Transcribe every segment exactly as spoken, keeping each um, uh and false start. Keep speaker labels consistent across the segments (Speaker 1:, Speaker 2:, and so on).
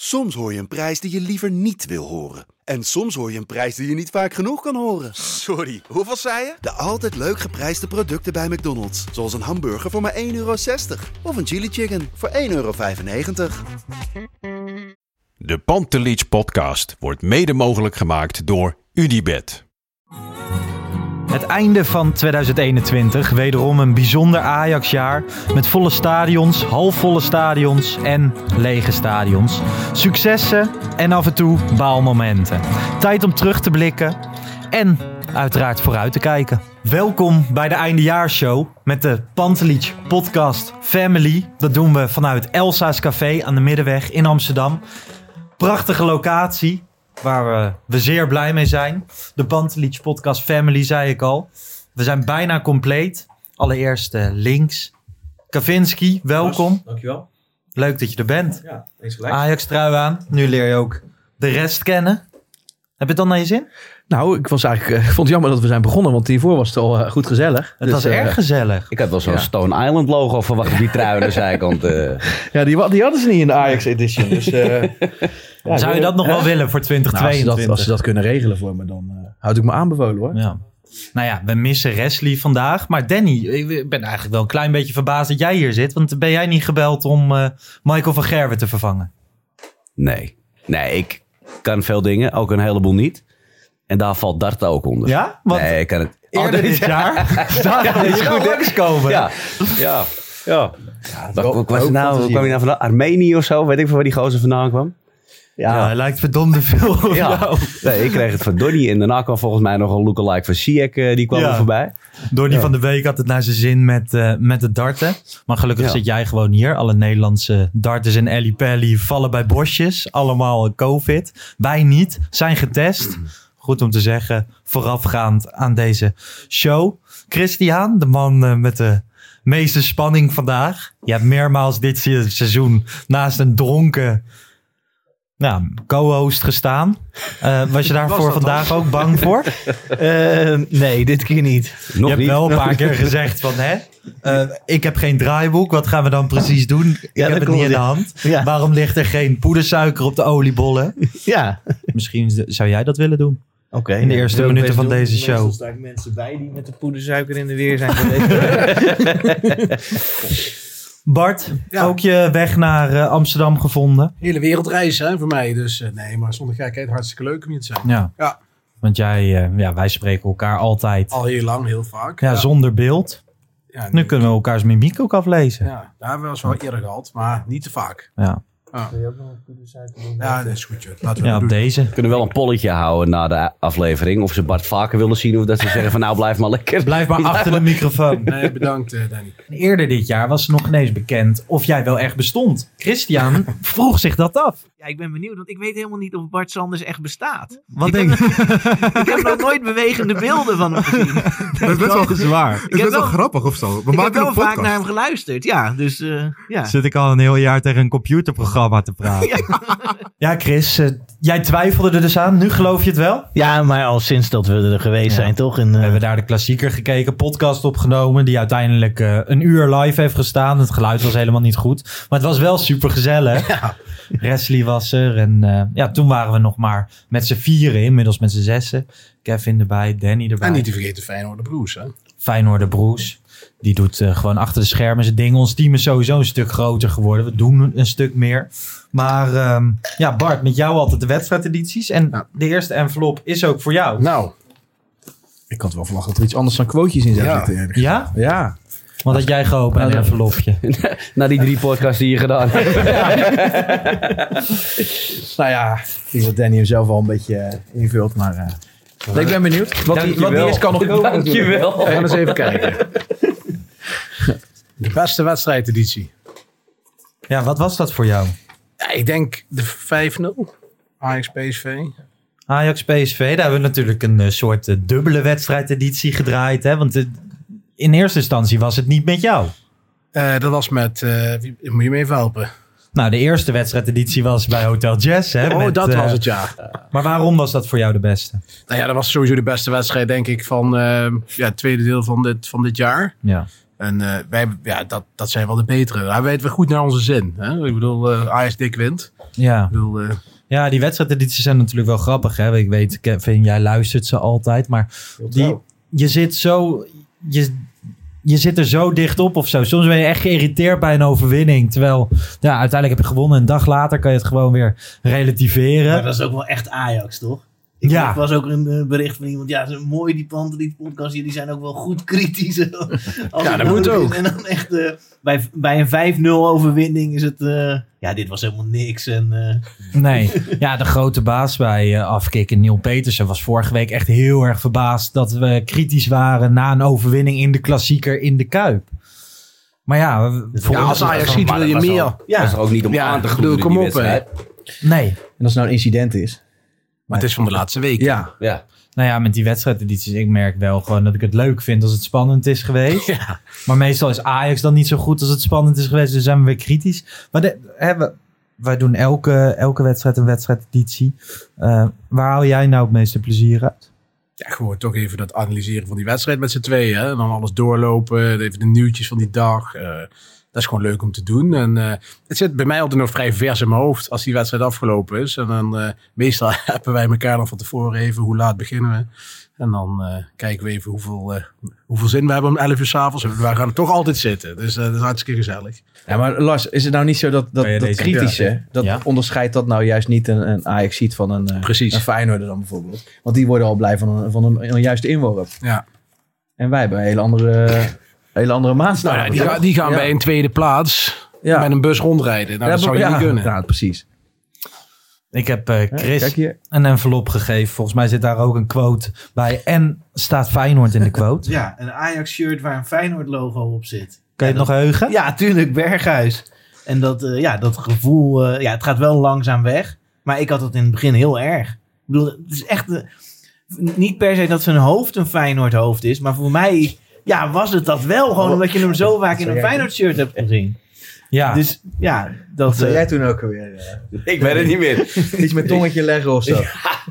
Speaker 1: Soms hoor je een prijs die je liever niet wil horen. En soms hoor je een prijs die je niet vaak genoeg kan horen.
Speaker 2: Sorry, hoeveel zei je?
Speaker 1: De altijd leuk geprijsde producten bij McDonald's. Zoals een hamburger voor maar één euro zestig. Of een chili chicken voor één euro vijfennegentig.
Speaker 3: De Pantelich podcast wordt mede mogelijk gemaakt door Unibet.
Speaker 4: Het einde van tweeduizend eenentwintig, wederom een bijzonder Ajax-jaar met volle stadions, halfvolle stadions en lege stadions. Successen en af en toe baalmomenten. Tijd om terug te blikken en uiteraard vooruit te kijken. Welkom bij de eindejaarshow met de Pantelich podcast Family. Dat doen we vanuit Elsa's Café aan de Middenweg in Amsterdam. Prachtige locatie. Waar we, we zeer blij mee zijn. De Pantelich podcast Family, zei ik al. We zijn bijna compleet. Allereerst uh, links. Kavinski, welkom.
Speaker 5: Dankjewel.
Speaker 4: Leuk dat je er bent.
Speaker 5: Ja, eens gelijk.
Speaker 4: Ajax trui aan. Nu leer je ook de rest kennen. Heb je het dan naar je zin?
Speaker 5: Nou, ik, was eigenlijk, uh, ik vond het jammer dat we zijn begonnen, want hiervoor was het al uh, goed gezellig.
Speaker 4: Het
Speaker 5: dus,
Speaker 4: was
Speaker 5: uh,
Speaker 4: erg gezellig.
Speaker 6: Ik had wel zo'n
Speaker 5: Ja.
Speaker 6: Stone Island logo verwacht op die trui aan de zijkant. Uh.
Speaker 5: Ja, die, die hadden ze niet in de Ajax edition. Dus, uh, ja,
Speaker 4: Zou je dat nog wel willen voor twintig
Speaker 5: Nou, als, ze
Speaker 4: tweeëntwintig?
Speaker 5: dat, als ze dat kunnen regelen voor me, dan uh, houd ik me aanbevolen hoor.
Speaker 4: Ja. Nou ja, we missen Wesley vandaag. Maar Danny, ik ben eigenlijk wel een klein beetje verbaasd dat jij hier zit. Want ben jij niet gebeld om uh, Michael van Gerwen te vervangen?
Speaker 6: Nee. Nee, ik kan veel dingen, ook een heleboel niet. En daar valt dart ook onder.
Speaker 4: Ja? Want
Speaker 6: nee, ik kan het
Speaker 4: eerder dit jaar zag
Speaker 6: Ja,
Speaker 4: je
Speaker 6: is
Speaker 4: goed
Speaker 6: goed, hè?
Speaker 4: langskomen.
Speaker 6: Ja, ja, ja.
Speaker 5: Ja,
Speaker 6: Waar, waar was het nou? Waar kwam je nou vandaan? Armenië of zo? Weet ik van waar die gozer vandaan kwam?
Speaker 4: Ja, hij lijkt verdomde veel op
Speaker 6: Ja.
Speaker 4: jou.
Speaker 6: Nee, ik kreeg het van Donny. En daarna kwam volgens mij nog een lookalike van Ziyech. Uh, die kwam
Speaker 4: Ja.
Speaker 6: er voorbij.
Speaker 4: Donny
Speaker 6: Ja.
Speaker 4: van de Week had het naar zijn zin met, uh, met het darten. Maar gelukkig
Speaker 6: Ja.
Speaker 4: zit jij gewoon hier. Alle Nederlandse darters en Ellie Pelly vallen bij bosjes. Allemaal COVID. Wij niet. Zijn getest. Goed om te zeggen. Voorafgaand aan deze show. Christian, de man uh, met de meeste spanning vandaag. Je hebt meermaals dit se- seizoen naast een dronken nou, co-host gestaan. Uh, was je daarvoor vandaag ook bang voor?
Speaker 5: Uh, nee, dit keer niet.
Speaker 6: Nog
Speaker 4: je hebt
Speaker 6: niet.
Speaker 4: wel een paar keer gezegd van, hè, uh, ik heb geen draaiboek. Wat gaan we dan precies doen? Ik
Speaker 5: Ja,
Speaker 4: heb
Speaker 5: dat
Speaker 4: het
Speaker 5: klopt,
Speaker 4: niet in de
Speaker 5: ja.
Speaker 4: hand.
Speaker 5: Ja.
Speaker 4: Waarom ligt er geen poedersuiker op de oliebollen?
Speaker 5: Ja.
Speaker 4: Misschien z- zou jij dat willen doen.
Speaker 5: Oké. Okay,
Speaker 4: In de eerste
Speaker 5: wil ik
Speaker 4: minuten
Speaker 5: best
Speaker 4: van
Speaker 5: doen.
Speaker 4: deze show.
Speaker 5: Meestal sta ik mensen bij die met de poedersuiker in de weer zijn geweest.
Speaker 4: Bart,
Speaker 7: Ja.
Speaker 4: ook je weg naar uh, Amsterdam gevonden?
Speaker 7: Hele wereldreis hè, voor mij. Dus uh, nee, maar zonder gekheid hartstikke leuk om hier te zijn.
Speaker 4: Ja.
Speaker 7: Ja.
Speaker 4: Want jij, uh, ja, wij spreken elkaar altijd
Speaker 7: Al heel lang, heel vaak.
Speaker 4: ja, zonder beeld.
Speaker 7: Ja,
Speaker 4: Nu kunnen we elkaars mimiek ook aflezen.
Speaker 7: Ja, daar hebben we wel eens wel eerder gehad, maar niet te vaak.
Speaker 4: Ja,
Speaker 7: Ja, ja dat is goed. Joh. Laten we
Speaker 4: ja
Speaker 7: dat
Speaker 4: op
Speaker 7: doen.
Speaker 4: deze.
Speaker 6: We kunnen wel een polletje houden na de aflevering. Of ze Bart vaker willen zien. Of dat ze zeggen van nou blijf maar lekker.
Speaker 4: Blijf maar achter de microfoon.
Speaker 7: Nee, bedankt uh, Danny.
Speaker 4: Eerder dit jaar was het nog ineens bekend of jij wel echt bestond. Christian vroeg zich dat af.
Speaker 8: Ja, ik ben benieuwd, want ik weet helemaal niet of Bart Sanders echt bestaat.
Speaker 4: Wat
Speaker 8: ik
Speaker 4: denk
Speaker 8: heb, ik heb nog nooit bewegende beelden van hem gezien.
Speaker 2: Dat is best wel
Speaker 4: zwaar.
Speaker 2: Het is
Speaker 8: heb
Speaker 2: best wel
Speaker 8: wel-
Speaker 2: grappig of zo. We
Speaker 8: Ik heb
Speaker 2: maken
Speaker 8: wel
Speaker 2: een
Speaker 8: vaak
Speaker 2: podcast.
Speaker 8: naar hem geluisterd, ja. Dus uh, ja.
Speaker 4: Zit ik al een heel jaar tegen een computerprogramma te praten. Ja, Chris, uh, jij twijfelde er dus aan. Nu geloof je het wel?
Speaker 5: Ja, maar al sinds dat we er geweest
Speaker 4: Ja.
Speaker 5: zijn, toch? En, uh,
Speaker 4: We hebben daar de klassieker gekeken, podcast opgenomen, die uiteindelijk uh, een uur live heeft gestaan. Het geluid was helemaal niet goed, maar het was wel super gezellig.
Speaker 7: Ja.
Speaker 4: Wesley was er en uh, ja, toen waren we nog maar met z'n vieren, inmiddels met z'n zessen. Kevin erbij, Danny erbij.
Speaker 7: En niet te vergeten Feyenoord de Broers. Hè?
Speaker 4: Feyenoord Broes. Die doet uh, gewoon achter de schermen zijn ding. Ons team is sowieso een stuk groter geworden. We doen een stuk meer. Maar um, ja, Bart, met jou altijd de wedstrijdedities. En
Speaker 7: Ja.
Speaker 4: de eerste envelop is ook voor jou.
Speaker 7: Nou,
Speaker 5: ik had wel verwacht dat er iets anders dan quotejes in zou
Speaker 7: Ja.
Speaker 5: zitten.
Speaker 4: Ja?
Speaker 5: Ja.
Speaker 4: Want had jij geopend
Speaker 5: Nou,
Speaker 4: een envelopje.
Speaker 6: Na die drie podcasts die je gedaan hebt.
Speaker 5: Nou ja, ik denk dat Danny hem zelf al een beetje uh, invult, maar... Uh, ik ben benieuwd. Wat die, wat die is kan nog komen.
Speaker 6: Dankjewel.
Speaker 7: we gaan eens even kijken. De beste wedstrijdeditie.
Speaker 4: Ja, wat was dat voor jou?
Speaker 7: Ja, ik denk de vijf nul. Ajax P S V.
Speaker 4: Ajax P S V, daar hebben we natuurlijk een uh, soort uh, dubbele wedstrijdeditie gedraaid. Hè? Want uh, in eerste instantie was het niet met jou.
Speaker 7: Uh, dat was met... Uh, wie, moet je me even helpen?
Speaker 4: Nou, de eerste wedstrijdeditie was bij Hotel Jazz. Hè,
Speaker 7: Oh,
Speaker 4: met,
Speaker 7: dat
Speaker 4: uh,
Speaker 7: was het, ja.
Speaker 4: Maar waarom was dat voor jou de beste?
Speaker 7: Nou ja, dat was sowieso de beste wedstrijd, denk ik, van uh, ja, het tweede deel van dit, van dit jaar.
Speaker 4: Ja.
Speaker 7: En uh, wij, ja, dat, dat zijn wel de betere. Hij weet wel goed naar onze zin. Hè? Ik bedoel, uh, Ajax dik wint.
Speaker 4: Ja.
Speaker 7: Ik bedoel, uh...
Speaker 4: ja, die wedstrijdedities zijn natuurlijk wel grappig. Hè? Ik weet, Kevin, jij luistert ze altijd. Maar die, je zit zo... Je, je zit er zo dicht op of zo. Soms ben je echt geïrriteerd bij een overwinning. Terwijl, ja, uiteindelijk heb je gewonnen. Een dag later kan je het gewoon weer relativeren.
Speaker 8: Maar dat is ook wel echt Ajax, toch? Ik
Speaker 4: ja.
Speaker 8: was ook een uh, bericht van iemand. Ja, zo mooi die Pantelich podcast. Jullie zijn ook wel goed kritisch.
Speaker 7: Ja, dat moet ook.
Speaker 8: En dan echt uh, bij, bij een vijf nul overwinning is het... Uh, ja, dit was helemaal niks. En, uh...
Speaker 4: Nee, ja, de grote baas bij uh, Afkikken, Neil Petersen, was vorige week echt heel erg verbaasd dat we kritisch waren na een overwinning in de klassieker in de Kuip. Maar ja,
Speaker 7: ja als Ajax ziet wil je meer.
Speaker 6: Al, ja. Dat is er ook niet om ja, aan te gloeien.
Speaker 7: Kom op, hè.
Speaker 4: Nee.
Speaker 5: En als het nou een incident is.
Speaker 7: Maar het is van de laatste week.
Speaker 5: Ja.
Speaker 6: ja.
Speaker 4: Nou ja, met die wedstrijdedities, ik merk wel gewoon dat ik het leuk vind als het spannend is geweest. Ja. Maar meestal is Ajax dan niet zo goed als het spannend is geweest. Dus zijn we weer kritisch. Maar de, hè, we, wij doen elke, elke wedstrijd een wedstrijdeditie. Uh, waar haal jij nou het meeste plezier uit?
Speaker 7: Ja, gewoon toch even dat analyseren van die wedstrijd met z'n tweeën. Hè? En dan alles doorlopen, even de nieuwtjes van die dag. Uh, dat is gewoon leuk om te doen. En uh, het zit bij mij altijd nog vrij vers in mijn hoofd als die wedstrijd afgelopen is. En dan uh, meestal hebben wij elkaar dan van tevoren even hoe laat beginnen we. En dan uh, kijken we even hoeveel, uh, hoeveel zin we hebben om elf uur 's avonds. We gaan er toch altijd zitten. Dus uh, dat is hartstikke gezellig.
Speaker 5: Ja, maar Lars, is het nou niet zo dat dat, dat deze, kritische, ja, dat ja. onderscheidt dat nou juist niet een, een Ajax-ziet van een, een Feyenoorder dan bijvoorbeeld? Want die worden al blij van een, van een, een juiste inworp.
Speaker 7: Ja.
Speaker 5: En wij hebben een hele andere, hele andere maatstaven.
Speaker 7: Nou ja, die, gaan, die gaan ja. bij een tweede plaats ja. met een bus rondrijden. Nou, ja, dat zou je ja, niet kunnen.
Speaker 5: Ja, precies.
Speaker 4: Ik heb uh, Chris ja, een envelop gegeven. Volgens mij zit daar ook een quote bij. En staat Feyenoord in de quote.
Speaker 8: Ja, een Ajax-shirt waar een Feyenoord-logo op zit.
Speaker 4: Kan je
Speaker 8: ja,
Speaker 4: het nog heugen?
Speaker 8: Ja, tuurlijk. Berghuis. En dat, uh, ja, dat gevoel... Uh, ja, het gaat wel langzaam weg. Maar ik had het in het begin heel erg. Ik bedoel, het is echt... Uh, niet per se dat zijn hoofd een Feyenoord-hoofd is. Maar voor mij ja, was het dat wel. Gewoon omdat je hem zo vaak in een Feyenoord-shirt hebt gezien. Ja. Dus ja, dat...
Speaker 5: Wat zei uh, jij toen ook alweer? Uh,
Speaker 6: ik weet het niet meer.
Speaker 5: Iets met tongetje leggen of zo.
Speaker 6: Ja,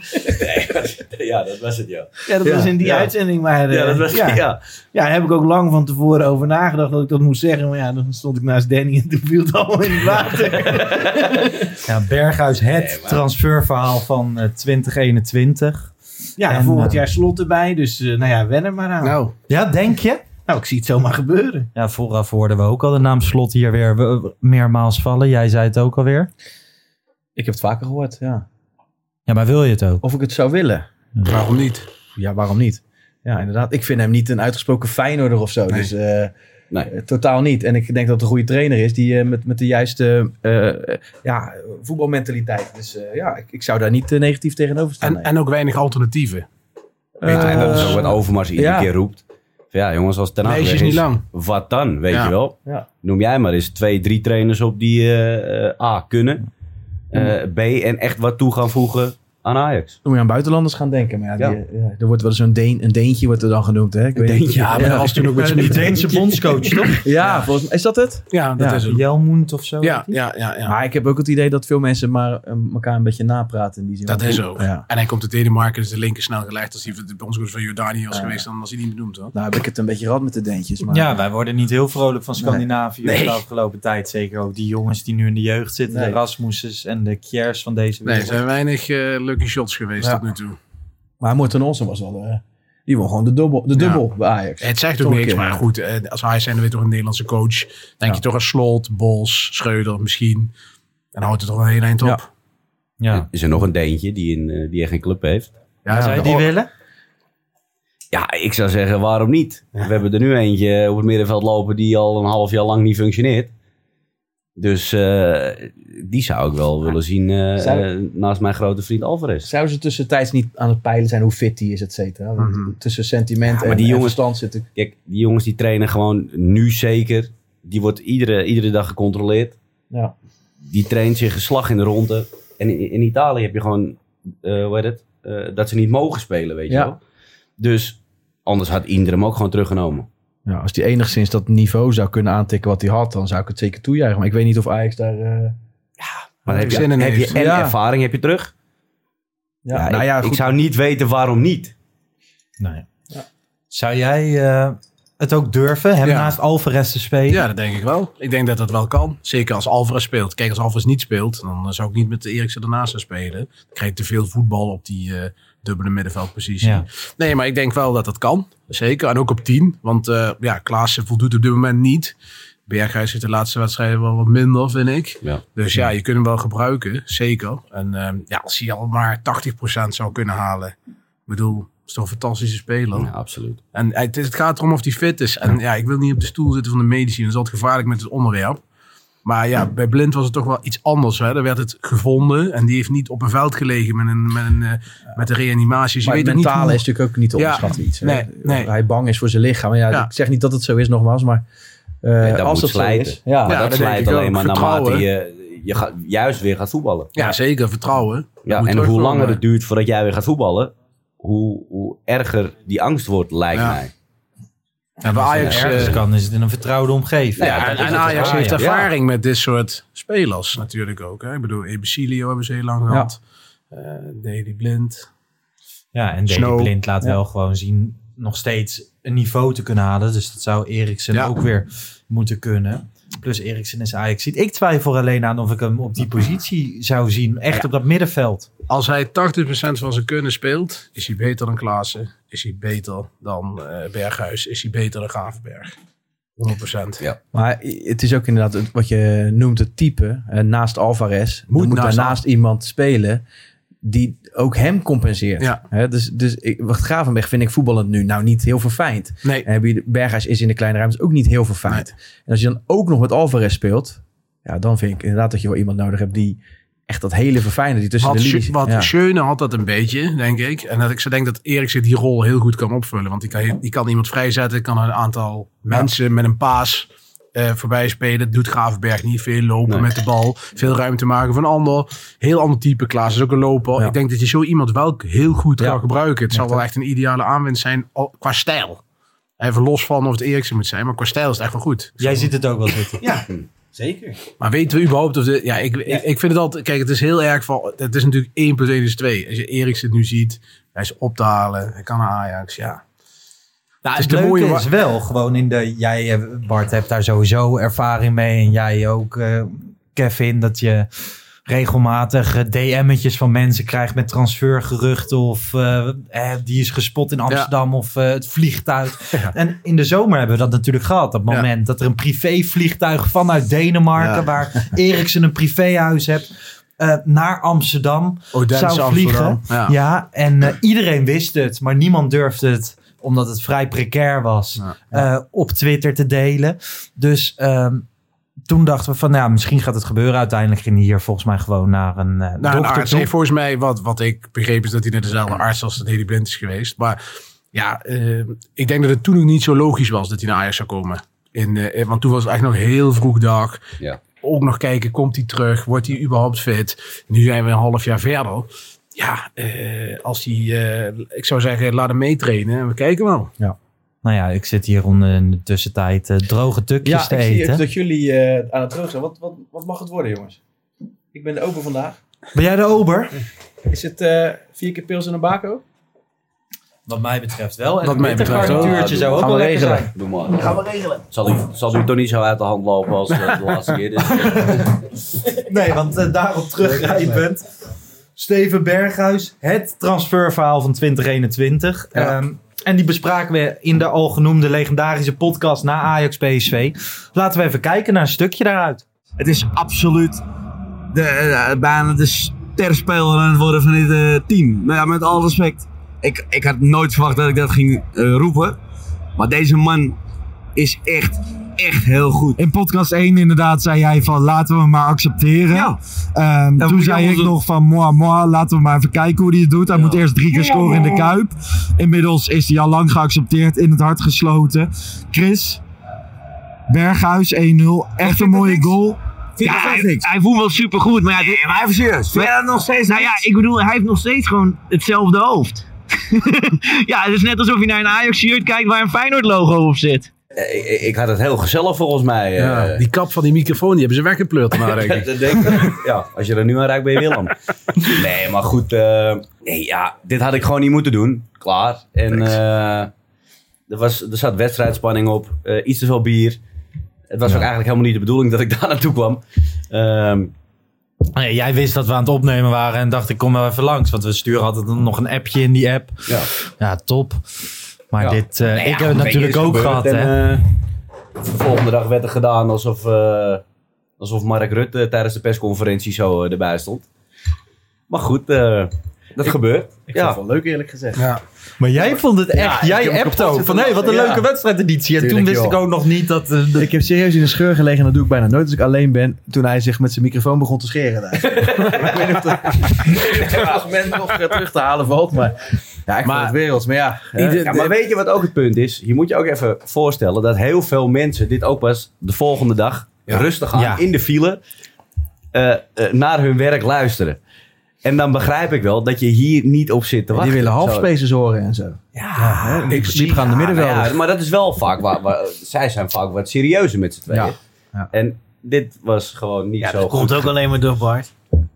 Speaker 6: nee, ja dat was het, ja.
Speaker 8: Ja, dat
Speaker 6: ja,
Speaker 8: was in die ja. uitzending. Maar, uh,
Speaker 6: ja, dat was
Speaker 8: ja.
Speaker 6: ja.
Speaker 8: ja, daar heb ik ook lang van tevoren over nagedacht dat ik dat moest zeggen. Maar ja, dan stond ik naast Danny en toen viel het allemaal in het water.
Speaker 4: Ja, Berghuis, het nee, maar... transferverhaal van uh, twintig eenentwintig.
Speaker 8: Ja, en volgend jaar Slot erbij. Dus uh, nou ja, wen er maar aan.
Speaker 4: Nou. Ja, denk je?
Speaker 8: Nou, ik zie het zomaar gebeuren.
Speaker 4: Ja, vooraf hoorden we ook al de naam Slot hier weer meermaals vallen. Jij zei het ook alweer.
Speaker 5: Ik heb het vaker gehoord, ja.
Speaker 4: Ja, maar wil je het ook?
Speaker 5: Of ik het zou willen.
Speaker 7: Ja. Waarom niet?
Speaker 5: Ja, waarom niet? Ja, inderdaad. Ik vind hem niet een uitgesproken Feyenoorder of zo. Nee. Dus uh, nee. uh, totaal niet. En ik denk dat het een goede trainer is die uh, met, met de juiste uh, ja, voetbalmentaliteit. Dus uh, ja, ik, ik zou daar niet uh, negatief tegenover staan.
Speaker 7: En,
Speaker 5: nee.
Speaker 7: en ook weinig alternatieven.
Speaker 6: Uh, en dat is ook wat Overmars iedere ja. keer roept. Ja, jongens, als Ten Hag weg is,
Speaker 7: niet lang.
Speaker 6: Wat dan, weet
Speaker 7: ja.
Speaker 6: je wel?
Speaker 5: Ja.
Speaker 6: Noem jij maar eens twee, drie trainers op die uh, A kunnen. Uh, B en echt wat toe gaan voegen aan Ajax.
Speaker 5: Dan moet je aan buitenlanders gaan denken. Maar ja, die, ja. Ja, er wordt wel zo'n Deen, een Deentje wordt er dan genoemd. Hè? Ik weet
Speaker 6: Deentje,
Speaker 7: ja, maar ja. als toen ook met
Speaker 4: die Deense bondscoach, toch?
Speaker 5: Ja, ja. Volgens mij, is dat het?
Speaker 7: Ja, dat
Speaker 5: ja.
Speaker 7: is het.
Speaker 4: Jelmoend of zo?
Speaker 7: Ja, ja, ja, ja.
Speaker 5: Maar ik heb ook het idee dat veel mensen maar um, elkaar een beetje napraten. In die zin.
Speaker 7: Dat is ook.
Speaker 5: Ja.
Speaker 7: En hij komt uit Denemarken, dus de linker snel gelegd. Als hij de bondscoach van Jordanië was ja. geweest, dan was hij niet benoemd. Hoor.
Speaker 5: Nou heb ik het een beetje gehad met de Deentjes. Maar...
Speaker 4: Ja, wij worden niet heel vrolijk van Scandinavië nee. de afgelopen tijd. Zeker ook die jongens die nu in de jeugd zitten. Nee. De Rasmusses en de Kjers van deze wereld.
Speaker 7: Nee, er zijn weinig uh, lucky shots geweest ja. tot nu toe.
Speaker 5: Maar Morten Olsen was wel... Uh, die won gewoon de dubbel, de dubbel ja. bij Ajax.
Speaker 7: Het zegt ook toch niks, maar goed. Uh, als Ajax zijn, dan weet toch een Nederlandse coach. Denk ja. je toch aan Slot, Bos, Schreuder misschien. En dan houdt het toch wel een heel eind op.
Speaker 5: Ja.
Speaker 6: Ja. Is er nog een Deentje die, in, die echt geen club heeft?
Speaker 4: Ja, zou je die willen?
Speaker 6: Ja, ik zou zeggen, waarom niet? We hebben er nu eentje op het middenveld lopen die al een half jaar lang niet functioneert. Dus uh, die zou ik wel willen zien uh, zou, uh, naast mijn grote vriend Alvarez.
Speaker 5: Zou ze tussentijds niet aan het peilen zijn hoe fit die is, et cetera? Mm-hmm. Tussen sentiment ja, en, die jongens, en verstand zitten.
Speaker 6: Kijk, die jongens die trainen gewoon nu zeker. Die wordt iedere, iedere dag gecontroleerd.
Speaker 5: Ja.
Speaker 6: Die traint zich slag in de ronde. En in, in Italië heb je gewoon, uh, hoe heet het? Uh, dat ze niet mogen spelen, weet je ja. wel. Dus anders had Inder hem ook gewoon teruggenomen.
Speaker 5: Ja, als die enigszins dat niveau zou kunnen aantikken wat hij had, dan zou ik het zeker toejuichen. Maar ik weet niet of Ajax daar... Uh...
Speaker 6: Ja, maar heb je, heb je en ja. ervaring heb je terug?
Speaker 5: Ja,
Speaker 6: ja,
Speaker 5: nou ja,
Speaker 6: ik, ik zou niet weten waarom niet.
Speaker 4: Nee. Ja. Zou jij uh, het ook durven, hem
Speaker 7: Ja.
Speaker 4: naast Alvarez te spelen?
Speaker 7: Ja, dat denk ik wel. Ik denk dat dat wel kan. Zeker als Alvarez speelt. Kijk, als Alvarez niet speelt, dan zou ik niet met de Eriksen ernaast spelen. Dan krijg je te veel voetbal op die uh, dubbele middenveldpositie.
Speaker 4: Ja.
Speaker 7: Nee, maar ik denk wel dat dat kan. Zeker. En ook op tien. Want uh, ja, Klaassen voldoet op dit moment niet. Berghuis heeft de laatste wedstrijden wel wat minder, vind ik.
Speaker 6: Ja.
Speaker 7: Dus ja, je kunt hem wel gebruiken. Zeker. En uh, ja, als hij al maar tachtig procent zou kunnen halen. Ik bedoel... is toch een fantastische speler.
Speaker 6: Ja, absoluut.
Speaker 7: En het, het gaat erom of hij fit is. En ja, ik wil niet op de stoel zitten van de medici. Dat is altijd gevaarlijk met het onderwerp. Maar ja, bij Blind was het toch wel iets anders. Hè? Daar werd het gevonden. En die heeft niet op een veld gelegen met een, met een, uh, met een reanimatie. Dus
Speaker 5: maar
Speaker 7: je
Speaker 5: het
Speaker 7: weet niet
Speaker 5: mentale
Speaker 7: hoe...
Speaker 5: is natuurlijk ook niet te onderschatten
Speaker 7: ja,
Speaker 5: iets. Hè?
Speaker 7: Nee, nee.
Speaker 5: Hij bang is voor zijn lichaam. Maar ja,
Speaker 7: Ja.
Speaker 5: ik zeg niet dat het zo is nogmaals. Maar uh,
Speaker 6: Ja, dat
Speaker 5: als
Speaker 6: moet
Speaker 5: het zo
Speaker 6: slijten.
Speaker 5: is. Ja,
Speaker 6: Maar
Speaker 7: Ja,
Speaker 6: dat
Speaker 7: dat
Speaker 6: slijt
Speaker 7: denk ik
Speaker 6: alleen
Speaker 7: ook.
Speaker 6: maar naarmate
Speaker 7: Vertrouwen.
Speaker 6: je, je gaat, juist weer gaat voetballen.
Speaker 7: Ja, zeker. Vertrouwen.
Speaker 6: Ja,
Speaker 7: Moet
Speaker 6: en hoe
Speaker 7: terugkomen.
Speaker 6: langer het duurt voordat jij weer gaat voetballen, hoe, hoe erger die angst wordt, lijkt
Speaker 7: Ja.
Speaker 6: mij.
Speaker 7: En bij Ajax...
Speaker 4: Als het ergens
Speaker 7: uh,
Speaker 4: kan, is het in een vertrouwde omgeving.
Speaker 7: ja,
Speaker 6: dat
Speaker 7: en,
Speaker 6: is
Speaker 7: en
Speaker 6: het.
Speaker 7: Ajax
Speaker 4: Ah,
Speaker 7: heeft
Speaker 4: ja.
Speaker 7: ervaring met dit soort spelers natuurlijk ook. Hè? Ik bedoel, Ebesilio hebben ze heel lang gehad. Uh, Daley Blind.
Speaker 4: Ja, en Daley
Speaker 7: Snow.
Speaker 4: Blind laat
Speaker 5: Ja.
Speaker 4: wel gewoon zien nog steeds een niveau te kunnen halen. Dus dat zou Eriksen
Speaker 7: Ja.
Speaker 4: ook weer moeten kunnen. Plus Eriksen is Ajax. Ik twijfel alleen aan of ik hem op die positie zou zien. Echt
Speaker 7: Ja.
Speaker 4: op dat middenveld.
Speaker 7: Als hij tachtig procent van zijn kunnen speelt, is hij beter dan Klaassen. Is hij beter dan uh, Berghuis. Is hij beter dan Gravenberg. honderd procent.
Speaker 6: Ja.
Speaker 5: Maar het is ook inderdaad het- wat je noemt het type. Uh, naast Alvarez
Speaker 7: Moet
Speaker 5: moet, moet
Speaker 7: naast
Speaker 5: daarnaast iemand spelen die ook hem compenseert.
Speaker 7: Ja.
Speaker 5: Hè, dus dus ik, wat Gravenberg vind ik voetballend nu nou niet heel verfijnd.
Speaker 7: Nee.
Speaker 5: En heb je de- Berghuis is in de kleine ruimtes ook niet heel verfijnd. En als je dan ook nog met Alvarez speelt, ja, dan vind ik inderdaad dat je wel iemand nodig hebt die echt dat hele verfijnde die tussen
Speaker 7: Wat,
Speaker 5: de
Speaker 7: Schö-
Speaker 5: linies.
Speaker 7: wat
Speaker 5: ja.
Speaker 7: Schöne had dat een beetje, denk ik. En dat ik zo denk dat Eriksen die rol heel goed kan opvullen. Want die kan, die kan iemand vrijzetten. Kan een aantal mensen met een paas uh, voorbij spelen. Doet Gravenberg niet veel. Lopen
Speaker 6: Nee.
Speaker 7: met de bal. Veel ruimte maken van een ander. Heel ander type. Klaas is ook een loper.
Speaker 5: Ja.
Speaker 7: Ik denk dat je zo iemand wel heel goed
Speaker 5: Ja.
Speaker 7: kan gebruiken. Het
Speaker 5: Ja,
Speaker 7: zal wel
Speaker 5: toch.
Speaker 7: echt een ideale aanwinst zijn al- qua stijl. Even los van of het Eriksen moet zijn. Maar qua stijl is het echt wel goed.
Speaker 4: Jij ziet het ook wel zitten.
Speaker 8: Ja, zeker.
Speaker 7: Maar weten we überhaupt of de... Ja, ik, ik, ik vind het altijd... Kijk, het is heel erg van... Het is natuurlijk één plus één is twee. Als je Eriksen nu ziet, hij is op te halen. Hij kan naar Ajax, ja.
Speaker 4: Nou,
Speaker 7: Het
Speaker 4: het
Speaker 7: is de
Speaker 4: leuke
Speaker 7: mooie
Speaker 4: is
Speaker 7: wa-
Speaker 4: wel gewoon in de... Jij, eh, Bart, hebt daar sowieso ervaring mee. En jij ook, eh, Kevin, dat je regelmatig eh, D M'tjes van mensen krijgt met transfergeruchten. Of eh, eh, die is gespot in Amsterdam of eh, het vliegtuig.
Speaker 7: Ja.
Speaker 4: En in de zomer hebben we dat natuurlijk gehad. Dat moment dat er een privévliegtuig vanuit Denemarken...
Speaker 7: Ja.
Speaker 4: waar Eriksen een privéhuis hebt... eh, naar Amsterdam
Speaker 7: Odense,
Speaker 4: zou vliegen.
Speaker 7: Amsterdam. Ja.
Speaker 4: Ja, en eh, iedereen wist het, maar niemand durfde het, omdat het vrij precair was,
Speaker 7: Ja.
Speaker 4: eh, op Twitter te delen. Dus ehm, toen dachten we van, nou, misschien gaat het gebeuren. Uiteindelijk ging hij hier volgens mij gewoon naar een uh,
Speaker 7: Nou, een
Speaker 4: dokter
Speaker 7: arts
Speaker 4: toe.
Speaker 7: heeft volgens mij, wat, wat ik begreep, is dat hij naar dezelfde arts als de Daley Blind is geweest. Maar ja, eh, ik denk dat het toen ook niet zo logisch was dat hij naar Ajax zou komen. In, eh, want toen was het eigenlijk nog heel vroeg dag.
Speaker 6: Ja.
Speaker 7: Ook nog kijken, komt hij terug? Wordt hij überhaupt fit? Nu zijn we een half jaar verder. Ja, eh, als hij, eh, ik zou zeggen, laat hem meetrainen en we kijken wel.
Speaker 4: Nou ja, ik zit hier onder in de tussentijd uh, droge tukjes
Speaker 5: Ja,
Speaker 4: te
Speaker 5: ik zie
Speaker 4: eten.
Speaker 5: ook dat jullie uh, aan het droog zijn. Wat, wat, wat mag het worden, jongens? Ik ben de ober vandaag.
Speaker 4: Ben jij de ober?
Speaker 5: Is het uh, vier keer pils en een bako?
Speaker 4: Wat mij betreft wel. En
Speaker 7: Wat mij betreft wel.
Speaker 4: garnituurtje zou ook
Speaker 5: Gaan
Speaker 4: wel
Speaker 5: we
Speaker 4: lekker
Speaker 5: regelen.
Speaker 4: zijn.
Speaker 6: Doe maar.
Speaker 5: Gaan we regelen.
Speaker 6: Zal u, zal u toch niet zo uit de hand lopen als uh, de laatste keer? Dus,
Speaker 4: Nee, want uh, daarop teruggrijpend. Steven Berghuis, het transferverhaal van twintig eenentwintig.
Speaker 7: Ja.
Speaker 4: Um, en die bespraken we in de al genoemde legendarische podcast na Ajax P S V. Laten we even kijken naar een stukje daaruit.
Speaker 9: Het is absoluut de, uh, bijna de sterspeler aan het worden van dit uh, team. Nou ja, met alle respect. Ik, ik had nooit verwacht dat ik dat ging uh, roepen. Maar deze man is echt, echt heel goed.
Speaker 10: In podcast één inderdaad zei jij van laten we hem maar accepteren.
Speaker 9: Ja.
Speaker 10: Um,
Speaker 9: Dat
Speaker 10: toen
Speaker 9: moet
Speaker 10: zei
Speaker 9: je
Speaker 10: ik
Speaker 9: wel
Speaker 10: nog van moi moi, laten we maar even kijken hoe hij het doet. Hij
Speaker 9: Ja.
Speaker 10: moet eerst drie keer scoren in de Kuip. Inmiddels is hij al lang geaccepteerd, in het hart gesloten. Chris, Berghuis één nul, echt een mooie goal.
Speaker 9: Ja, hij, hij voelt wel supergoed, maar ja, dit,
Speaker 10: maar even serieus.
Speaker 9: Vind je dat nog steeds? Nou ja, ik bedoel, hij heeft nog steeds gewoon hetzelfde hoofd. Ja, het is net alsof je naar een Ajax-shirt kijkt waar een Feyenoord-logo op zit.
Speaker 6: ik, ik had het heel gezellig volgens mij.
Speaker 7: Ja,
Speaker 6: uh,
Speaker 7: die kap van die microfoon, die hebben ze weggepleurd daarna, denk ik.
Speaker 6: dat denk ik. Ja, als je er nu aan ruikt, ben je Willem. Nee, maar goed. Uh, nee, ja, dit had ik gewoon niet moeten doen. Klaar. En uh, Er, was, er zat wedstrijdspanning op. Uh, iets te veel bier. Het was ja. ook eigenlijk helemaal niet de bedoeling dat ik daar naartoe kwam. Um,
Speaker 4: nee, jij wist dat we aan het opnemen waren en dacht ik kom wel even langs. Want we sturen altijd nog een appje in die app. Ja, ja top. Maar ja. dit, uh, nee, ik ja, heb het natuurlijk ook gehad. En, hè? Uh,
Speaker 6: de volgende dag werd er gedaan alsof, uh, alsof Mark Rutte tijdens de persconferentie zo uh, erbij stond. Maar goed, uh, dat
Speaker 5: ik,
Speaker 6: gebeurt.
Speaker 5: Ik
Speaker 6: ja.
Speaker 5: vond het wel leuk eerlijk gezegd.
Speaker 4: Ja. Maar jij ja, vond het echt, ja, jij appte ook van hé, hey, wat een ja. leuke wedstrijdeditie. En Tuurlijk, toen wist joh. ik ook nog niet dat... Uh, de...
Speaker 5: Ik heb serieus in een scheur gelegen en dat doe ik bijna nooit als ik alleen ben. Toen hij zich met zijn microfoon begon te scheren. ik weet niet of het fragment nog terug te halen valt, maar... Ja, ik maar, vond het werelds, maar ja.
Speaker 6: Ieder, ja. Maar weet je wat ook het punt is? Je moet je ook even voorstellen dat heel veel mensen dit ook pas de volgende dag ja. rustig aan ja. in de file uh, uh, naar hun werk luisteren. En dan begrijp ik wel dat je hier niet op zit te wachten.
Speaker 5: Die willen halfspaces horen en zo.
Speaker 6: Ja,
Speaker 5: ja ik diepgaande ja, middenvelden.
Speaker 6: Ja, maar dat is wel vaak waar, waar... Zij zijn vaak wat serieuzer met z'n tweeën. Ja. Ja. En dit was gewoon niet
Speaker 8: ja,
Speaker 6: zo
Speaker 8: dat goed. Komt ook alleen maar door Bart.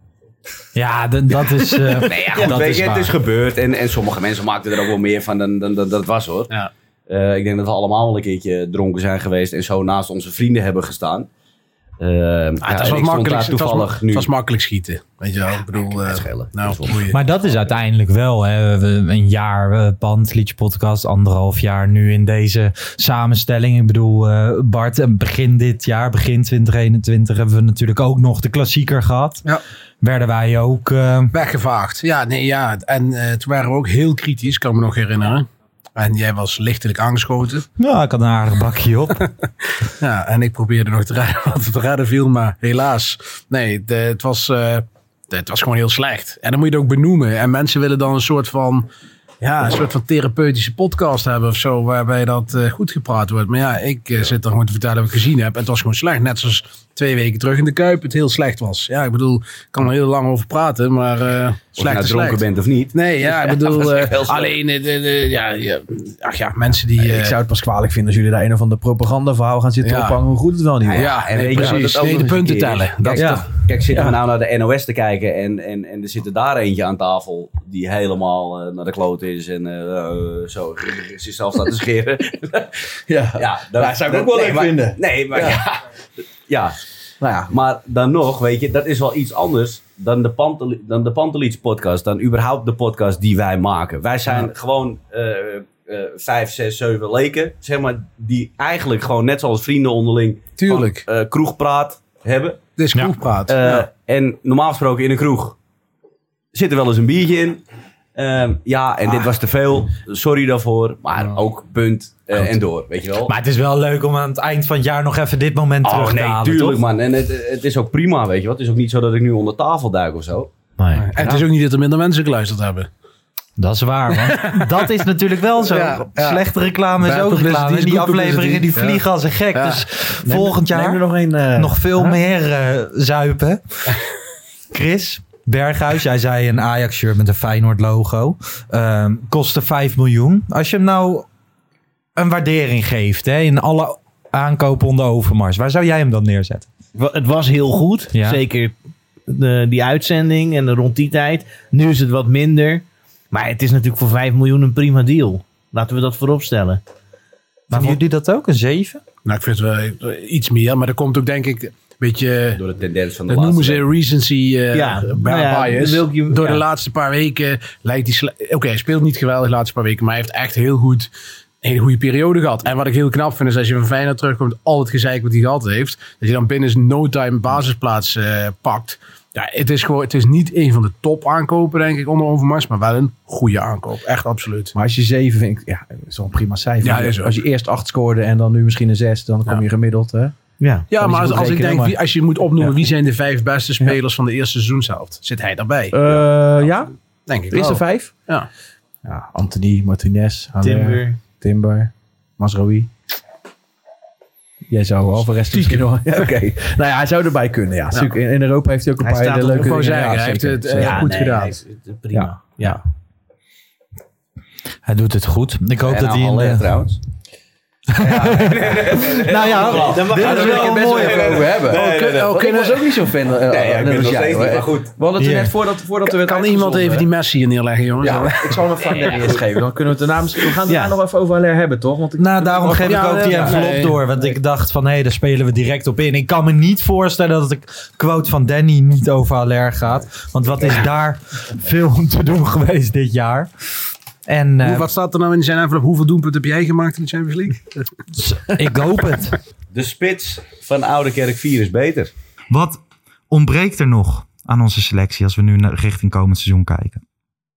Speaker 4: Ja, d- dat is... Uh,
Speaker 6: nee, ja, goed, dat weet is je, het is gebeurd. En, en sommige mensen maakten er ook wel meer van dan, dan, dan dat was, hoor. Ja. Uh, ik denk dat we allemaal wel een keertje dronken zijn geweest... en zo naast onze vrienden hebben gestaan. Uh,
Speaker 7: ah, ja, het, was makkelijk, het, was, het was makkelijk schieten. Weet je wel, ja, ik bedoel... Uh,
Speaker 4: nou, maar dat is uiteindelijk wel hè, een jaar uh, Pantelic podcast, anderhalf jaar nu in deze samenstelling. Ik bedoel, uh, Bart, begin dit jaar, begin twintig eenentwintig hebben we natuurlijk ook nog de klassieker gehad. Ja. Werden wij ook... Uh...
Speaker 7: Weggevaagd. Ja, nee, ja. En uh, toen waren we ook heel kritisch, kan me nog herinneren. En jij was lichtelijk aangeschoten.
Speaker 4: Ja, ik had een aardig bakje op.
Speaker 7: ja, en ik probeerde nog te redden wat er te redden viel. Maar helaas, nee, de, het, was, uh, de, het was gewoon heel slecht. En dan moet je het ook benoemen. En mensen willen dan een soort van... Ja, een soort van therapeutische podcast hebben of zo, waarbij dat uh, goed gepraat wordt. Maar ja, ik uh, zit er gewoon te vertellen wat ik gezien heb. En het was gewoon slecht. Net zoals twee weken terug in de Kuip het heel slecht was. Ja, ik bedoel, ik kan er heel lang over praten, maar uh, slecht is
Speaker 6: nou dronken bent of niet.
Speaker 7: Nee, ja, ik bedoel, ja, uh, alleen, uh, de, de, ja, ja, ach ja, mensen die... Uh,
Speaker 5: ik zou het pas kwalijk vinden als jullie daar een of ander propagandaverhaal gaan zitten ja. ophangen, hoe goed het wel niet was.
Speaker 7: Ja, en nee, precies. Ja, nee, de punten tellen.
Speaker 6: Dat ja. toch, kijk, zitten ja. we nou naar de N O S te kijken en, en, en er zit er daar eentje aan tafel die helemaal uh, naar de kloot is en uh, uh, zo zichzelf staat te scheren.
Speaker 5: ja, ja dat ja, zou ik ook wel leuk vinden.
Speaker 6: Nee, maar ja. ja. ja. Nou ja, maar dan nog, weet je, dat is wel iets anders dan de, Pantel- dan de Pantelic podcast. Dan überhaupt de podcast die wij maken. Wij zijn ja. gewoon uh, uh, vijf, zes, zeven leken, zeg maar, die eigenlijk gewoon net zoals vrienden onderling
Speaker 7: Tuurlijk.
Speaker 6: Van, uh, kroegpraat hebben.
Speaker 7: Dit is kroegpraat.
Speaker 6: Uh, ja. En normaal gesproken in een kroeg zit er wel eens een biertje in. Um, ja, en ah. dit was te veel. Sorry daarvoor. Maar ja. ook punt uh, en door, weet je wel.
Speaker 4: Maar het is wel leuk om aan het eind van het jaar nog even dit moment oh, terug te
Speaker 6: nee,
Speaker 4: halen,
Speaker 6: tuurlijk,
Speaker 4: toch?
Speaker 6: Man. En het, het is ook prima, weet je wel. Het is ook niet zo dat ik nu onder tafel duik of zo.
Speaker 7: Nee. En ja. het is ook niet dat er minder mensen geluisterd hebben.
Speaker 4: Dat is waar, want dat is natuurlijk wel zo. Ja, ja. Slechte reclame is ook reclame. Die, die afleveringen die vliegen ja. als een gek. Ja. Dus neem, volgend jaar neem nog, een, uh, nog veel huh? meer uh, zuipen. Chris... Berghuis, jij zei een Ajax-shirt met een Feyenoord-logo. Um, kostte vijf miljoen. Als je hem nou een waardering geeft hè, in alle aankopen onder Overmars, waar zou jij hem dan neerzetten?
Speaker 8: Het was heel goed. Ja. Zeker de, die uitzending en rond die tijd. Nu is het wat minder. Maar het is natuurlijk voor vijf miljoen een prima deal. Laten we dat voorop stellen.
Speaker 4: Maar vond jullie dat ook, een zeven?
Speaker 7: Nou, ik vind het wel iets meer. Maar dat komt ook denk ik... Beetje,
Speaker 6: door de tendens van de
Speaker 7: dat
Speaker 6: laatste
Speaker 7: noemen ze recency uh,
Speaker 8: ja,
Speaker 7: bias.
Speaker 8: Nou ja, je,
Speaker 7: door
Speaker 8: ja.
Speaker 7: de laatste paar weken lijkt hij... Sle- Oké, okay, hij speelt niet geweldig de laatste paar weken, maar hij heeft echt heel goed een hele goede periode gehad. En wat ik heel knap vind is als je van Feyenoord terugkomt, al het gezeik wat hij gehad heeft, dat je dan binnen no time basisplaats uh, pakt. Ja, het is gewoon, het is niet een van de top aankopen denk ik onder Overmars, maar wel een goede aankoop. Echt absoluut.
Speaker 5: Maar als je zeven vindt, ja, dat is wel een prima cijfer. Ja, als, als je eerst acht scoorde en dan nu misschien een zes, dan kom je ja. gemiddeld, hè?
Speaker 7: Ja, ja maar als, als ik denk, wie, als je moet opnoemen ja. wie zijn de vijf beste spelers ja. van de eerste seizoenshelft, zit hij daarbij?
Speaker 5: Uh, ja. ja,
Speaker 7: denk ik.
Speaker 5: De eerste
Speaker 7: wel.
Speaker 5: vijf?
Speaker 7: Ja.
Speaker 5: ja. Anthony, Martinez, Haller,
Speaker 8: Timber,
Speaker 5: Timber, Mazraoui. Jij zou Alvarez misschien nog. Ja, Oké. Okay. Nou ja, hij zou erbij kunnen. Ja. Ja. In Europa heeft hij ook een
Speaker 8: hij
Speaker 5: paar leuke
Speaker 7: dingen. Ja, hij heeft het uh, ja, goed nee, gedaan.
Speaker 8: Prima. Ja.
Speaker 4: ja. Hij doet het goed. Ik hoop
Speaker 6: en
Speaker 4: dat hij
Speaker 6: in
Speaker 4: de...
Speaker 6: trouwens.
Speaker 4: Nou ja, dit is wel een mooie
Speaker 5: over hebben.
Speaker 7: Nee, nee, nee.
Speaker 5: Oh, ik was ook niet zo fan. Uh,
Speaker 6: Nee, ja, ik ben nog steeds niet, maar goed.
Speaker 5: We hadden het er
Speaker 4: Ja.
Speaker 5: net voordat, voordat we het
Speaker 7: Kan iemand even die Messi hier neerleggen, jongens?
Speaker 5: Ja, ik zal hem een Frank Derry eerst geven. Dan kunnen we het daarna misschien... We gaan het
Speaker 4: Ja.
Speaker 5: daarna nog even over Haller hebben, toch? Want ik,
Speaker 4: Nou, daarom geef
Speaker 7: Ja,
Speaker 4: ik ook die
Speaker 7: ja,
Speaker 4: envelop
Speaker 7: nee.
Speaker 4: door. Want ik dacht van, hé, hey, daar spelen we direct op in. Ik kan me niet voorstellen dat de quote van Danny niet over Haller gaat. Want wat is daar veel om te doen geweest dit jaar. En
Speaker 7: Hoe,
Speaker 4: uh,
Speaker 7: wat staat er nou in zijn envelop? Hoeveel doelpunten heb jij gemaakt in de Champions League?
Speaker 4: ik hoop het.
Speaker 6: De spits van Oude Kerk vier is beter.
Speaker 10: Wat ontbreekt er nog aan onze selectie als we nu naar richting komend seizoen kijken?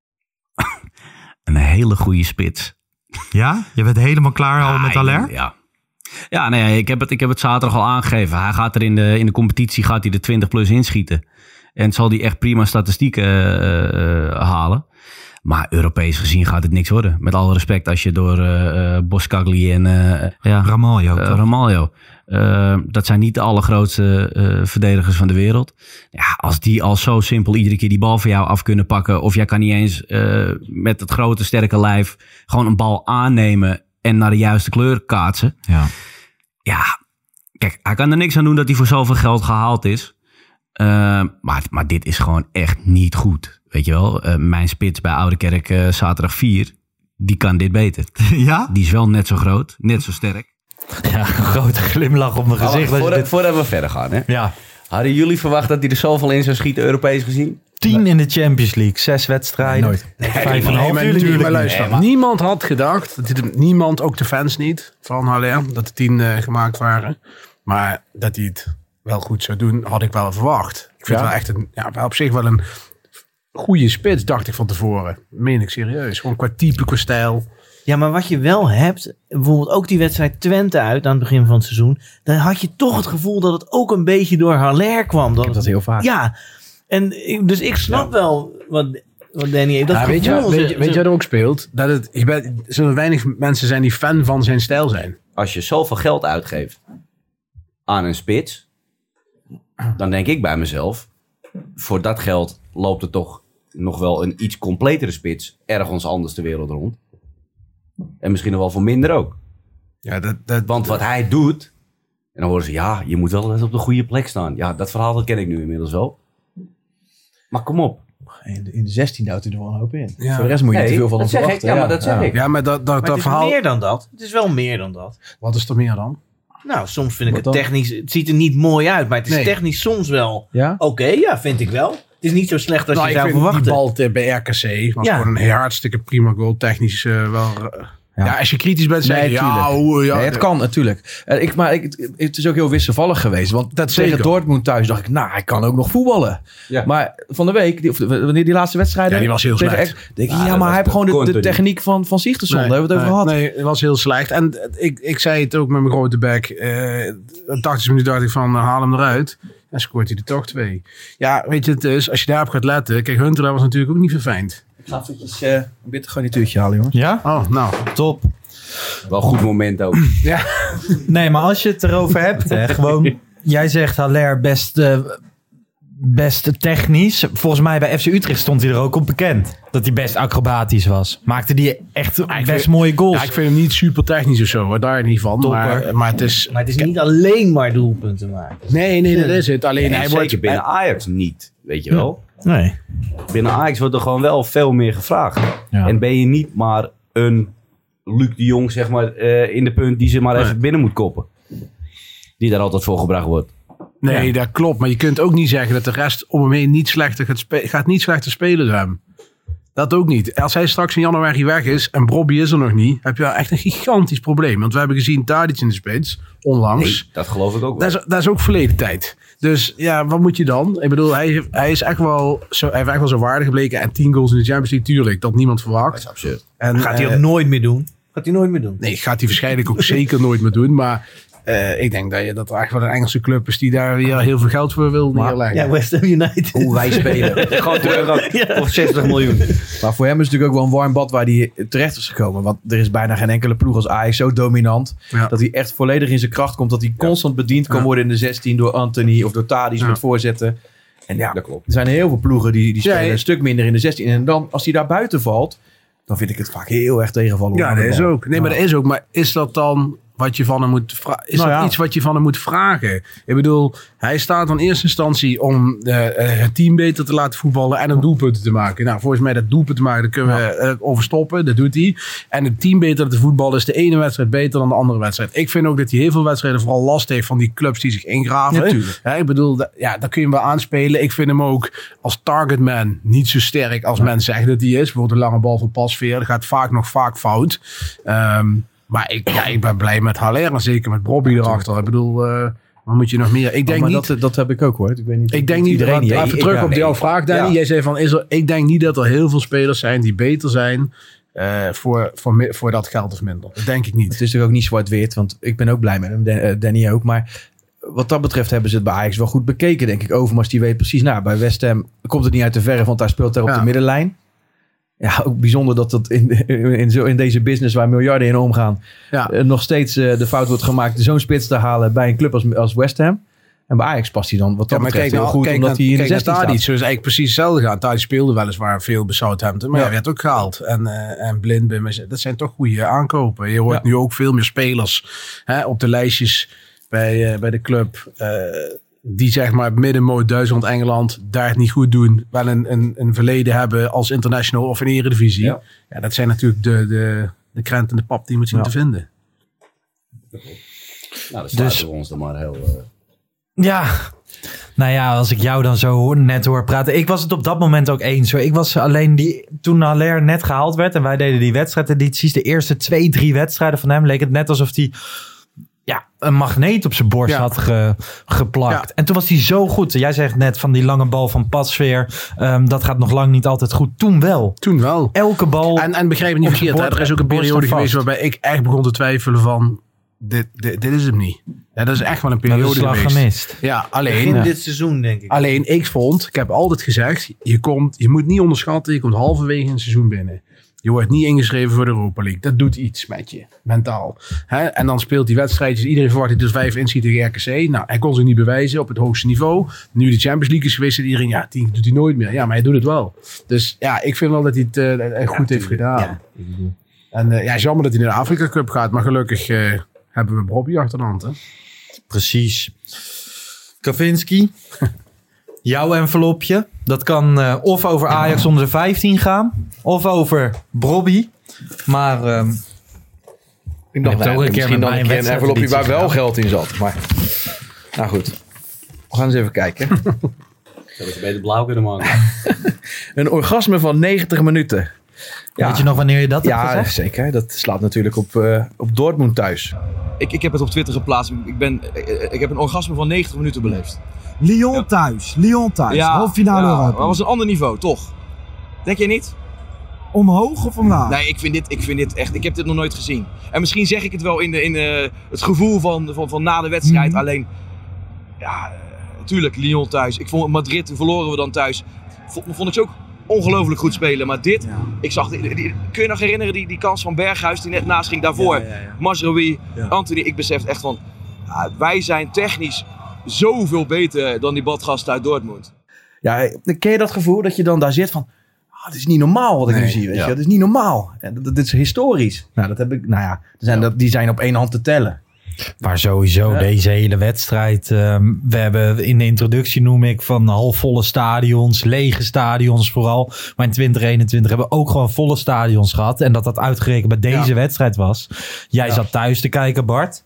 Speaker 11: Een hele goede spits.
Speaker 10: Ja? Je bent helemaal klaar al
Speaker 11: Ja,
Speaker 10: met
Speaker 11: ik
Speaker 10: Haller?
Speaker 11: ben- Ja. Ja, nee, ik heb het, ik heb het zaterdag al aangegeven. Hij gaat er in de, in de competitie gaat hij de twintig plus inschieten. En zal hij echt prima statistieken uh, uh, halen. Maar Europees gezien gaat het niks worden. Met alle respect als je door uh, uh, Boskagli en uh, ja,
Speaker 10: Ramaljo.
Speaker 11: uh,
Speaker 10: toch?
Speaker 11: Ramaljo. Uh, dat zijn niet de allergrootste uh, verdedigers van de wereld. Ja, als die al zo simpel iedere keer die bal van jou af kunnen pakken. Of jij kan niet eens uh, met het grote sterke lijf gewoon een bal aannemen en naar de juiste kleur kaatsen.
Speaker 10: Ja.
Speaker 11: Ja, kijk, hij kan er niks aan doen dat hij voor zoveel geld gehaald is. Uh, maar, maar dit is gewoon echt niet goed. Weet je wel, uh, mijn spits bij Oude Kerk uh, zaterdag vier, die kan dit beter.
Speaker 10: Ja?
Speaker 11: Die is wel net zo groot, net zo sterk.
Speaker 4: Ja, een grote glimlach op mijn
Speaker 6: Maar
Speaker 4: gezicht.
Speaker 6: wacht,
Speaker 4: als je
Speaker 6: voordat,
Speaker 4: dit-
Speaker 6: voordat we verder gaan, hè?
Speaker 4: Ja,
Speaker 6: Hadden jullie verwacht dat hij er zoveel in zou schieten, Europees gezien?
Speaker 4: tien in de Champions League. Zes wedstrijden.
Speaker 5: Nooit.
Speaker 4: Vijf en een
Speaker 7: Nee,
Speaker 4: half.
Speaker 7: maar
Speaker 4: Tuurlijk
Speaker 7: natuurlijk, maar
Speaker 4: niet.
Speaker 7: luister.
Speaker 6: Nee, maar-
Speaker 7: Niemand had gedacht, dat dit, niemand, ook de fans niet, van Haller, dat de tien uh, gemaakt waren. Maar dat hij het wel goed zou doen, had ik wel verwacht. Ik vind
Speaker 5: Ja.
Speaker 7: het wel echt een, ja, wel op zich wel een goede spits, dacht ik van tevoren. Meen ik serieus. Gewoon qua type, qua stijl.
Speaker 8: Ja, maar wat je wel hebt, bijvoorbeeld ook die wedstrijd Twente uit aan het begin van het seizoen, dan had je toch het gevoel dat het ook een beetje door Haller kwam. Dat
Speaker 5: Ik heb dat heel vaak.
Speaker 8: Ja, en ik- dus ik snap wel wat, wat Danny heeft. Dat
Speaker 7: Ja, weet, je,
Speaker 8: gevoel,
Speaker 7: weet, je,
Speaker 8: ze-
Speaker 7: weet je
Speaker 8: ze-
Speaker 7: wat er ook speelt? Dat het, je bent, er zullen weinig mensen zijn die fan van zijn stijl zijn.
Speaker 6: Als je zoveel geld uitgeeft aan een spits, dan denk ik bij mezelf, voor dat geld loopt er toch nog wel een iets completere spits ergens anders de wereld rond. En misschien nog wel voor minder ook.
Speaker 7: Ja, dat, dat,
Speaker 6: Want wat hij doet, en dan horen ze, ja, je moet wel eens op de goede plek staan. Ja, dat verhaal dat ken ik nu inmiddels wel. Maar kom op.
Speaker 5: In de, in de zestien houdt hij er wel een hoop in.
Speaker 7: Ja.
Speaker 5: Voor de rest moet je
Speaker 6: Nee,
Speaker 5: niet te veel van
Speaker 6: dat
Speaker 5: hem
Speaker 6: zeg ik.
Speaker 5: verwachten.
Speaker 6: Ja, maar dat zeg ik.
Speaker 7: ja, maar dat, dat,
Speaker 8: maar
Speaker 7: dat
Speaker 8: het is
Speaker 7: verhaal...
Speaker 8: meer dan dat. Het is wel meer dan dat.
Speaker 7: Wat is er meer dan?
Speaker 8: Nou, soms vind ik
Speaker 5: Wat
Speaker 8: het
Speaker 5: dan?
Speaker 8: technisch, het ziet er niet mooi uit, maar het is
Speaker 7: Nee.
Speaker 8: technisch soms wel
Speaker 5: Ja?
Speaker 8: oké, ja, vind ik wel. Het is niet zo slecht als
Speaker 7: Nou,
Speaker 8: je
Speaker 7: ik
Speaker 8: zou
Speaker 7: vind
Speaker 8: verwachten.
Speaker 7: die bal te- bij R K C was
Speaker 8: Ja.
Speaker 7: gewoon een hartstikke prima goal. Technisch uh, wel... Uh, ja.
Speaker 5: Ja.
Speaker 7: als je kritisch bent, zeg je...
Speaker 5: Nee,
Speaker 7: ja,
Speaker 5: tuurlijk.
Speaker 7: hoe, ja,
Speaker 5: Nee, het kan natuurlijk. Uh, ik, maar ik, het- het is ook heel wisselvallig geweest. Want
Speaker 7: Dat
Speaker 5: tegen
Speaker 7: zeker.
Speaker 5: Dortmund thuis dacht ik, nou, hij kan ook nog voetballen.
Speaker 6: Ja.
Speaker 5: Maar van de week, die, of, wanneer die laatste wedstrijd...
Speaker 7: Ja, die was heel
Speaker 5: tegen
Speaker 7: slecht.
Speaker 5: Ex- denk ik,
Speaker 6: Ja,
Speaker 5: ja,
Speaker 6: dat
Speaker 5: maar
Speaker 6: was
Speaker 5: hij heeft gewoon de, de
Speaker 6: continu.
Speaker 5: techniek van, van Sigtersson. Daar hebben we het over
Speaker 7: nee,
Speaker 5: gehad.
Speaker 7: Nee, het was heel slecht. En uh, ik, ik zei het ook met mijn grote bek. Uh, tachtig minuten dacht ik van, uh, haal hem eruut. En scoort hij er toch twee. Ja, weet je, het is, als je daarop gaat letten... Kijk, Huntelaar was natuurlijk ook niet verfijnd.
Speaker 5: Ik ga eventjes uh, een bitter garnituurtje halen, jongens.
Speaker 4: Ja?
Speaker 7: Oh, nou.
Speaker 4: Top.
Speaker 6: Wel een goed moment ook.
Speaker 7: Ja.
Speaker 4: Nee, maar als je het erover hebt, hè, gewoon... Jij zegt Haller best, uh, best technisch. Volgens mij bij F C Utrecht stond hij er ook op bekend. Dat hij best acrobatisch was. Maakte hij echt best
Speaker 7: vind-
Speaker 4: mooie goals.
Speaker 7: Ja, ik vind hem niet super technisch of zo. Hoor. Daar niet van. Maar, maar het is...
Speaker 8: Maar het is niet alleen maar doelpunten maken.
Speaker 7: Nee, nee, dat is het. Alleen
Speaker 6: En
Speaker 7: hij
Speaker 6: zeker
Speaker 7: wordt...
Speaker 6: binnen Ajax niet, weet je wel.
Speaker 8: Nee.
Speaker 6: Binnen Ajax wordt er gewoon wel veel meer gevraagd.
Speaker 4: Ja.
Speaker 6: En ben je niet maar een Luc de Jong, zeg maar, uh, in de punt die ze maar
Speaker 7: Nee.
Speaker 6: even binnen moet koppen. Die daar altijd voor gebracht wordt.
Speaker 7: Nee,
Speaker 6: Ja.
Speaker 7: dat klopt. Maar je kunt ook niet zeggen dat de rest om hem heen niet slechter gaat, spe- gaat niet slechter spelen dan hem. Dat ook niet. Als hij straks in januari weg is en Brobby is er nog niet, heb je wel echt een gigantisch probleem. Want we hebben gezien Tadic in de spits, onlangs.
Speaker 6: Nee, dat geloof ik ook wel.
Speaker 7: Dat is, dat is ook verleden tijd. Dus ja, wat moet je dan? Ik bedoel, hij, hij is echt wel zo, hij heeft echt wel zo waardig gebleken. En tien goals in de Champions League, tuurlijk, dat niemand verwacht.
Speaker 6: Dat is absurd.
Speaker 7: En,
Speaker 8: Gaat hij
Speaker 7: eh,
Speaker 8: ook nooit meer doen. Gaat hij nooit meer doen.
Speaker 7: Nee, gaat hij waarschijnlijk ook zeker nooit meer doen. Maar uh, ik denk dat, je, dat er echt wel een Engelse club is die daar weer heel veel geld voor wil neerleggen.
Speaker 8: Ja, West Ham United.
Speaker 5: Hoe wij spelen.
Speaker 6: Gewoon terug op zestig miljoen.
Speaker 5: Maar voor hem is het natuurlijk ook wel een warm bad waar hij terecht is gekomen. Want er is bijna geen enkele ploeg als Ajax zo dominant.
Speaker 7: Ja.
Speaker 5: Dat hij echt volledig in zijn kracht komt. Dat hij constant bediend kan
Speaker 7: Ja.
Speaker 5: worden in de zestien door Anthony of door Tadic
Speaker 7: Ja.
Speaker 5: met voorzetten. En ja,
Speaker 6: Dat klopt.
Speaker 5: er zijn heel veel ploegen die, die spelen
Speaker 7: Ja, ja.
Speaker 5: een stuk minder in de zestien. En dan, als hij daar buiten valt, dan vind ik het vaak heel erg tegenvallen.
Speaker 7: Ja,
Speaker 5: aan de
Speaker 7: dat is
Speaker 5: bal.
Speaker 7: ook. Nee, maar
Speaker 5: Ja.
Speaker 7: dat is ook. Maar is dat dan wat je van hem moet vragen? Is
Speaker 5: Nou
Speaker 7: dat
Speaker 5: ja.
Speaker 7: iets wat je van hem moet vragen? Ik bedoel, hij staat in eerste instantie om uh, uh, het team beter te laten voetballen en om doelpunten te maken. Nou, volgens mij dat doelpunt te maken, daar kunnen we uh, over stoppen. Dat doet hij. En het team beter te voetballen is de ene wedstrijd beter dan de andere wedstrijd. Ik vind ook dat hij heel veel wedstrijden vooral last heeft van die clubs die zich ingraven.
Speaker 5: Natuurlijk.
Speaker 7: Ja, ik bedoel, da- ja, daar kun je hem wel aanspelen. Ik vind hem ook als targetman niet zo sterk als men zegt dat hij is. Bijvoorbeeld een lange bal van Pasveer. Dat gaat vaak nog vaak fout. Um, maar ik, ja, ik ben blij met Haller en zeker met Bobby erachter. Ik bedoel, uh, wat moet je nog meer? Ik denk
Speaker 5: Oh, maar
Speaker 7: niet...
Speaker 5: dat, dat heb ik ook hoor. Ik weet niet.
Speaker 7: Ik denk
Speaker 5: of
Speaker 7: niet,
Speaker 5: iedereen
Speaker 7: wat,
Speaker 5: niet.
Speaker 7: even
Speaker 5: Ik-
Speaker 7: terug
Speaker 5: ik-
Speaker 7: op
Speaker 5: nee.
Speaker 7: jouw vraag, Danny.
Speaker 5: Ja.
Speaker 7: Jij zei van, is er, ik denk niet dat er heel veel spelers zijn die beter zijn uh, voor, voor, mi- voor dat geld of minder. Dat denk ik niet.
Speaker 5: Het is toch ook niet zwart-wit, want ik ben ook blij met hem, Dan- eh, Danny ook. Maar wat dat betreft hebben ze het bij Ajax wel goed bekeken, denk ik. Overmars die weet precies, nou, bij West Ham komt het niet uit de verf, want daar speelt hij op
Speaker 7: Ja.
Speaker 5: de middenlijn. Ja, ook bijzonder dat dat in, in, zo, in deze business waar miljarden in omgaan,
Speaker 7: Ja.
Speaker 5: eh, nog steeds eh, de fout wordt gemaakt zo'n spits te halen bij een club als, als West Ham. En bij Ajax past hij dan wat dat
Speaker 7: Ja, maar
Speaker 5: betreft
Speaker 7: kijk,
Speaker 5: heel
Speaker 7: nou,
Speaker 5: goed,
Speaker 7: kijk
Speaker 5: omdat
Speaker 7: naar,
Speaker 5: hij in de
Speaker 7: kijk naar
Speaker 5: zestien
Speaker 7: Tadic.
Speaker 5: staat.
Speaker 7: Zo is eigenlijk precies hetzelfde gaan. Tadic speelde weliswaar veel bij Southampton, maar
Speaker 5: Ja.
Speaker 7: hij werd ook gehaald. En, uh, en Blind, bij mij, dat zijn toch goede aankopen. Je hoort
Speaker 5: Ja.
Speaker 7: nu ook veel meer spelers hè, op de lijstjes bij, uh, bij de club. Uh, die zeg maar middenmoot Duitsland, Engeland daar het niet goed doen. Wel een, een, een verleden hebben als international of in de Eredivisie. Ja. Ja, dat zijn natuurlijk de, de, de krent en de pap die je moet zien
Speaker 5: Ja.
Speaker 7: te vinden.
Speaker 6: Nou, dan sluiten
Speaker 4: Dus-
Speaker 6: we ons dan maar heel... uh,
Speaker 4: Ja, nou ja, als ik jou dan zo net hoor praten. Ik was het op dat moment ook eens. Hoor. Ik was alleen die, toen Haller net gehaald werd en wij deden die wedstrijdedities. De eerste twee, drie wedstrijden van hem leek het net alsof hij ja, een magneet op zijn borst
Speaker 7: Ja.
Speaker 4: had ge, geplakt.
Speaker 7: Ja.
Speaker 4: En toen was hij zo goed. Jij zegt net van die lange bal van Pasveer. Um, dat gaat nog lang niet altijd goed. Toen wel.
Speaker 7: Toen wel.
Speaker 4: Elke bal.
Speaker 7: En, en begrijp me niet
Speaker 4: op zijn
Speaker 7: verkeerd, hè,
Speaker 4: bord-
Speaker 7: er is ook een
Speaker 4: borst
Speaker 7: periode
Speaker 4: staat
Speaker 7: geweest
Speaker 4: vast.
Speaker 7: waarbij ik echt begon te twijfelen van... Dit, dit, dit is hem niet. Ja, dat is echt wel een
Speaker 4: Dat is
Speaker 7: periode
Speaker 4: de slag
Speaker 7: geweest.
Speaker 4: gemist.
Speaker 7: Ja, alleen,
Speaker 8: Begin
Speaker 7: ja.
Speaker 8: dit seizoen, denk ik.
Speaker 7: alleen ik vond, ik heb altijd gezegd, je, komt, je moet niet onderschatten, je komt halverwege een seizoen binnen. Je wordt niet ingeschreven voor de Europa League. Dat doet iets met je, mentaal. Hè? En dan speelt die wedstrijdjes. Iedereen verwacht dat hij er vijf inschiet tegen R K C. Nou, hij kon zich niet bewijzen op het hoogste niveau. Nu de Champions League is geweest, en iedereen, ja, die doet hij nooit meer. Ja, maar hij doet het wel. Dus ja, ik vind wel dat hij het uh, goed heeft gedaan.
Speaker 8: Ja.
Speaker 7: En uh, ja, jammer dat hij naar de Afrika Cup gaat. Maar gelukkig uh, hebben we Bobby achter de hand. Hè?
Speaker 4: Precies. Kavinski, jouw envelopje. Dat kan uh, of over Ajax onder de vijftien gaan. Of over Bobby. Maar um,
Speaker 5: Ik dacht,
Speaker 4: hebt ook
Speaker 5: nou,
Speaker 4: een keer
Speaker 5: misschien
Speaker 4: met
Speaker 5: dan
Speaker 4: mij
Speaker 5: een keer
Speaker 4: een
Speaker 5: een envelopje waar wel
Speaker 4: wedstrijdeditie
Speaker 5: geld in zat. Maar, nou goed. We gaan eens even kijken.
Speaker 6: Zodat ze beter blauw kunnen maken.
Speaker 5: Een orgasme van negentig minuten. Ja.
Speaker 4: weet je nog wanneer je dat hebt
Speaker 5: Ja,
Speaker 4: gezegd?
Speaker 5: zeker. Dat slaat natuurlijk op, uh, op Dortmund thuis.
Speaker 9: Ik, ik heb het op Twitter geplaatst. Ik, ben, ik, ik heb een orgasme van negentig minuten beleefd.
Speaker 10: Lyon
Speaker 9: Ja.
Speaker 10: thuis. Lyon thuis.
Speaker 9: Ja,
Speaker 10: Halffinale
Speaker 9: ja,
Speaker 10: Europa.
Speaker 9: maar dat was een ander niveau, toch? Denk je niet?
Speaker 10: Omhoog of omlaag?
Speaker 9: Nee, ik vind, dit, ik vind dit echt... Ik heb dit nog nooit gezien. En misschien zeg ik het wel in, de, in de, het gevoel van, van, van na de wedstrijd.
Speaker 10: Mhm.
Speaker 9: Alleen, ja, natuurlijk, Lyon thuis. Ik vond Madrid, toen verloren we dan thuis. Vond, vond ik ze ook ongelooflijk goed spelen. Maar dit,
Speaker 10: Ja.
Speaker 9: ik zag... Die, die- kun je nog herinneren die, die kans van Berghuis die net naast ging daarvoor?
Speaker 10: Ja, ja, ja.
Speaker 9: Mazraoui,
Speaker 10: Ja.
Speaker 9: Anthony. Ik besef echt van... Ja, wij zijn technisch zoveel beter dan die badgasten uit Dortmund.
Speaker 5: Ja, ken je dat gevoel dat je dan daar zit van... Ah, het is niet normaal wat ik
Speaker 7: Nee,
Speaker 5: nu zie. Weet
Speaker 7: ja.
Speaker 5: je? Het is niet normaal. En dat, dat is historisch. Nou, dat heb ik... Nou ja, er zijn, dat, die zijn op één hand te tellen.
Speaker 4: Maar sowieso
Speaker 5: Ja.
Speaker 4: deze hele wedstrijd. Um, we hebben in de introductie noem ik van halfvolle stadions, lege stadions vooral. Maar in twintig eenentwintig hebben we ook gewoon volle stadions gehad. En dat dat uitgerekend bij deze
Speaker 7: Ja.
Speaker 4: wedstrijd was. Jij
Speaker 7: Ja.
Speaker 4: zat thuis te kijken, Bart.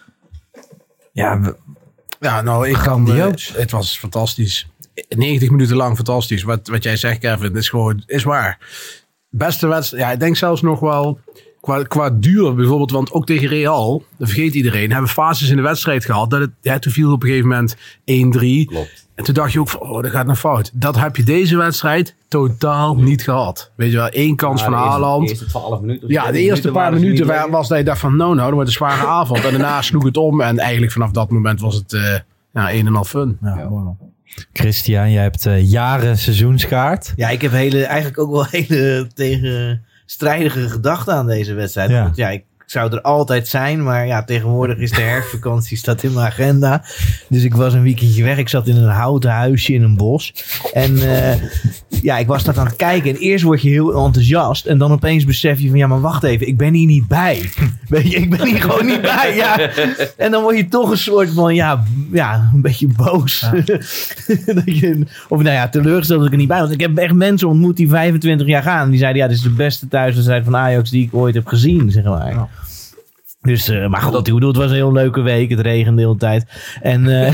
Speaker 4: Ja, we-
Speaker 7: Ja, nou, ik kan...
Speaker 4: Grandioos.
Speaker 7: Uh, het was fantastisch. negentig minuten lang fantastisch. Wat, wat jij zegt, Kevin, is gewoon... Is waar. Beste wedstrijd... Ja, ik denk zelfs nog wel... Qua, qua duur bijvoorbeeld, want ook tegen Real, dat vergeet iedereen, hebben fases in de wedstrijd gehad. Dat het, ja, toen viel op een gegeven moment één drie.
Speaker 6: Klopt.
Speaker 7: En toen dacht je ook van, oh, dat gaat naar fout. Dat heb je deze wedstrijd totaal niet gehad. Weet je wel, één kans van Haaland.
Speaker 6: De eerste twaalf minuten.
Speaker 7: Ja, de eerste paar minuten wa- was dat je dacht van, nou, nou, dat wordt een zware avond. En daarna sloeg het om. En eigenlijk vanaf dat moment was het uh, ja, een en al fun.
Speaker 5: Ja,
Speaker 6: Ja.
Speaker 5: mooi man.
Speaker 4: Christian, jij hebt uh, jaren seizoenskaart.
Speaker 8: Ja, ik heb hele, eigenlijk ook wel hele tegenstrijdige gedachten aan deze wedstrijd.
Speaker 4: Ja.
Speaker 8: Want ja, ik zou er altijd zijn, maar ja, tegenwoordig is de herfstvakantie staat in mijn agenda. Dus ik was een weekendje weg. Ik zat in een houten huisje in een bos. En uh, ja, ik was dat aan het kijken. En eerst word je heel enthousiast. En dan opeens besef je van, ja, maar wacht even, ik ben hier niet bij. Weet je, ik ben hier gewoon niet bij. Ja. En dan word je toch een soort van, ja, ja een beetje boos. Ja. dat je, of nou ja, teleurgesteld dat ik er niet bij was. Ik heb echt mensen ontmoet die vijfentwintig jaar gaan. Die zeiden, ja, dit is de beste thuiswedstrijd van Ajax die ik ooit heb gezien, zeg maar. Ja. Dus, uh, maar goed, ik bedoel, het was een heel leuke week. Het regende de hele tijd. En, uh,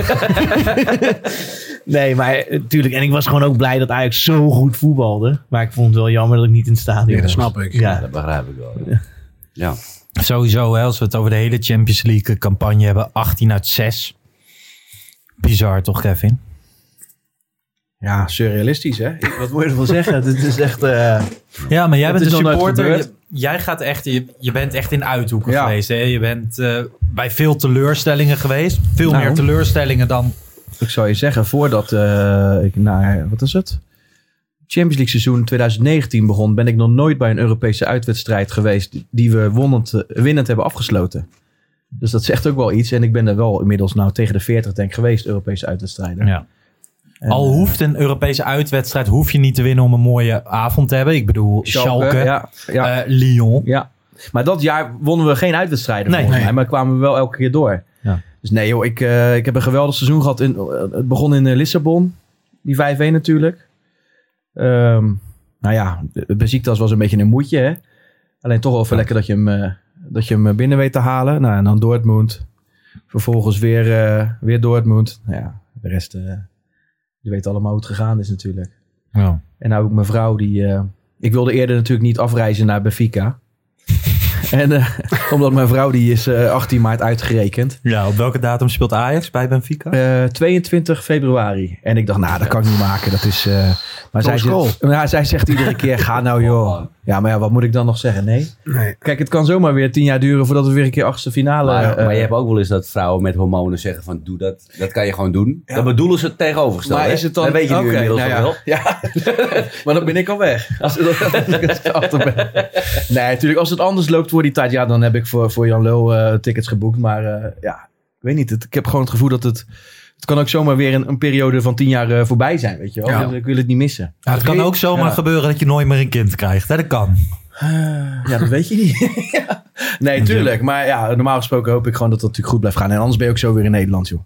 Speaker 8: nee, maar natuurlijk. En ik was gewoon ook blij dat Ajax zo goed voetbalde. Maar ik vond het wel jammer dat ik niet in het stadion
Speaker 7: nee,
Speaker 8: was.
Speaker 7: dat snap ik.
Speaker 6: Ja, ja, dat begrijp ik wel. Ja. ja.
Speaker 4: Sowieso, hè, als we het over de hele Champions League campagne hebben. achttien uit zes. Bizar toch, Kevin?
Speaker 5: Ja, surrealistisch, hè? Wat moet je ervan zeggen? Dit is echt... Uh,
Speaker 4: ja, maar jij bent een supporter. Je, jij gaat echt... Je, je bent echt in uithoeken ja. geweest, hè? Je bent uh, bij veel teleurstellingen geweest. Veel nou, meer teleurstellingen dan...
Speaker 5: Ik zou je zeggen, voordat uh, ik naar... Wat is het? Champions League seizoen twintig negentien begon... ben ik nog nooit bij een Europese uitwedstrijd geweest... die we wonnend, winnend hebben afgesloten. Dus dat zegt ook wel iets. En ik ben er wel inmiddels nou tegen de veertig denk geweest... Europese uitwedstrijden.
Speaker 4: Ja. En, Al hoeft een Europese uitwedstrijd... hoef je niet te winnen om een mooie avond te hebben. Ik bedoel, Schalke, Schalke ja, ja. Uh, Lyon.
Speaker 5: Ja. Maar dat jaar wonnen we geen uitwedstrijden nee, volgens nee. mij. Maar kwamen we wel elke keer door. Ja. Dus nee joh, ik, uh, ik heb een geweldig seizoen gehad. In, uh, het begon in uh, Lissabon. Die vijf-een natuurlijk. Um, nou ja, Besiktas was een beetje een moedje. Hè? Alleen toch wel even ja. lekker dat je, hem, uh, dat je hem binnen weet te halen. Nou, en dan Dortmund. Vervolgens weer, uh, weer Dortmund. Nou ja, de rest... Uh, Je weet allemaal hoe het gegaan is natuurlijk. Ja. En nou ook mijn vrouw die... Uh, ik wilde eerder natuurlijk niet afreizen naar Benfica. en uh, omdat mijn vrouw die is uh, achttien maart uitgerekend.
Speaker 4: Ja, op welke datum speelt Ajax bij Benfica?
Speaker 5: Uh, tweeëntwintig februari. En ik dacht, nou dat kan ik niet maken. Dat is... Uh, maar zij, zegt, ja, zij zegt iedere keer, ga nou joh. Ja, maar ja, wat moet ik dan nog zeggen? Nee. nee. Kijk, het kan zomaar weer tien jaar duren voordat we weer een keer achtste finale...
Speaker 6: Maar,
Speaker 5: uh,
Speaker 6: maar je hebt ook wel eens dat vrouwen met hormonen zeggen van, doe dat. Dat kan je gewoon doen. Ja. Dan bedoelen ze het tegenovergestelde. Maar is het dan... Dat weet je nu okay, inmiddels nou ja. wel. Ja.
Speaker 5: Maar dan ben ik al weg. Als, als ben. Nee, natuurlijk, als het anders loopt voor die tijd, ja, dan heb ik voor, voor Jan Lul uh, tickets geboekt. Maar uh, ja, ik weet niet. Het, ik heb gewoon het gevoel dat het... Het kan ook zomaar weer een, een periode van tien jaar uh, voorbij zijn, weet je wel. Ja. Dus ik wil het niet missen.
Speaker 4: Ja, het kan ook zomaar ja. gebeuren dat je nooit meer een kind krijgt. Hè? Dat kan.
Speaker 5: Uh, ja, dat weet je niet. ja. Nee, tuurlijk. Maar ja, normaal gesproken hoop ik gewoon dat dat natuurlijk goed blijft gaan. En anders ben je ook zo weer in Nederland, joh.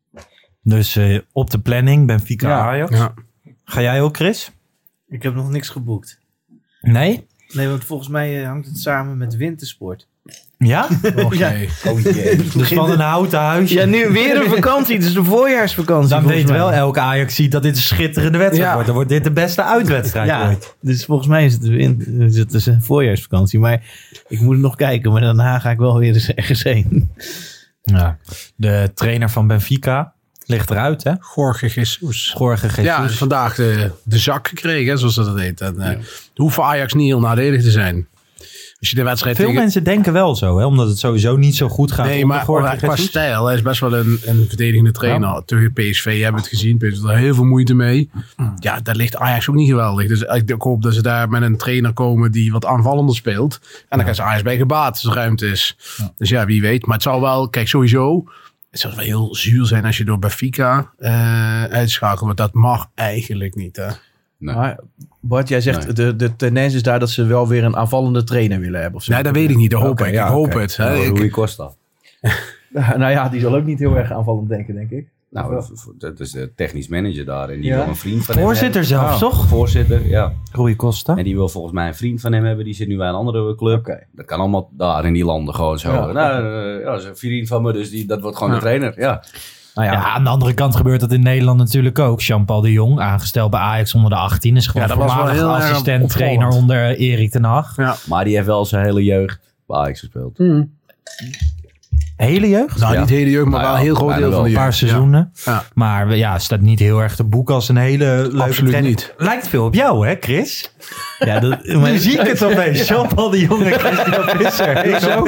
Speaker 4: Dus uh, op de planning, Benfica
Speaker 5: ja.
Speaker 4: Ajax. Ja. Ga jij ook, Chris?
Speaker 8: Ik heb nog niks geboekt.
Speaker 4: Nee?
Speaker 8: Nee, want volgens mij uh, hangt het samen met wintersport.
Speaker 4: Ja?
Speaker 8: Oh,
Speaker 4: ja. Oh, jee. Dus van een houten huisje.
Speaker 8: Ja, nu weer een vakantie. Het is de voorjaarsvakantie.
Speaker 4: Dan weet wel elke Ajax ziet dat dit een schitterende wedstrijd ja. wordt. Dan wordt dit de beste uitwedstrijd
Speaker 8: ja,
Speaker 4: ooit.
Speaker 8: Dus volgens mij is het, in, is het dus een voorjaarsvakantie. Maar ik moet nog kijken. Maar daarna ga ik wel weer eens ergens heen.
Speaker 4: Ja. De trainer van Benfica ligt eruit, hè?
Speaker 7: Jorge Jesus.
Speaker 4: Jorge Jesus.
Speaker 7: Ja, vandaag de, de zak gekregen, hè, zoals dat heet. En, uh, ja. hoeft voor Ajax niet heel nadelig te zijn. Als je de wedstrijd
Speaker 4: Veel
Speaker 7: tegen...
Speaker 4: mensen denken wel zo, hè? Omdat het sowieso niet zo goed gaat.
Speaker 7: Nee, maar qua Jesus. Stijl, hij is best wel een, een verdedigende trainer. Ja. Tegen P S V hebben we het gezien. P S V heeft er heel veel moeite mee. Ja, daar ligt Ajax ook niet geweldig. Dus ik hoop dat ze daar met een trainer komen die wat aanvallender speelt. En dan ja. gaan ze Ajax bij gebaat als er ruimte is. Ja. Dus ja, wie weet. Maar het zal wel, kijk, sowieso... Het zou wel heel zuur zijn als je door Benfica uh, uitschakelt. Want dat mag eigenlijk niet, hè?
Speaker 5: Nee. Maar Bart, jij zegt nee. de, de tendens is daar dat ze wel weer een aanvallende trainer willen hebben. Of zo.
Speaker 7: Nee, dat weet ik niet. Dat hoop okay, ik. Ja, ik hoop okay. het. Hè?
Speaker 6: Nou, Rui Costa.
Speaker 5: Nou ja, die zal ook niet heel erg aanvallend denken, denk ik.
Speaker 6: Nou, dat is de technisch manager daar. En die ja. wil een vriend van hem
Speaker 4: Voorzitter
Speaker 6: hebben.
Speaker 4: zelfs, oh. toch?
Speaker 6: Voorzitter, ja.
Speaker 4: Rui Costa.
Speaker 6: En die wil volgens mij een vriend van hem hebben. Die zit nu bij een andere club. Okay. Dat kan allemaal daar in die landen gewoon zo. Ja. Nou, ja, dat is een vriend van me, dus die, dat wordt gewoon ja. de trainer. Ja.
Speaker 4: Nou ja, ja, aan de andere kant gebeurt dat in Nederland natuurlijk ook. Jean-Paul de Jong, aangesteld bij Ajax onder de achttien. Is gewoon ja, voormalige assistent-trainer onder Erik ten Hag.
Speaker 6: Ja. Maar die heeft wel zijn hele jeugd bij Ajax gespeeld.
Speaker 4: Mm. Hele jeugd?
Speaker 7: Nou, ja. niet hele jeugd, maar nou, wel een heel groot deel van de jeugd.
Speaker 4: Een paar seizoenen. Ja. Ja. Maar ja, staat niet heel erg te boeken als een hele leuke
Speaker 7: Absoluut
Speaker 4: trainer.
Speaker 7: Niet.
Speaker 4: Lijkt veel op jou, hè, Chris? Ja, dat, maar nu zie ik het opeens. Ja. Jean-Paul de Jong en Christian Visser.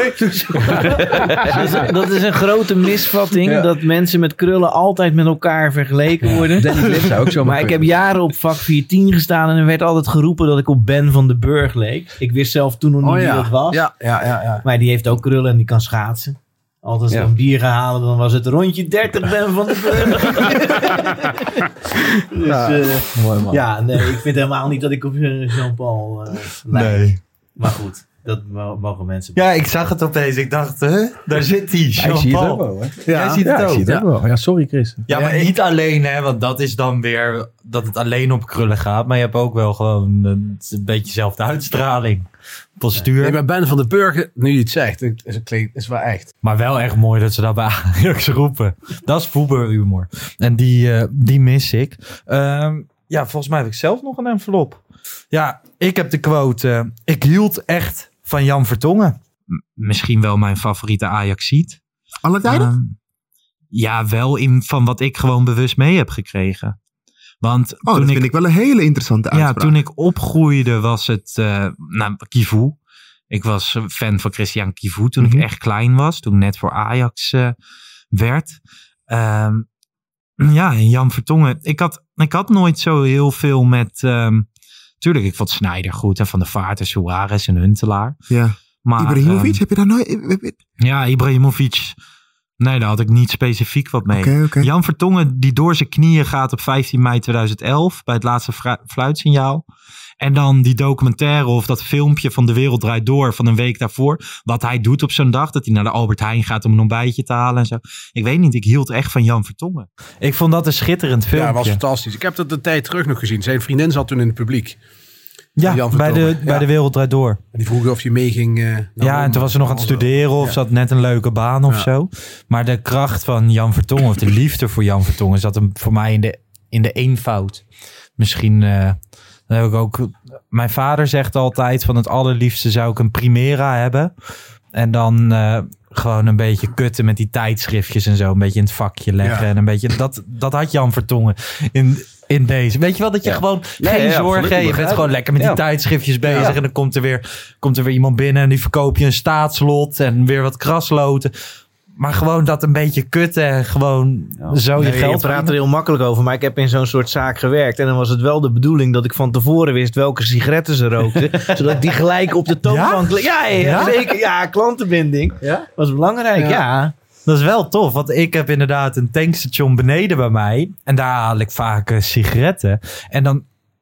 Speaker 8: dus, dat is een grote misvatting. Ja. Dat mensen met krullen altijd met elkaar vergeleken worden.
Speaker 5: Dennis zou ook zo
Speaker 8: maar ik heb jaren op vak vier tien gestaan. En er werd altijd geroepen dat ik op Ben van den Burg leek. Ik wist zelf toen nog niet oh, ja. wie dat was.
Speaker 7: Ja, ja, ja, ja.
Speaker 8: Maar die heeft ook krullen en die kan schaatsen. Altijd als ja. een bier gaan halen, dan was het rondje dertig Ben van de Burg. dus, ja, uh, mooi man. Ja, nee, ik vind helemaal niet dat ik op Jean-Paul uh, lijk. Nee. Maar goed. Dat mogen mensen...
Speaker 4: Ja, ik zag het opeens. Ik dacht, huh? Daar zit hij.
Speaker 5: Ja, ik zie het ook wel. Hè?
Speaker 4: Ja, Jij ziet
Speaker 5: ja,
Speaker 4: het ook.
Speaker 5: ik zie het
Speaker 4: ja.
Speaker 5: ook wel. Ja, sorry Chris.
Speaker 4: Ja, maar niet alleen, hè, want dat is dan weer dat het alleen op krullen gaat. Maar je hebt ook wel gewoon een, een beetje dezelfde uitstraling. Postuur.
Speaker 7: Nee, maar Ben van den Burg, nu je het zegt, is, is, is wel echt.
Speaker 4: Maar wel echt mooi dat ze dat bij Ajax roepen. Dat is voetbalhumor. En die, uh, die mis ik. Um, ja, volgens mij heb ik zelf nog een envelop. Ja, ik heb de quote. Uh, ik hield echt van Jan Vertongen. M- misschien wel mijn favoriete Ajaxiet.
Speaker 2: Alle tijden?
Speaker 4: Um, ja, wel in, van wat ik gewoon bewust mee heb gekregen. Want
Speaker 2: oh,
Speaker 4: toen
Speaker 2: dat
Speaker 4: ik,
Speaker 2: vind ik wel een hele interessante uitspraak.
Speaker 4: Ja, toen ik opgroeide was het uh, nou, Kivu. Ik was fan van Christian Kivu toen mm-hmm. ik echt klein was. Toen ik net voor Ajax uh, werd. Um, ja, en Jan Vertongen. Ik had, ik had nooit zo heel veel met... Um, tuurlijk, ik vond Sneijder goed. En Van der Vaart en Suarez en Huntelaar.
Speaker 2: Ja.
Speaker 4: Maar,
Speaker 2: Ibrahimovic,
Speaker 4: um,
Speaker 2: heb je daar nooit...
Speaker 4: Ja, Ibrahimovic... Nee, daar had ik niet specifiek wat mee.
Speaker 2: Okay, okay.
Speaker 4: Jan Vertongen die door zijn knieën gaat op vijftien mei tweeduizend elf... bij het laatste fru- fluitsignaal. En dan die documentaire of dat filmpje van De Wereld Draait Door... van een week daarvoor. Wat hij doet op zo'n dag. Dat hij naar de Albert Heijn gaat om een ontbijtje te halen en zo. Ik weet niet, ik hield echt van Jan Vertongen. Ik vond dat een schitterend filmpje.
Speaker 7: Ja, was fantastisch. Ik heb dat een tijd terug nog gezien. Zijn vriendin zat toen in het publiek.
Speaker 4: Ja, bij de, ja. bij de Wereld Draait Door.
Speaker 7: En die vroegen of je mee ging. Uh,
Speaker 4: ja, en toen was ze nog aan het studeren of ja. ze had net een leuke baan of ja. zo. Maar de kracht van Jan Vertongen, of de liefde voor Jan Vertongen, zat hem voor mij in de, in de eenvoud. Misschien, uh, dan heb ik ook... Mijn vader zegt altijd van het allerliefste zou ik een Primera hebben. En dan uh, gewoon een beetje kutten met die tijdschriftjes en zo. Een beetje in het vakje leggen. Ja. En een beetje, dat, dat had Jan Vertongen in... In deze. Weet je wel dat je ja. gewoon nee, geen ja, zorgen hebt. Je bent gewoon lekker met die ja. tijdschriftjes bezig. Ja. En dan komt er, weer, komt er weer iemand binnen. En die verkoop je een staatslot. En weer wat krasloten. Maar gewoon dat een beetje kutten. En gewoon ja. zo je
Speaker 8: nee,
Speaker 4: geld.
Speaker 8: Je praat er heel makkelijk over. Maar ik heb in zo'n soort zaak gewerkt. En dan was het wel de bedoeling dat ik van tevoren wist welke sigaretten ze rookten. zodat ik die gelijk op de toonbank... Ja? Ja, ja, ja, zeker. Ja, klantenbinding. Ja? Was belangrijk. Ja. ja.
Speaker 4: Dat is wel tof, want ik heb inderdaad een tankstation beneden bij mij. En daar haal ik vaak uh, sigaretten. En dan,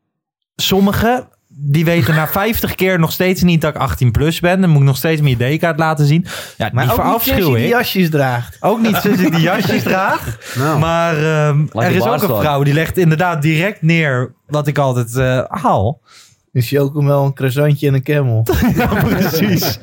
Speaker 4: sommigen, die weten na vijftig keer nog steeds niet dat ik achttien plus ben. Dan moet ik nog steeds mijn I D-kaart laten zien. Ja,
Speaker 8: maar
Speaker 4: die
Speaker 8: ook niet sinds je die jasjes draagt.
Speaker 4: Ook niet sinds ik die jasjes draag. Nou, maar um, er is ook een vrouw, die legt inderdaad direct neer wat ik altijd uh, haal.
Speaker 8: Een chocomel, een croissantje en een camel.
Speaker 4: Ja, precies.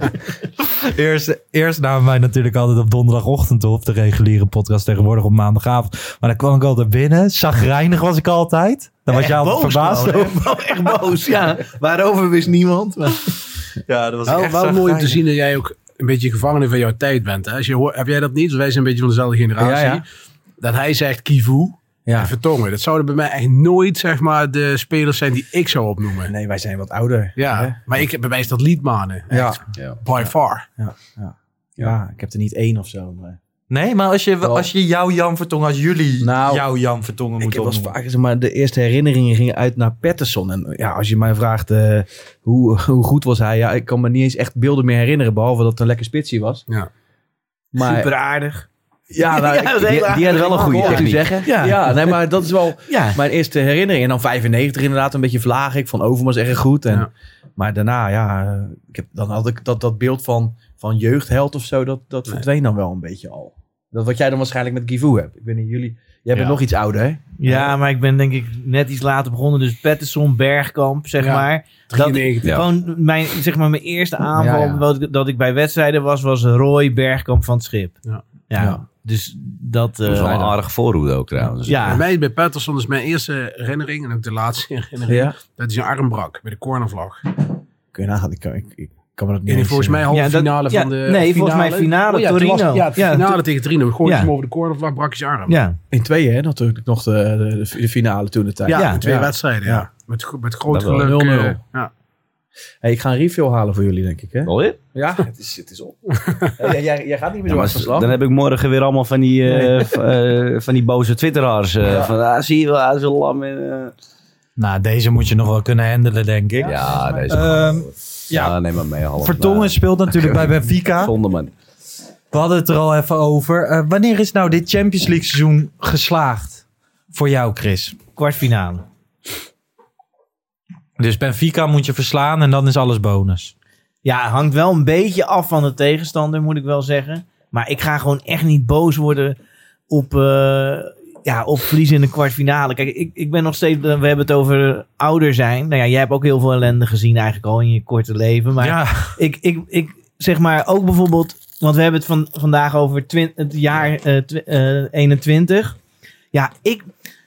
Speaker 4: Eerst, eerst namen wij natuurlijk altijd op donderdagochtend op. De reguliere podcast, tegenwoordig op maandagavond. Maar dan kwam ik altijd binnen. Chagrijnig was ik altijd. Dan was
Speaker 8: echt
Speaker 4: je altijd
Speaker 8: boos,
Speaker 4: verbaasd.
Speaker 8: Gewoon, echt boos, ja. Waarover wist niemand. Maar...
Speaker 4: Ja, dat was
Speaker 7: nou,
Speaker 4: echt
Speaker 7: wel mooi om te zien dat jij ook een beetje gevangene van jouw tijd bent. Hè? Als je hoort, heb jij dat niet? Want wij zijn een beetje van dezelfde generatie. Ja, ja. Dat hij zegt Kivu. Ja. En Vertongen. Dat zouden bij mij echt nooit, zeg maar, de spelers zijn die ik zou opnoemen.
Speaker 5: Nee, wij zijn wat ouder.
Speaker 7: Ja, hè? Maar ik, bij mij is dat Liedmanen.
Speaker 5: Ja.
Speaker 7: ja. By far.
Speaker 5: Ja. Ja. Ja. ja, ik heb er niet één of zo. Maar...
Speaker 4: Nee, maar als je, als je jouw Jan Vertongen, als jullie nou, jouw Jan Vertongen moeten opnoemen.
Speaker 5: Ik was vaak, zeg maar, de eerste herinneringen gingen uit naar Patterson. En ja, als je mij vraagt uh, hoe, hoe goed was hij, ja, ik kan me niet eens echt beelden meer herinneren, behalve dat het een lekker spitsie was.
Speaker 7: Ja.
Speaker 8: Maar, super aardig.
Speaker 5: Ja, nou, ja die, die, die had wel een goede techniek. Zeggen. Ja. ja, nee, maar dat is wel ja. mijn eerste herinnering. En dan vijfennegentig inderdaad, een beetje vlaag. Ik vond Overmars erg goed. En, ja. Maar daarna, ja, ik heb, dan had ik dat, dat beeld van, van jeugdheld of zo, dat, dat nee. verdween dan wel een beetje al. Dat wat jij dan waarschijnlijk met Kivu hebt. Ik weet niet, jullie, jij bent ja. nog iets ouder, hè?
Speaker 8: Ja, maar ik ben denk ik net iets later begonnen. Dus Patterson, Bergkamp, zeg ja. maar. Dat, ja. Gewoon mijn, zeg maar, mijn eerste aanval ja, ja. Wat, dat ik bij wedstrijden was, was Roy Bergkamp van het Schip. Ja. Ja. ja. Dus dat...
Speaker 6: Uh, dat is wel een aardige voorhoede ook trouwens.
Speaker 7: Ja. Bij mij, bij Patterson is mijn eerste herinnering, en ook de laatste herinnering, ja. dat hij zijn arm brak bij de cornervlag.
Speaker 5: Kun je nagaan, ik kan, ik, ik kan me dat niet
Speaker 7: en volgens mij halve ja, dat, finale
Speaker 8: ja,
Speaker 7: van de
Speaker 8: Nee,
Speaker 7: finale.
Speaker 8: volgens mij finale, oh, ja, Torino.
Speaker 7: Was, ja, de finale ja, tegen Torino. Gooide
Speaker 8: ja.
Speaker 7: hem over de cornervlag, brak hij zijn arm.
Speaker 8: Ja.
Speaker 5: In tweeën, hè? Natuurlijk nog de, de, de finale toen de tijd.
Speaker 7: Ja,
Speaker 5: ja
Speaker 7: in twee
Speaker 5: ja.
Speaker 7: wedstrijden, ja. ja. Met, met groot geluk.
Speaker 5: nul nul.
Speaker 7: Uh, ja.
Speaker 5: Hey, ik ga een refill halen voor jullie, denk ik. Hè?
Speaker 6: Alweer?
Speaker 5: Ja, het is, het is op. hey, jij, jij gaat niet meer door ja,
Speaker 6: dan heb ik morgen weer allemaal van die, uh, nee. v, uh, van die boze twitteraars. Uh, ja. Van, ah, zie je wel, hij is wel lam. En, uh...
Speaker 4: Nou, deze moet je nog wel kunnen handelen, denk ik.
Speaker 6: Ja, deze.
Speaker 4: Um,
Speaker 6: ja, ja, neem maar mee. Half,
Speaker 4: Vertongen maar. speelt natuurlijk bij Benfica.
Speaker 6: Zonde man.
Speaker 4: We hadden het er al even over. Uh, wanneer is nou dit Champions League seizoen geslaagd voor jou, Chris?
Speaker 8: Kwartfinale.
Speaker 4: Dus Benfica moet je verslaan en dan is alles bonus.
Speaker 8: Ja, hangt wel een beetje af van de tegenstander, moet ik wel zeggen. Maar ik ga gewoon echt niet boos worden op, uh, ja, op verliezen in de kwartfinale. Kijk, ik, ik ben nog steeds... We hebben het over ouder zijn. Nou ja, jij hebt ook heel veel ellende gezien eigenlijk al in je korte leven. Maar
Speaker 4: Ja.
Speaker 8: ik, ik, ik zeg maar ook bijvoorbeeld... Want we hebben het van, vandaag over twin, het jaar uh, tw- uh, eenentwintig. Ja, ik...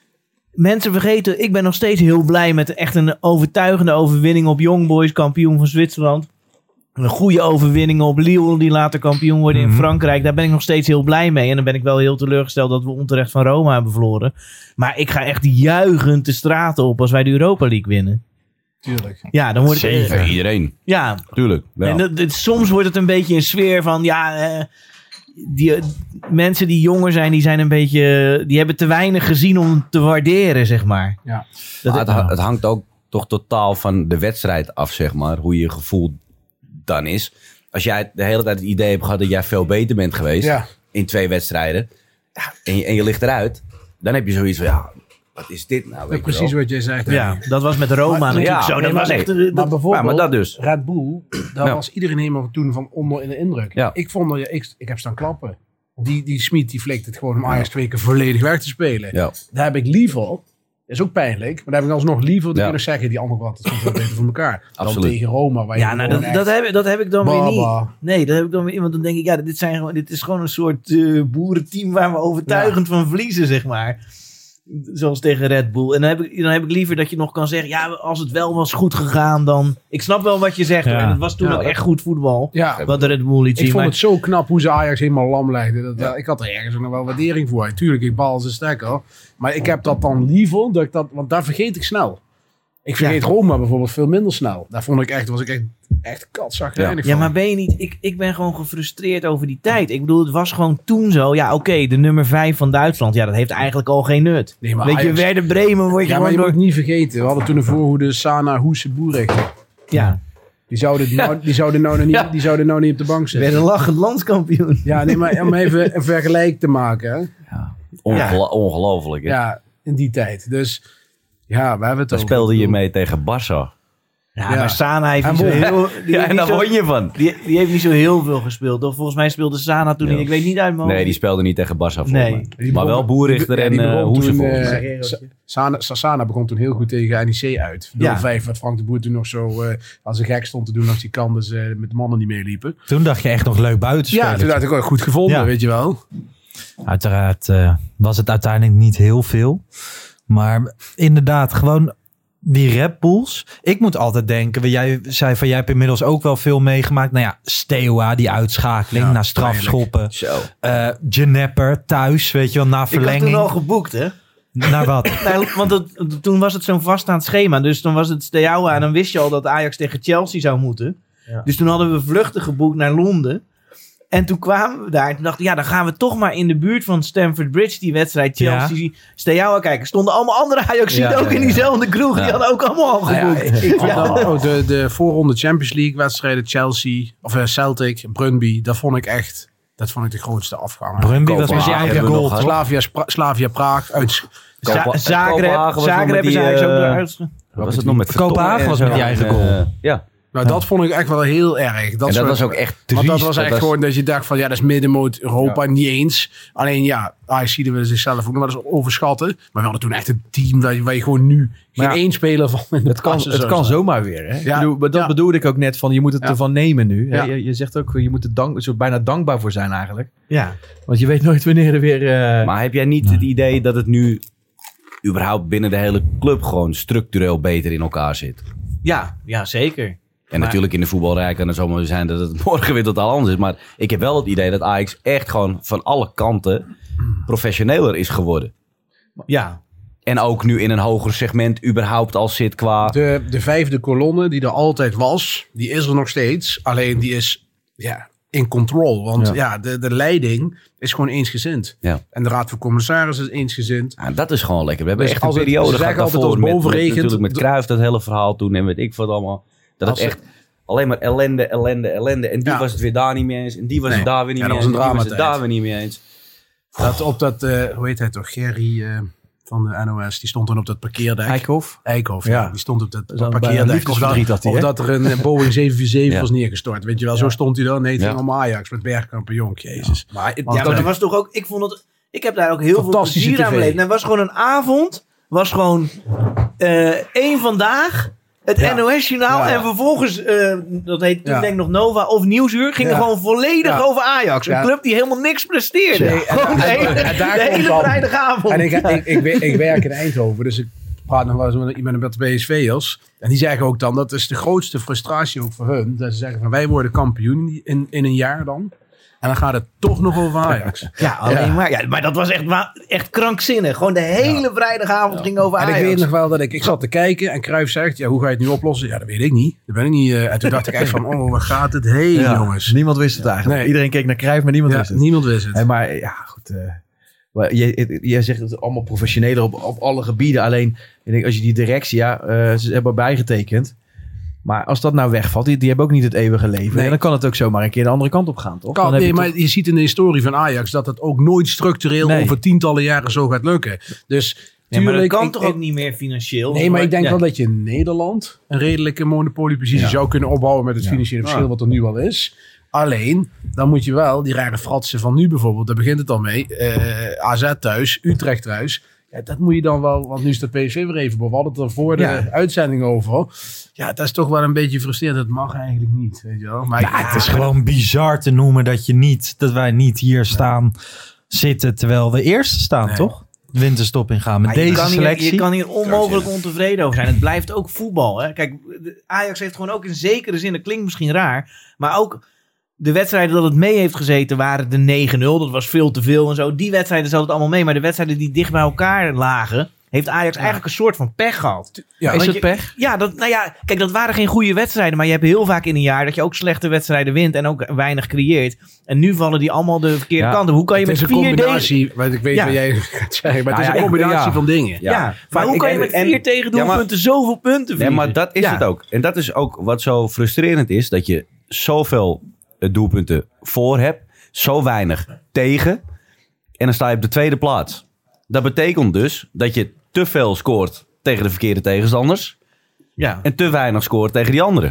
Speaker 8: Mensen vergeten, ik ben nog steeds heel blij met echt een overtuigende overwinning op Young Boys, kampioen van Zwitserland. Een goede overwinning op Lille, die later kampioen worden in
Speaker 4: Mhm.
Speaker 8: Frankrijk. Daar ben ik nog steeds heel blij mee. En dan ben ik wel heel teleurgesteld dat we onterecht van Roma hebben verloren. Maar ik ga echt juichend de straten op als wij de Europa League winnen.
Speaker 7: Tuurlijk.
Speaker 8: Ja, dan wordt het...
Speaker 6: Zeker, iedereen.
Speaker 8: Ja.
Speaker 6: Tuurlijk. Ja.
Speaker 8: En dat, dat- soms wordt het een beetje een sfeer van... Ja, eh, die, mensen die jonger zijn, die zijn een beetje... Die hebben te weinig gezien om te waarderen, zeg maar.
Speaker 7: Ja.
Speaker 8: Dat,
Speaker 6: Maar het, het hangt ook toch totaal van de wedstrijd af, zeg maar. Hoe je gevoel dan is. Als jij de hele tijd het idee hebt gehad dat jij veel beter bent geweest.
Speaker 7: Ja.
Speaker 6: In twee wedstrijden. Ja, en, je, en je ligt eruit. Dan heb je zoiets van, ja, wat is dit nou? Weet je
Speaker 7: Precies
Speaker 6: wel.
Speaker 7: wat jij zegt.
Speaker 8: ja, dat was met Roma
Speaker 7: Maar-
Speaker 8: natuurlijk
Speaker 6: ja,
Speaker 8: zo. Dat
Speaker 6: nee,
Speaker 8: was
Speaker 6: maar
Speaker 8: echt...
Speaker 6: nee.
Speaker 8: eh, dat-
Speaker 7: Maar bijvoorbeeld,
Speaker 6: Ja, maar dat dus.
Speaker 7: Red Bull, daar
Speaker 6: Ja.
Speaker 7: was iedereen helemaal toen van onder in de indruk.
Speaker 6: Ja.
Speaker 7: Ik vond dat, ja, ik, ik heb staan klappen. Die, die Smit die flikt het gewoon om Ajax twee keer volledig weg te spelen.
Speaker 6: Ja.
Speaker 7: Daar heb ik liever, is ook pijnlijk, maar daar heb ik alsnog liever te
Speaker 6: Ja.
Speaker 7: kunnen zeggen, die andere kant is gewoon veel beter voor elkaar. Dan
Speaker 6: Absoluut.
Speaker 7: tegen Roma. Waar je
Speaker 8: Ja, nou,
Speaker 7: gewoon
Speaker 8: dat,
Speaker 7: echt-
Speaker 8: dat, heb, dat heb ik dan weer niet.
Speaker 7: Baba.
Speaker 8: Nee, dat heb ik dan weer niet. Want dan denk ik, ja, dit, zijn gewoon, dit is gewoon een soort uh, boerenteam waar we overtuigend van verliezen, zeg maar. Zoals tegen Red Bull. En dan heb, ik, dan heb ik liever dat je nog kan zeggen, ja, als het wel was goed gegaan, dan... Ik snap wel wat je zegt,
Speaker 4: Ja.
Speaker 8: hoor. En het was toen
Speaker 7: Ja.
Speaker 8: ook echt goed voetbal.
Speaker 7: Ja,
Speaker 8: Wat de Red Bull liet
Speaker 7: ik
Speaker 8: zien.
Speaker 7: vond
Speaker 8: maar-
Speaker 7: het zo knap hoe ze Ajax helemaal lam legden. Dat, ja, ik had er ergens ook nog wel waardering voor. Tuurlijk, ik bal als een stekker. Maar ik heb dat dan liever, dat ik dat, want daar vergeet ik snel. Ik vergeet
Speaker 8: Ja.
Speaker 7: Roma bijvoorbeeld veel minder snel. Daar vond ik echt, was ik echt, echt katzagrijnig
Speaker 8: Ja,
Speaker 7: van.
Speaker 8: maar ben je niet... Ik, ik ben gewoon gefrustreerd over die tijd. Ik bedoel, het was gewoon toen zo. Ja, oké, de nummer vijf van Duitsland. Ja, dat heeft eigenlijk al geen nut.
Speaker 7: Nee, maar
Speaker 8: Weet je,
Speaker 7: Ajax-
Speaker 8: Werder Bremen word je
Speaker 7: Ja, maar
Speaker 8: gewoon
Speaker 7: je
Speaker 8: door...
Speaker 7: moet niet vergeten. We hadden toen een voorhoede Sana Hoese Boerik.
Speaker 8: Ja,
Speaker 7: Die zouden, nou, die, zouden nou nog niet, die zouden nou niet op de bank
Speaker 8: werden
Speaker 7: zitten.
Speaker 8: lachend landskampioen.
Speaker 7: Ja, nee, maar om even een vergelijk te maken. Hè.
Speaker 6: Ongelo- Ongelooflijk. hè?
Speaker 7: Ja, in die tijd. Dus ja, we hebben het
Speaker 6: Dan
Speaker 7: over.
Speaker 6: speelde je mee tegen Barça.
Speaker 8: Ja,
Speaker 7: Ja.
Speaker 8: maar Sana heeft
Speaker 7: En
Speaker 8: niet zo
Speaker 7: won.
Speaker 8: heel... die
Speaker 6: Ja,
Speaker 8: heeft
Speaker 6: en
Speaker 8: niet
Speaker 6: daar
Speaker 8: zo-
Speaker 6: won je van.
Speaker 8: Die, die heeft niet zo heel veel gespeeld. Toch? Volgens mij speelde Sana toen
Speaker 6: Ja.
Speaker 8: in, ik weet niet uit mijn
Speaker 6: Nee,
Speaker 8: hoofd.
Speaker 6: die speelde niet tegen Barça volgens
Speaker 8: Nee.
Speaker 6: mij.
Speaker 7: Die
Speaker 6: Maar
Speaker 7: begon-
Speaker 6: wel Boerichter
Speaker 7: die-
Speaker 6: en
Speaker 7: ja, die
Speaker 6: uh,
Speaker 7: begon
Speaker 6: Hoese
Speaker 7: toen,
Speaker 6: volgens
Speaker 7: eh,
Speaker 6: mij.
Speaker 7: Sa- Sana, Sana begon toen heel goed tegen N E C uit.
Speaker 8: Ja.
Speaker 7: nul vijf, wat Frank de Boer toen nog zo eh, als een gek stond te doen als die Candes eh, met de mannen niet meeliepen.
Speaker 4: Toen dacht je echt nog leuk buiten
Speaker 7: Ja,
Speaker 4: spelen.
Speaker 7: toen had ik ook goed gevonden,
Speaker 4: Ja.
Speaker 7: weet je wel.
Speaker 4: Uiteraard eh, was het uiteindelijk niet heel veel. Maar inderdaad, gewoon die Red Bulls. Ik moet altijd denken, jij zei van jij hebt inmiddels ook wel veel meegemaakt. Nou ja, Steaua, die uitschakeling
Speaker 7: Ja,
Speaker 4: na strafschoppen.
Speaker 6: Zo.
Speaker 4: Uh, Genepper thuis, weet je wel, na
Speaker 8: Ik had
Speaker 4: verlenging.
Speaker 8: toen al geboekt, hè?
Speaker 4: Naar wat?
Speaker 8: Nee, want het, toen was het zo'n vaststaand schema. Dus toen was het Steaua en dan wist je al dat Ajax tegen Chelsea zou moeten.
Speaker 5: Ja.
Speaker 8: Dus toen hadden we vluchten geboekt naar Londen. En toen kwamen we daar en toen dachten we, ja, dan gaan we toch maar in de buurt van Stamford Bridge, die wedstrijd Chelsea, Steaua kijken. Stonden allemaal andere Ajaxiden
Speaker 6: Ja,
Speaker 8: ook
Speaker 6: ja,
Speaker 8: in
Speaker 6: ja.
Speaker 8: diezelfde kroeg.
Speaker 6: Ja.
Speaker 8: Die hadden ook allemaal al
Speaker 7: Nou ja,
Speaker 8: geboekt.
Speaker 7: ik vond
Speaker 8: Ja.
Speaker 7: dan, oh, de, de voorronde Champions League wedstrijden Chelsea, of eh, Celtic, Brøndby, dat vond ik echt, dat vond ik de grootste afganger.
Speaker 4: Brøndby, dat was je
Speaker 6: Kopenhagen
Speaker 4: eigen
Speaker 6: hebben we
Speaker 4: goal,
Speaker 6: nog
Speaker 4: toch?
Speaker 7: Slavia, Spra- Slavia Praag, uit
Speaker 8: Za-
Speaker 6: Kopenhagen
Speaker 8: Zagreb,
Speaker 6: was nog
Speaker 8: Zagreb
Speaker 6: met
Speaker 8: is
Speaker 6: die,
Speaker 8: eigenlijk ook
Speaker 6: eh,
Speaker 8: eruit.
Speaker 6: Wat was het nog met
Speaker 4: Kopenhagen was met die eigen goal.
Speaker 6: Uh, ja.
Speaker 7: Nou, dat vond ik echt wel heel erg. Dat
Speaker 6: En dat
Speaker 7: soort-
Speaker 6: was ook echt
Speaker 7: Want
Speaker 6: triest.
Speaker 7: dat was echt gewoon dat je dacht van ja, dat is middenmoot Europa, niet eens. Alleen ja, Ajax willen zichzelf ook nog wel eens overschatten. Maar we hadden toen echt een team waar je, waar je gewoon nu geen
Speaker 5: Maar ja,
Speaker 7: één speler van in de
Speaker 5: Het kan,
Speaker 7: klasse
Speaker 5: het
Speaker 7: zou
Speaker 5: kan
Speaker 7: staan.
Speaker 5: zomaar weer. Hè?
Speaker 7: Ja.
Speaker 5: Ik bedoel, maar dat
Speaker 7: Ja.
Speaker 5: bedoelde ik ook net van je moet het
Speaker 7: Ja.
Speaker 5: ervan nemen nu. Hè?
Speaker 7: Ja.
Speaker 5: Je, je zegt ook je moet er dank, zo bijna dankbaar voor zijn eigenlijk.
Speaker 8: Ja.
Speaker 5: Want je weet nooit wanneer er weer... eh,
Speaker 6: Maar heb jij niet het idee dat het nu überhaupt binnen de hele club gewoon structureel beter in elkaar zit?
Speaker 8: Ja, ja, zeker.
Speaker 6: En
Speaker 8: Maar-
Speaker 6: natuurlijk in de voetbalrijk kan het zomaar zijn dat het morgen weer totaal anders is. Maar ik heb wel het idee dat Ajax echt gewoon van alle kanten professioneler is geworden.
Speaker 8: Ja.
Speaker 6: En ook nu in een hoger segment überhaupt al zit qua...
Speaker 7: De, de vijfde kolonne die er altijd was, die is er nog steeds. Alleen die is ja, in control. Want ja,
Speaker 5: Ja.
Speaker 7: de, de leiding is gewoon eensgezind.
Speaker 6: Ja.
Speaker 7: En de raad van commissarissen is eensgezind.
Speaker 6: Ja, dat is gewoon lekker. We hebben
Speaker 7: Dus
Speaker 6: echt een
Speaker 7: als het-
Speaker 6: periode
Speaker 7: ze
Speaker 6: gehad
Speaker 7: zeggen altijd
Speaker 6: daarvoor
Speaker 7: als
Speaker 6: met, met,
Speaker 7: bovenregent-
Speaker 6: natuurlijk met Cruijff dat hele verhaal toen en weet ik wat allemaal. Dat
Speaker 7: Als
Speaker 6: het
Speaker 7: het-
Speaker 6: echt alleen maar ellende, ellende, ellende. En die
Speaker 7: Ja.
Speaker 6: was het weer daar niet mee eens. En die was
Speaker 7: Nee.
Speaker 6: het daar weer niet
Speaker 7: Ja,
Speaker 6: mee
Speaker 7: dat
Speaker 6: eens.
Speaker 7: was een
Speaker 6: En die was het
Speaker 7: dramatijd.
Speaker 6: daar weer niet mee eens.
Speaker 7: Dat op dat, eh, hoe heet hij toch, Gerry... eh, van de N O S. Die stond dan op dat parkeerdek.
Speaker 5: Eikhoff?
Speaker 7: Eikhoff, ja.
Speaker 5: Ja.
Speaker 7: Die stond op dat
Speaker 5: Dat is dan
Speaker 7: parkeerdek.
Speaker 5: bijna
Speaker 7: Of, dat,
Speaker 5: liefdesverdriet had hij,
Speaker 7: of
Speaker 5: hè?
Speaker 7: dat er een Boeing zeven vier zeven
Speaker 6: Ja.
Speaker 7: was neergestort. Weet je wel, zo
Speaker 5: Ja.
Speaker 7: stond hij dan. Nee, het
Speaker 6: Ja.
Speaker 7: ging om Ajax met Bergkamp en Jonk. Jezus.
Speaker 5: Maar het-
Speaker 7: Want
Speaker 8: Ja, maar
Speaker 7: dat-
Speaker 8: dat was toch ook... Ik vond het... Ik heb daar ook heel veel
Speaker 7: Fantastische
Speaker 8: plezier aan
Speaker 7: tv.
Speaker 8: beleefd. En het was gewoon een avond. Was gewoon eh één vandaag. Het
Speaker 7: Ja.
Speaker 8: N O S-journaal.
Speaker 7: Ja, ja.
Speaker 8: En vervolgens, eh, dat heet toen
Speaker 7: Ja.
Speaker 8: denk ik nog Nova of Nieuwsuur. Ging
Speaker 7: Ja.
Speaker 8: er gewoon volledig
Speaker 7: Ja.
Speaker 8: over Ajax. Een
Speaker 7: Ja.
Speaker 8: club die helemaal niks presteerde.
Speaker 7: Nee, en-
Speaker 8: gewoon de
Speaker 7: en-
Speaker 8: hele,
Speaker 7: en daar
Speaker 8: de
Speaker 7: komt
Speaker 8: hele
Speaker 7: dan-
Speaker 8: vrijdagavond.
Speaker 7: En ik, ik, ik, wer- ik werk in Eindhoven, dus ik praat nog wel eens met iemand met de B S V'ers. En die zeggen ook dan, dat is de grootste frustratie ook voor hun. Dat ze zeggen van, wij worden kampioen in, in, in een jaar dan. En dan gaat het toch nog over Ajax.
Speaker 8: Ja, alleen
Speaker 7: Ja.
Speaker 8: maar. Ja, maar dat was echt, wa- echt krankzinnig. Gewoon de hele vrijdagavond ging over
Speaker 7: En
Speaker 8: Ajax.
Speaker 7: ik weet nog wel dat ik, ik zat te kijken en Cruijff zegt, ja, hoe ga je het nu oplossen? Ja, dat weet ik niet. Dat ben ik niet. eh, en toen dacht ik echt van, oh, waar gaat het heen,
Speaker 5: Ja,
Speaker 7: jongens?
Speaker 5: Niemand wist het eigenlijk.
Speaker 7: Nee.
Speaker 5: Iedereen keek naar Cruijff, maar niemand
Speaker 7: Ja,
Speaker 5: wist het.
Speaker 7: niemand wist het.
Speaker 5: Hey, maar ja, goed. eh, maar je- Jij zegt het allemaal professioneler op, op alle gebieden. Alleen, ik denk, als je die directie, ja, eh, ze hebben bijgetekend. Maar als dat nou wegvalt, die, die hebben ook niet het eeuwige leven.
Speaker 7: Nee.
Speaker 5: En dan kan het ook zomaar een keer de andere kant op gaan, toch?
Speaker 7: Kan,
Speaker 5: Dan heb
Speaker 7: nee,
Speaker 5: je
Speaker 7: maar
Speaker 5: toch-
Speaker 7: je ziet in de historie van Ajax dat het ook nooit structureel
Speaker 5: Nee.
Speaker 7: over tientallen jaren zo gaat lukken. Dus
Speaker 8: Ja, maar dat
Speaker 7: tuurlijk,
Speaker 8: kan
Speaker 7: ik-
Speaker 8: toch
Speaker 7: ik-
Speaker 8: ook niet meer financieel?
Speaker 7: Nee, maar ik denk
Speaker 8: Ja.
Speaker 7: wel dat je in Nederland een redelijke monopoliepositie
Speaker 5: Ja.
Speaker 7: zou kunnen opbouwen met het
Speaker 5: Ja.
Speaker 7: financiële verschil
Speaker 6: Ja.
Speaker 7: wat er nu al is. Alleen, dan moet je wel die rare fratsen van nu bijvoorbeeld, daar begint het al mee. eh, A Z thuis, Utrecht thuis. Ja, dat moet je dan wel, want nu is de P S V weer even. We hadden het er voor de
Speaker 5: Ja.
Speaker 7: uitzending over. Ja, dat is toch wel een beetje frustrerend. Dat mag eigenlijk niet, weet je wel. Maar
Speaker 4: Ja, het is gewoon bizar te noemen dat, je niet, dat wij niet hier staan zitten terwijl we eerste staan,
Speaker 7: Nee.
Speaker 4: toch? Winterstop ingaan met
Speaker 8: Maar je
Speaker 4: deze
Speaker 8: kan hier-
Speaker 4: selectie.
Speaker 8: je kan hier onmogelijk ontevreden over zijn. Het blijft ook voetbal. Hè? Kijk, de- Ajax heeft gewoon ook in zekere zin, dat klinkt misschien raar, maar ook de wedstrijden dat het mee heeft gezeten waren de negen nul. Dat was veel te veel en zo. Die wedstrijden zat het allemaal mee. Maar de wedstrijden die dicht bij elkaar lagen, heeft Ajax eigenlijk een soort van pech gehad.
Speaker 7: Ja,
Speaker 5: is
Speaker 8: Want
Speaker 5: het
Speaker 8: je-
Speaker 5: pech?
Speaker 8: Ja, dat, nou ja, kijk, dat waren geen goede wedstrijden. Maar je hebt heel vaak in een jaar dat je ook slechte wedstrijden wint en ook weinig creëert. En nu vallen die allemaal de verkeerde
Speaker 5: Ja,
Speaker 8: kant op. Hoe kan je
Speaker 7: het
Speaker 8: met
Speaker 7: is een
Speaker 8: vier
Speaker 7: combinatie, want ik weet
Speaker 8: Ja.
Speaker 7: wat jij gaat zeggen, maar het
Speaker 5: Nou
Speaker 7: is
Speaker 5: ja,
Speaker 7: een
Speaker 5: ik-
Speaker 7: combinatie
Speaker 5: ja.
Speaker 7: van dingen.
Speaker 8: Ja,
Speaker 6: Ja.
Speaker 8: maar,
Speaker 6: Maar
Speaker 8: hoe
Speaker 6: ik-
Speaker 8: kan je
Speaker 6: en-
Speaker 8: met
Speaker 6: en-
Speaker 8: vier tegendoelpunten zoveel punten
Speaker 6: Nee,
Speaker 8: verliezen?
Speaker 6: maar dat is
Speaker 8: Ja.
Speaker 6: het ook. En dat is ook wat zo frustrerend is. Dat je zoveel eh, doelpunten voor hebt. Zo weinig tegen. En dan sta je op de tweede plaats. Dat betekent dus dat je te veel scoort tegen de verkeerde tegenstanders.
Speaker 8: Ja.
Speaker 6: En te weinig scoort tegen die anderen.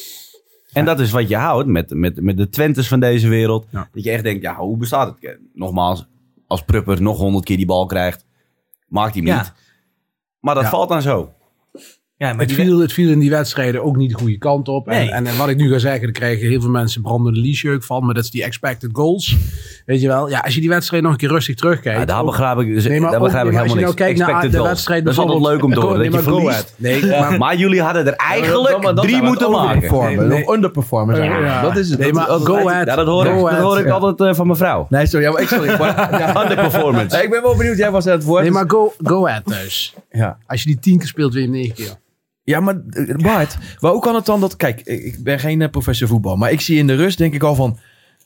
Speaker 6: En dat is wat je houdt met, met, met de Twentes van deze wereld.
Speaker 7: Ja.
Speaker 6: Dat je echt denkt, ja, hoe bestaat het? Nogmaals, als Prupper nog honderd keer die bal krijgt, maakt hij hem
Speaker 8: Ja.
Speaker 6: niet. Maar dat
Speaker 7: Ja.
Speaker 6: valt dan zo.
Speaker 8: Ja, maar
Speaker 7: Het
Speaker 8: die-
Speaker 7: viel, het viel in die wedstrijden ook niet de goede kant op.
Speaker 8: Nee.
Speaker 7: En, en wat ik nu ga zeggen, daar krijgen heel veel mensen brandende liesjeuk van. Maar dat is die expected goals. Weet je wel? Ja, als je die wedstrijd nog een keer rustig terugkijkt.
Speaker 6: Ja, daar
Speaker 7: ook-
Speaker 6: begrijp ik, dus,
Speaker 7: Nee, maar
Speaker 6: daar
Speaker 7: ook-
Speaker 6: begrijp ik
Speaker 7: nee, maar
Speaker 6: helemaal
Speaker 7: als je
Speaker 6: niks.
Speaker 7: nou kijkt naar
Speaker 6: Expected
Speaker 7: de
Speaker 6: goals.
Speaker 7: wedstrijd
Speaker 6: Dat is altijd leuk om te horen,
Speaker 7: Nee,
Speaker 6: dat je
Speaker 7: maar go
Speaker 6: verliest.
Speaker 7: ahead. Nee, maar,
Speaker 6: Maar jullie hadden er eigenlijk
Speaker 5: Dan- dan
Speaker 6: drie
Speaker 5: zijn we
Speaker 6: moeten
Speaker 5: het
Speaker 6: maken.
Speaker 5: overperformen,
Speaker 7: Nee, nee.
Speaker 5: of underperformen zijn we.
Speaker 7: Ja.
Speaker 5: Dat is het.
Speaker 7: Nee,
Speaker 5: Dat-
Speaker 7: maar
Speaker 5: dat-
Speaker 7: go
Speaker 5: dat-
Speaker 7: ahead.
Speaker 6: Ja, dat hoor ik,
Speaker 7: Go
Speaker 6: dat
Speaker 7: ahead,
Speaker 6: hoor ik
Speaker 7: ja.
Speaker 6: altijd uh, van mijn vrouw.
Speaker 5: Nee, sorry. Ja, maar ik, sorry ik, maar- ja,
Speaker 6: Underperformance.
Speaker 5: Nee, ik ben wel benieuwd. Jij was aan het woord.
Speaker 7: nee,
Speaker 5: dus-
Speaker 7: maar go, go ahead thuis.
Speaker 5: ja.
Speaker 7: Als je die tien keer speelt, weer je hem negen keer.
Speaker 5: Ja, maar eh, Bart, maar hoe kan het dan dat... Kijk, ik ik ben geen eh, professor voetbal, maar ik zie in de rust denk ik al van...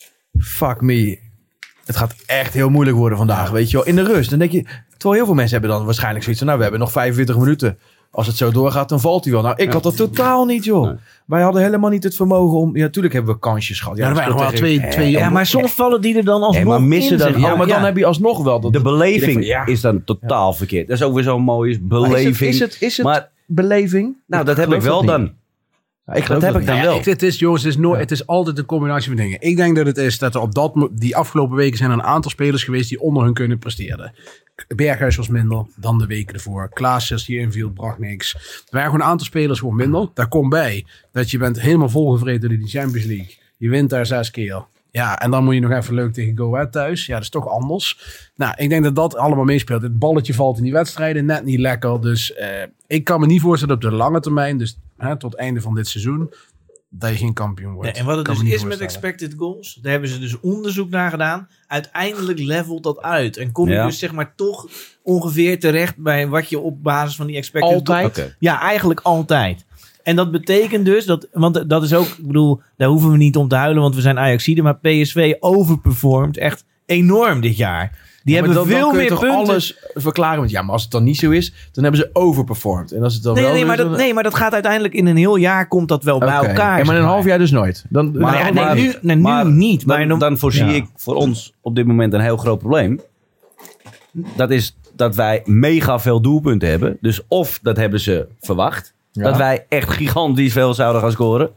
Speaker 5: Fuck me. Het gaat echt heel moeilijk worden vandaag, weet je wel. In de rust. Dan denk je... Terwijl heel veel mensen hebben dan waarschijnlijk zoiets van... Nou, we hebben nog vijfentwintig minuten. Als het zo doorgaat, dan valt hij wel. Nou, ik had dat totaal niet, joh.
Speaker 6: Nee.
Speaker 5: Wij hadden helemaal niet het vermogen om... Ja, natuurlijk hebben we kansjes gehad.
Speaker 7: Ja, er
Speaker 5: dat
Speaker 7: waren nog wel
Speaker 5: speelt
Speaker 7: twee...
Speaker 5: tegen-
Speaker 7: twee
Speaker 8: ja, maar soms vallen die er dan alsnog
Speaker 6: Nee, maar missen
Speaker 8: in,
Speaker 6: dan-
Speaker 8: zeg
Speaker 5: Ja, maar dan
Speaker 8: ja.
Speaker 5: heb je alsnog wel... Dat,
Speaker 6: De
Speaker 5: je
Speaker 6: beleving
Speaker 5: denkt van, ja.
Speaker 6: is dan totaal verkeerd. Dat is ook weer zo'n mooie
Speaker 5: Maar
Speaker 6: beleving.
Speaker 5: Is het, is het, is het
Speaker 6: Maar
Speaker 5: beleving?
Speaker 6: nou, dat heb ik wel
Speaker 5: dan.
Speaker 6: dan.
Speaker 5: Ja, ik
Speaker 6: Dat
Speaker 5: geloof
Speaker 6: heb
Speaker 5: dat
Speaker 6: ik dan
Speaker 5: niet.
Speaker 7: Ja,
Speaker 6: wel.
Speaker 7: ik- het is, jongens, het is, nooit, het is altijd een combinatie van dingen. Ik denk dat het is dat er op dat, mo- die afgelopen weken zijn er een aantal spelers geweest die onder hun kunnen presteren. Berghuis was minder dan de weken ervoor. Klaasjes die inviel, bracht niks. Er waren gewoon een aantal spelers gewoon minder. Daar komt bij dat je bent helemaal volgevreten door die Champions League. Je wint daar zes keer. Ja, en dan moet je nog even leuk tegen Go Ahead thuis. Ja, dat is toch anders. Nou, ik denk dat dat allemaal meespeelt. Het balletje valt in die wedstrijden net niet lekker. Dus eh, ik kan me niet voorstellen op de lange termijn, dus hè, tot het einde van dit seizoen, dat je geen kampioen wordt.
Speaker 8: Ja, en wat het
Speaker 7: Kan
Speaker 8: dus
Speaker 7: me niet
Speaker 8: is met
Speaker 7: voorstellen.
Speaker 8: expected goals, daar hebben ze dus onderzoek naar gedaan. Uiteindelijk levelt dat uit. En kom je
Speaker 6: Ja.
Speaker 8: dus zeg maar toch ongeveer terecht bij wat je op basis van die expected
Speaker 5: Altijd?
Speaker 8: goals...
Speaker 6: Oké.
Speaker 8: Ja, eigenlijk altijd. En dat betekent dus, dat, want dat is ook, ik bedoel, daar hoeven we niet om te huilen, want we zijn Ajaxiden, maar P S V overperformt echt enorm dit jaar. Die
Speaker 5: Ja, maar
Speaker 8: hebben
Speaker 5: dan,
Speaker 8: veel
Speaker 5: dan kun je
Speaker 8: meer
Speaker 5: toch
Speaker 8: punten.
Speaker 5: alles verklaren met ja, maar als het dan niet zo is, dan hebben ze overperformed. En als het dan
Speaker 8: Nee,
Speaker 5: wel
Speaker 8: nee,
Speaker 5: zo
Speaker 8: maar
Speaker 5: is,
Speaker 8: dat,
Speaker 5: dan-
Speaker 8: nee, maar dat gaat uiteindelijk in een heel jaar komt dat wel bij
Speaker 5: Oké.
Speaker 8: elkaar.
Speaker 5: Ja, maar in
Speaker 8: zeg
Speaker 5: een half jaar dus nooit. Dan,
Speaker 8: Maar, ja, nee,
Speaker 6: maar-
Speaker 8: nu, nee, nu
Speaker 6: maar
Speaker 8: niet. Maar
Speaker 6: Dan,
Speaker 8: dan,
Speaker 6: dan voorzie
Speaker 5: Ja.
Speaker 6: ik voor ons op dit moment een heel groot probleem. Dat is dat wij mega veel doelpunten hebben. Dus of dat hebben ze verwacht. Ja. Dat wij echt gigantisch veel zouden gaan scoren.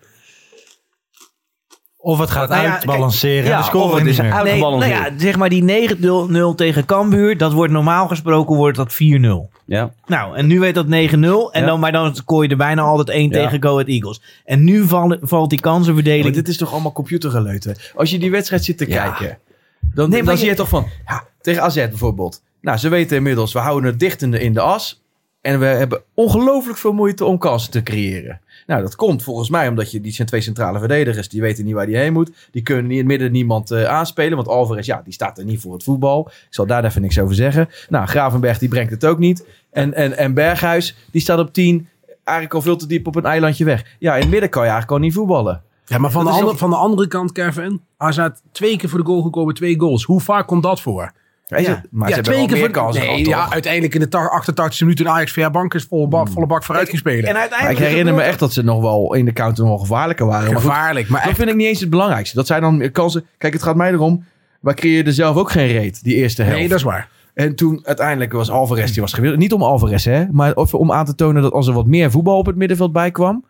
Speaker 4: Of het gaat
Speaker 8: nou ja,
Speaker 4: uitbalanceren.
Speaker 6: Ja,
Speaker 4: en de score
Speaker 6: het is
Speaker 4: niet meer.
Speaker 6: uitgebalanceerd.
Speaker 8: Nee, nou ja, zeg maar die negen nul tegen Cambuur, dat wordt normaal gesproken wordt dat vier nul.
Speaker 6: Ja.
Speaker 8: Nou, en nu weet dat negen nul. En
Speaker 6: Ja.
Speaker 8: dan, maar dan scoor je er bijna altijd één
Speaker 6: Ja.
Speaker 8: tegen Go Ahead Eagles. En nu val, valt die kansenverdeling.
Speaker 5: Maar dit is toch allemaal computergeleuten? Als je die wedstrijd zit te
Speaker 6: Ja.
Speaker 5: kijken, dan,
Speaker 8: Nee,
Speaker 5: dan
Speaker 8: maar
Speaker 5: zie
Speaker 8: je-
Speaker 5: je toch van, ja, tegen A Z bijvoorbeeld. Nou, ze weten inmiddels, we houden het dicht in de, in de as. En we hebben ongelooflijk veel moeite om kansen te creëren. Nou, dat komt volgens mij omdat je, die zijn twee centrale verdedigers, die weten niet waar die heen moet. Die kunnen niet in het midden niemand uh, aanspelen, want Alvarez, ja, die staat er niet voor het voetbal. Ik zal daar even niks over zeggen. Nou, Gravenberg, die brengt het ook niet. En, en, en Berghuis, die staat op tien, eigenlijk al veel te diep op een eilandje weg. Ja, in het midden kan je eigenlijk al niet voetballen.
Speaker 7: Ja, maar van de,
Speaker 5: Dat is
Speaker 7: andere,
Speaker 5: toch-
Speaker 7: van de andere kant, Kevin, A Z twee keer voor de goal gekomen, twee goals. Hoe vaak komt dat voor?
Speaker 5: Ja, is het- maar ze hebben wel meer
Speaker 7: voor
Speaker 5: kansen
Speaker 7: nee,
Speaker 5: gehad,
Speaker 7: ja,
Speaker 5: toch?
Speaker 7: uiteindelijk in de ta- achtentachtigste minuut een Ajax Verbank is volle, ba- volle bak vooruit gespeeld.
Speaker 8: En
Speaker 5: Maar
Speaker 8: uiteindelijk
Speaker 5: ik herinner me echt dat ze nog wel in de counter nog wel gevaarlijker waren. Maar goed,
Speaker 7: Gevaarlijk, maar
Speaker 5: dat
Speaker 7: echt.
Speaker 5: vind ik niet eens het belangrijkste. Dat zijn dan meer kansen. Kijk, het gaat mij erom. Wij creëerden zelf ook geen reet, die eerste helft.
Speaker 7: Nee, dat is waar.
Speaker 5: En toen uiteindelijk was Alvarez, die was gewillig. Niet om Alvarez, hè. Maar of- om aan te tonen dat als er wat meer voetbal op het middenveld bij kwam.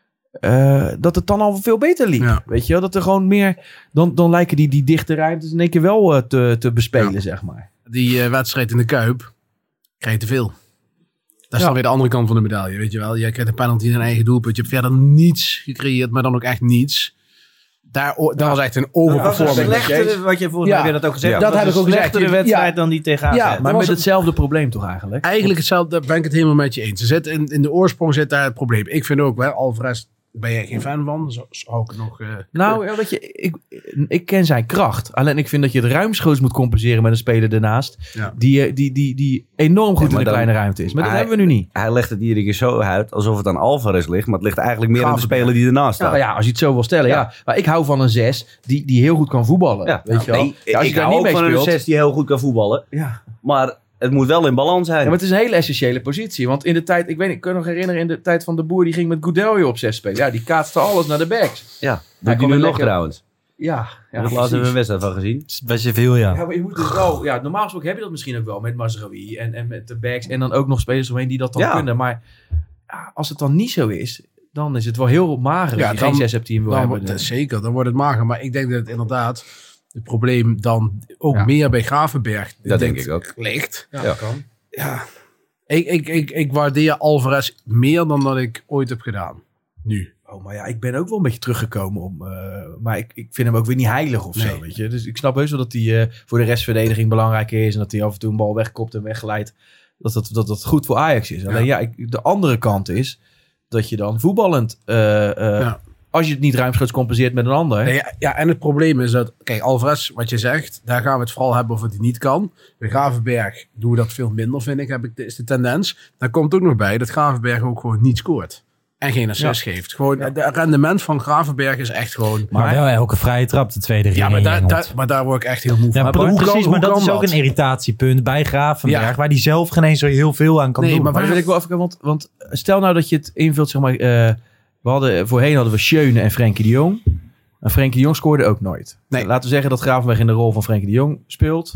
Speaker 5: eh, dat het dan al veel beter liep.
Speaker 7: Ja.
Speaker 5: Weet je wel? Dat er gewoon meer. Dan, dan lijken die, die dichte ruimtes in één keer wel eh, te, te bespelen,
Speaker 7: Ja.
Speaker 5: zeg maar.
Speaker 7: Die eh, wedstrijd in de Kuip krijg je te veel. Dat is
Speaker 5: Ja.
Speaker 7: dan weer de andere kant van de medaille, weet je wel. Jij krijgt een penalty in een eigen doelpunt. Je hebt verder niets gecreëerd, maar dan ook echt niets. Daar, o- dat was echt een
Speaker 8: Dat was een
Speaker 7: overperforming.
Speaker 8: slechtere, wat je volgens
Speaker 5: Ja.
Speaker 8: mij heb je dat ook gezegd.
Speaker 5: Ja.
Speaker 8: Dat
Speaker 5: Dat
Speaker 8: heb
Speaker 5: heb
Speaker 8: ik
Speaker 5: ik
Speaker 8: ook
Speaker 5: ook
Speaker 8: gezegd.
Speaker 5: gezegd.
Speaker 8: Een wedstrijd
Speaker 5: Ja.
Speaker 8: dan die tegen A Z.
Speaker 5: Ja,
Speaker 7: dat
Speaker 5: maar
Speaker 7: was
Speaker 5: met
Speaker 7: het-
Speaker 5: hetzelfde probleem toch eigenlijk?
Speaker 7: Eigenlijk hetzelfde, daar ben ik het helemaal met je eens. Er zit in, in de oorsprong zit daar het probleem. Ik vind ook, hè, Alvarez ben je geen fan van. Zo zou ik het nog... eh,
Speaker 5: Nou, ja, weet je, ik, ik ken zijn kracht. Alleen ik vind dat je het ruimschoots moet compenseren met een speler ernaast.
Speaker 7: Ja.
Speaker 5: Die, eh, die, die, die enorm goed
Speaker 6: Ja,
Speaker 5: in
Speaker 6: maar
Speaker 5: de
Speaker 6: dan-
Speaker 5: kleine ruimte is. Maar dat
Speaker 6: hij-
Speaker 5: hebben we nu niet.
Speaker 6: Hij legt het iedere keer zo uit alsof het aan Alvarez ligt. Maar het ligt eigenlijk meer aan de
Speaker 7: Gravenberg.
Speaker 6: speler die ernaast
Speaker 5: Ja,
Speaker 6: staat.
Speaker 5: ja, als je het zo wil stellen, ja.
Speaker 6: Ja.
Speaker 5: Maar ik hou van een zes die, die heel goed kan voetballen.
Speaker 6: Ja.
Speaker 5: Weet je wel?
Speaker 6: Nee,
Speaker 5: Ja, als
Speaker 6: ik
Speaker 5: je daar
Speaker 6: hou
Speaker 5: niet
Speaker 6: ook
Speaker 5: mee
Speaker 6: van een
Speaker 5: speelt.
Speaker 6: zes die heel goed kan voetballen.
Speaker 5: Ja.
Speaker 6: Maar het moet wel in balans zijn.
Speaker 5: Ja, maar het is een hele essentiële positie. Want in de tijd, ik weet niet, ik kan me nog herinneren, in de tijd van de Boer, die ging met Goudelje op zes spelen. Ja, die kaatste alles naar de backs.
Speaker 6: Ja,
Speaker 5: Hij
Speaker 6: doet hij
Speaker 5: kon
Speaker 6: nu
Speaker 5: er
Speaker 6: nog
Speaker 5: lekker-
Speaker 6: trouwens.
Speaker 5: Ja,
Speaker 6: Ja,
Speaker 5: ja
Speaker 6: ik laatst hebben we
Speaker 5: precies.
Speaker 6: een wedstrijd van gezien.
Speaker 4: Bij Sevilla.
Speaker 5: Ja, maar je moet dus wel, ja, normaal gesproken heb je dat misschien ook wel met Mazraoui en, en met de backs en dan ook nog spelers omheen die dat dan
Speaker 6: Ja.
Speaker 5: kunnen. Maar ja, als het dan niet zo is, dan is het wel heel mager
Speaker 7: Ja,
Speaker 5: als je
Speaker 7: dan-
Speaker 5: geen zes hebt die hem wil
Speaker 7: dan
Speaker 5: hebben.
Speaker 7: wordt, zeker, dan wordt het mager. Maar ik denk dat het inderdaad het probleem dan ook
Speaker 5: Ja.
Speaker 7: meer bij Gravenberg
Speaker 6: Dat denk ik ook.
Speaker 7: ligt.
Speaker 5: Ja,
Speaker 6: Ja.
Speaker 5: dat kan.
Speaker 7: Ja, ik, ik, ik, ik waardeer Alvarez meer dan dat ik ooit heb gedaan. Nu.
Speaker 5: Oh, maar ja, ik ben ook wel een beetje teruggekomen om, eh, maar ik, ik vind hem ook weer niet heilig of zo,
Speaker 7: Nee.
Speaker 5: weet je. Dus ik snap heus wel dat hij eh, voor de restverdediging belangrijk is en dat hij af en toe een bal wegkopt en wegglijdt. Dat dat, dat dat goed voor Ajax is. Alleen ja, ik, de andere kant is dat je dan voetballend, eh, eh,
Speaker 7: Ja.
Speaker 5: als je het niet ruimschoots compenseert met een ander.
Speaker 7: Nee, ja, ja, en het probleem is dat, kijk, Alvarez, wat je zegt, daar gaan we het vooral hebben of het niet kan. Bij Gravenberg doen we dat veel minder, vind ik, heb ik is de tendens. Daar komt ook nog bij dat Gravenberg ook gewoon niet scoort. En geen assist geeft. Gewoon, het rendement van Gravenberg is echt gewoon...
Speaker 4: Maar wel elke vrije trap, de tweede ring
Speaker 7: ja, maar
Speaker 4: in
Speaker 7: daar,
Speaker 4: Jengelt.
Speaker 7: daar, maar daar word ik echt heel moe van.
Speaker 4: Ja,
Speaker 7: Maar
Speaker 4: pre-
Speaker 7: hoe kan-
Speaker 4: precies,
Speaker 7: hoe
Speaker 4: maar dat
Speaker 7: kan
Speaker 4: is ook een irritatiepunt bij Gravenberg,
Speaker 7: Ja.
Speaker 4: waar die zelf geen eens zo heel veel aan kan
Speaker 7: Nee,
Speaker 4: doen.
Speaker 7: maar
Speaker 5: Maar dat wil ik wel even, want, want stel nou dat je het invult, zeg maar, eh, we hadden, voorheen hadden we Schöne en Frenkie de Jong. En Frenkie de Jong scoorde ook nooit.
Speaker 7: Nee.
Speaker 5: Laten we zeggen dat Gravenberg in de rol van Frenkie de Jong speelt.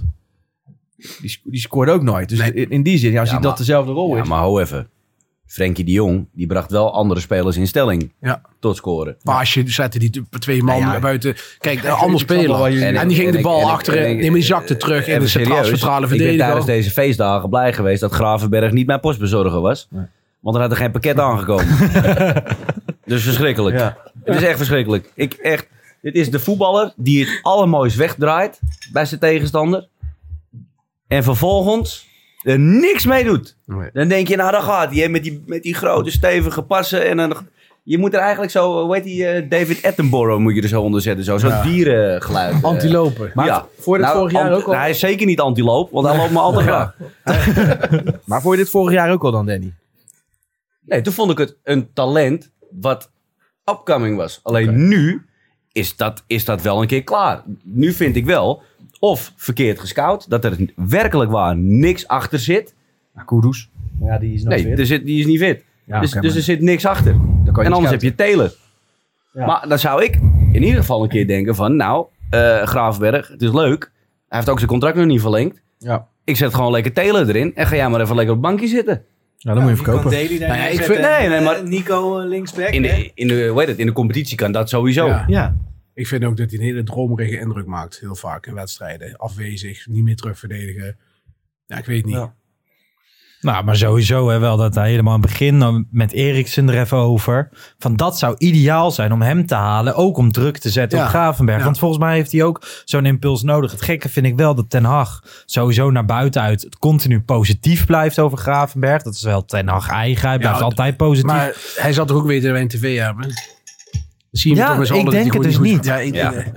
Speaker 5: Die, sc- die scoorde ook nooit. Dus
Speaker 7: Nee.
Speaker 5: in, in die zin, ja, als
Speaker 6: Ja,
Speaker 5: hij dat
Speaker 6: maar-
Speaker 5: dezelfde rol
Speaker 6: Ja,
Speaker 5: is.
Speaker 6: maar hou even. Frenkie de Jong, die bracht wel andere spelers in stelling
Speaker 7: Ja.
Speaker 6: tot scoren.
Speaker 7: Paasje zette die t- twee man
Speaker 6: Ja, ja.
Speaker 7: buiten. Kijk, de
Speaker 5: ik
Speaker 7: ander
Speaker 5: snap wel
Speaker 7: speler.
Speaker 5: waar
Speaker 7: En,
Speaker 5: jullie-
Speaker 7: die ging
Speaker 6: en
Speaker 7: de
Speaker 6: ik-
Speaker 7: bal
Speaker 6: en ik-
Speaker 7: achteren.
Speaker 6: en ik-
Speaker 7: Nee, maar die zakte terug in
Speaker 6: Even
Speaker 7: de centraal
Speaker 6: serieus,
Speaker 7: centrale
Speaker 6: Ik ben
Speaker 7: verdediger.
Speaker 6: tijdens deze feestdagen blij geweest dat Gravenberg niet mijn postbezorger was.
Speaker 5: Nee.
Speaker 6: Want er had er geen pakket aangekomen. Dus verschrikkelijk.
Speaker 5: Ja.
Speaker 6: Het is echt verschrikkelijk. Ik echt, dit is de voetballer die het allermooist wegdraait bij zijn tegenstander. En vervolgens er niks mee doet.
Speaker 7: Nee.
Speaker 6: Dan denk je, nou dan gaat hij hè, met die, met die grote stevige passen. En dan, je moet er eigenlijk zo, hoe heet die, eh, David Attenborough moet je er zo onder zetten. Zo, zo'n
Speaker 7: Ja.
Speaker 6: dierengeluid. eh.
Speaker 7: Antilopen.
Speaker 5: Maar
Speaker 6: ja.
Speaker 5: voor dit
Speaker 6: Nou,
Speaker 5: vorig jaar
Speaker 6: ant-
Speaker 5: ook al.
Speaker 6: Hij is zeker niet antiloop, want hij loopt me altijd graag.
Speaker 5: Maar voor je dit vorig jaar ook al dan, Danny?
Speaker 6: Nee, toen vond ik het een talent wat upcoming was. Alleen nu is dat, is dat wel een keer klaar. Nu vind ik wel, of verkeerd gescout, dat er werkelijk waar niks achter zit.
Speaker 5: Nou, Kudus. Maar ja, die is nog
Speaker 6: Nee,
Speaker 5: fit.
Speaker 6: er zit, die is niet fit.
Speaker 5: Ja,
Speaker 6: dus
Speaker 5: oké,
Speaker 6: dus
Speaker 5: maar-
Speaker 6: er zit niks achter.
Speaker 5: Dan kan je
Speaker 6: En anders heb
Speaker 5: scouten.
Speaker 6: je Taylor.
Speaker 5: Ja.
Speaker 6: Maar dan zou ik in ieder geval een keer denken van, nou, eh, Gravenberg, het is leuk. Hij heeft ook zijn contract nog niet verlengd.
Speaker 5: Ja.
Speaker 6: ik zet gewoon lekker Taylor erin. En ga jij maar even lekker op het bankje zitten.
Speaker 5: Ja, dan moet je verkopen.
Speaker 8: Daly daar
Speaker 6: Nou ja, ik
Speaker 8: neerzetten
Speaker 6: vind- nee,
Speaker 8: en,
Speaker 6: nee, maar-
Speaker 8: eh, Nico uh, linksback.
Speaker 6: In de, in, de, hoe heet het, in de competitie kan dat sowieso.
Speaker 7: Ja.
Speaker 8: Ja.
Speaker 7: Ik vind ook dat hij een hele dromerige indruk maakt. Heel vaak in wedstrijden. Afwezig, niet meer terugverdedigen. Ja, ik weet niet.
Speaker 5: Ja.
Speaker 4: Nou, maar sowieso hè, wel dat hij helemaal aan het begin dan met Eriksen er even over. Van dat zou ideaal zijn om hem te halen. Ook om druk te zetten
Speaker 7: Ja.
Speaker 4: op Gravenberg.
Speaker 7: Ja.
Speaker 4: Want volgens mij heeft hij ook zo'n impuls nodig. Het gekke vind ik wel dat Ten Hag sowieso naar buiten uit het continu positief blijft over Gravenberg. Dat is wel Ten Hag eigen. Hij blijft
Speaker 7: Ja,
Speaker 4: altijd positief.
Speaker 7: Maar hij zal toch ook weten dat wij een tv hebben? Dan zie je
Speaker 4: Ja,
Speaker 7: toch met z'n
Speaker 4: ik
Speaker 7: allen dat
Speaker 4: denk
Speaker 7: hij
Speaker 4: het
Speaker 7: gewoon
Speaker 4: dus
Speaker 7: goed-
Speaker 4: niet.
Speaker 7: Ja, ik,
Speaker 6: Ja.
Speaker 7: eh,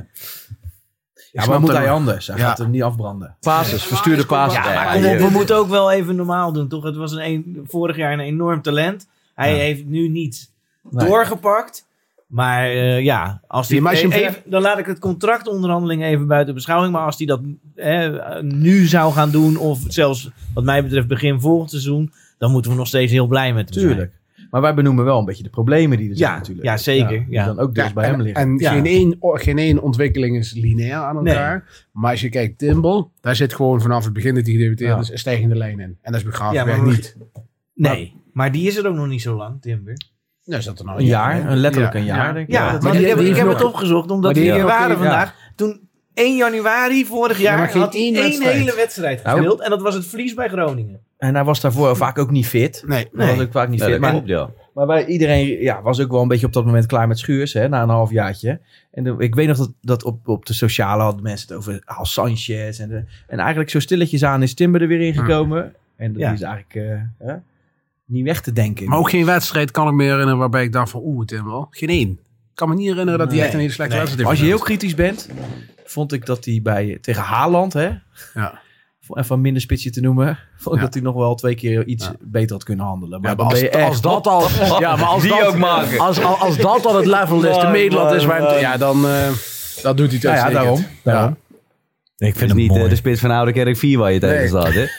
Speaker 5: Ja,
Speaker 7: snap
Speaker 5: maar moet
Speaker 7: dat
Speaker 5: hij
Speaker 7: wel.
Speaker 5: anders? Hij
Speaker 7: Ja.
Speaker 5: gaat hem niet afbranden.
Speaker 9: Basis, verstuurde basis.
Speaker 8: Ja, maar kom op, we moeten ook wel even normaal doen, toch? Het was een, een, vorig jaar een enorm talent. Hij heeft nu niet
Speaker 5: Nee.
Speaker 8: doorgepakt. Maar uh, ja, als hij,
Speaker 7: Nee, maar als je hem
Speaker 8: even, dan laat ik het contractonderhandeling even buiten beschouwing. Maar als hij dat eh, nu zou gaan doen, of zelfs wat mij betreft begin volgend seizoen, dan moeten we nog steeds heel blij met hem zijn.
Speaker 5: Tuurlijk. Maar wij benoemen wel een beetje de problemen die er zijn
Speaker 8: Ja,
Speaker 5: natuurlijk.
Speaker 8: ja, zeker.
Speaker 5: Die
Speaker 8: Ja.
Speaker 5: dan ook dus
Speaker 7: Ja,
Speaker 5: bij
Speaker 7: en,
Speaker 5: hem liggen.
Speaker 7: En
Speaker 8: Ja.
Speaker 7: geen, één, geen één ontwikkeling is lineair aan
Speaker 8: Nee.
Speaker 7: elkaar. Maar als je kijkt, Timber, daar zit gewoon vanaf het begin dat hij gedebuteerd
Speaker 5: Ja.
Speaker 7: is, een stijgende lijn in. En dat is bij Gravenberg
Speaker 8: Ja, maar we-
Speaker 7: niet.
Speaker 8: Nee, maar die is er ook nog niet zo lang, Timber.
Speaker 7: Nou, is dat er nou
Speaker 5: Een jaar,
Speaker 7: hè?
Speaker 5: een letterlijk
Speaker 7: Ja.
Speaker 5: een jaar
Speaker 7: Ja.
Speaker 5: denk ik.
Speaker 8: Ja,
Speaker 5: Ja,
Speaker 8: maar
Speaker 7: maar die-
Speaker 8: ik heb,
Speaker 7: die
Speaker 8: ik
Speaker 7: heeft
Speaker 8: heb
Speaker 7: nog-
Speaker 8: het opgezocht, omdat
Speaker 7: maar
Speaker 8: we
Speaker 7: die-
Speaker 8: hier
Speaker 7: oké,
Speaker 8: waren
Speaker 7: ja.
Speaker 8: vandaag. Toen één januari vorig
Speaker 7: Ja,
Speaker 8: jaar
Speaker 7: maar geen
Speaker 8: had hij
Speaker 7: één
Speaker 8: één
Speaker 7: wedstrijd.
Speaker 8: hele wedstrijd
Speaker 5: Nou,
Speaker 8: gespeeld. En dat was het verlies bij Groningen.
Speaker 5: En hij was daarvoor vaak ook niet fit.
Speaker 7: Nee.
Speaker 5: Hij was ook vaak niet
Speaker 6: Ja,
Speaker 5: fit.
Speaker 6: dat
Speaker 5: Maar,
Speaker 6: klopt, ja.
Speaker 5: maar wij, iedereen ja, was ook wel een beetje op dat moment klaar met Schuurs, hè, na een halfjaartje. En de- ik weet nog dat, dat op, op de sociale hadden mensen het over Al Sanchez. En, de, en eigenlijk zo stilletjes aan is Timber er weer ingekomen. En dat
Speaker 8: Ja.
Speaker 5: is eigenlijk eh, hè, niet weg te denken.
Speaker 7: Maar ook geen wedstrijd kan ik me herinneren waarbij ik dacht van, oeh, Timber. Geen één. Ik kan me niet herinneren dat hij
Speaker 5: Nee.
Speaker 7: echt een hele slechte
Speaker 8: Nee.
Speaker 7: wedstrijd
Speaker 5: Maar als je
Speaker 7: heeft
Speaker 5: heel kritisch bent, vond ik dat hij bij tegen Haaland, hè,
Speaker 7: Ja.
Speaker 5: om even een minder spitsje te noemen, vond ik
Speaker 7: Ja.
Speaker 5: dat hij nog wel twee keer iets
Speaker 7: Ja.
Speaker 5: beter had kunnen handelen. Maar
Speaker 7: Ja,
Speaker 5: dan
Speaker 7: maar
Speaker 5: ben
Speaker 7: als,
Speaker 5: je echt...
Speaker 7: als dat al, ja, maar als
Speaker 6: Die
Speaker 7: dat,
Speaker 6: ook maken.
Speaker 7: Als, als, als dat al het level is, de
Speaker 6: Man,
Speaker 7: meetlat is, waar
Speaker 6: man,
Speaker 7: hem- ja, dan uh, dat doet hij het
Speaker 5: Ja, ja,
Speaker 7: uitstekend.
Speaker 5: daarom. daarom.
Speaker 4: ik
Speaker 6: Het
Speaker 4: vind
Speaker 6: is
Speaker 4: hem
Speaker 6: niet eh,
Speaker 4: mooi.
Speaker 6: de spits van Oude Kerk vier waar je tegen
Speaker 7: Nee.
Speaker 6: staat, hè?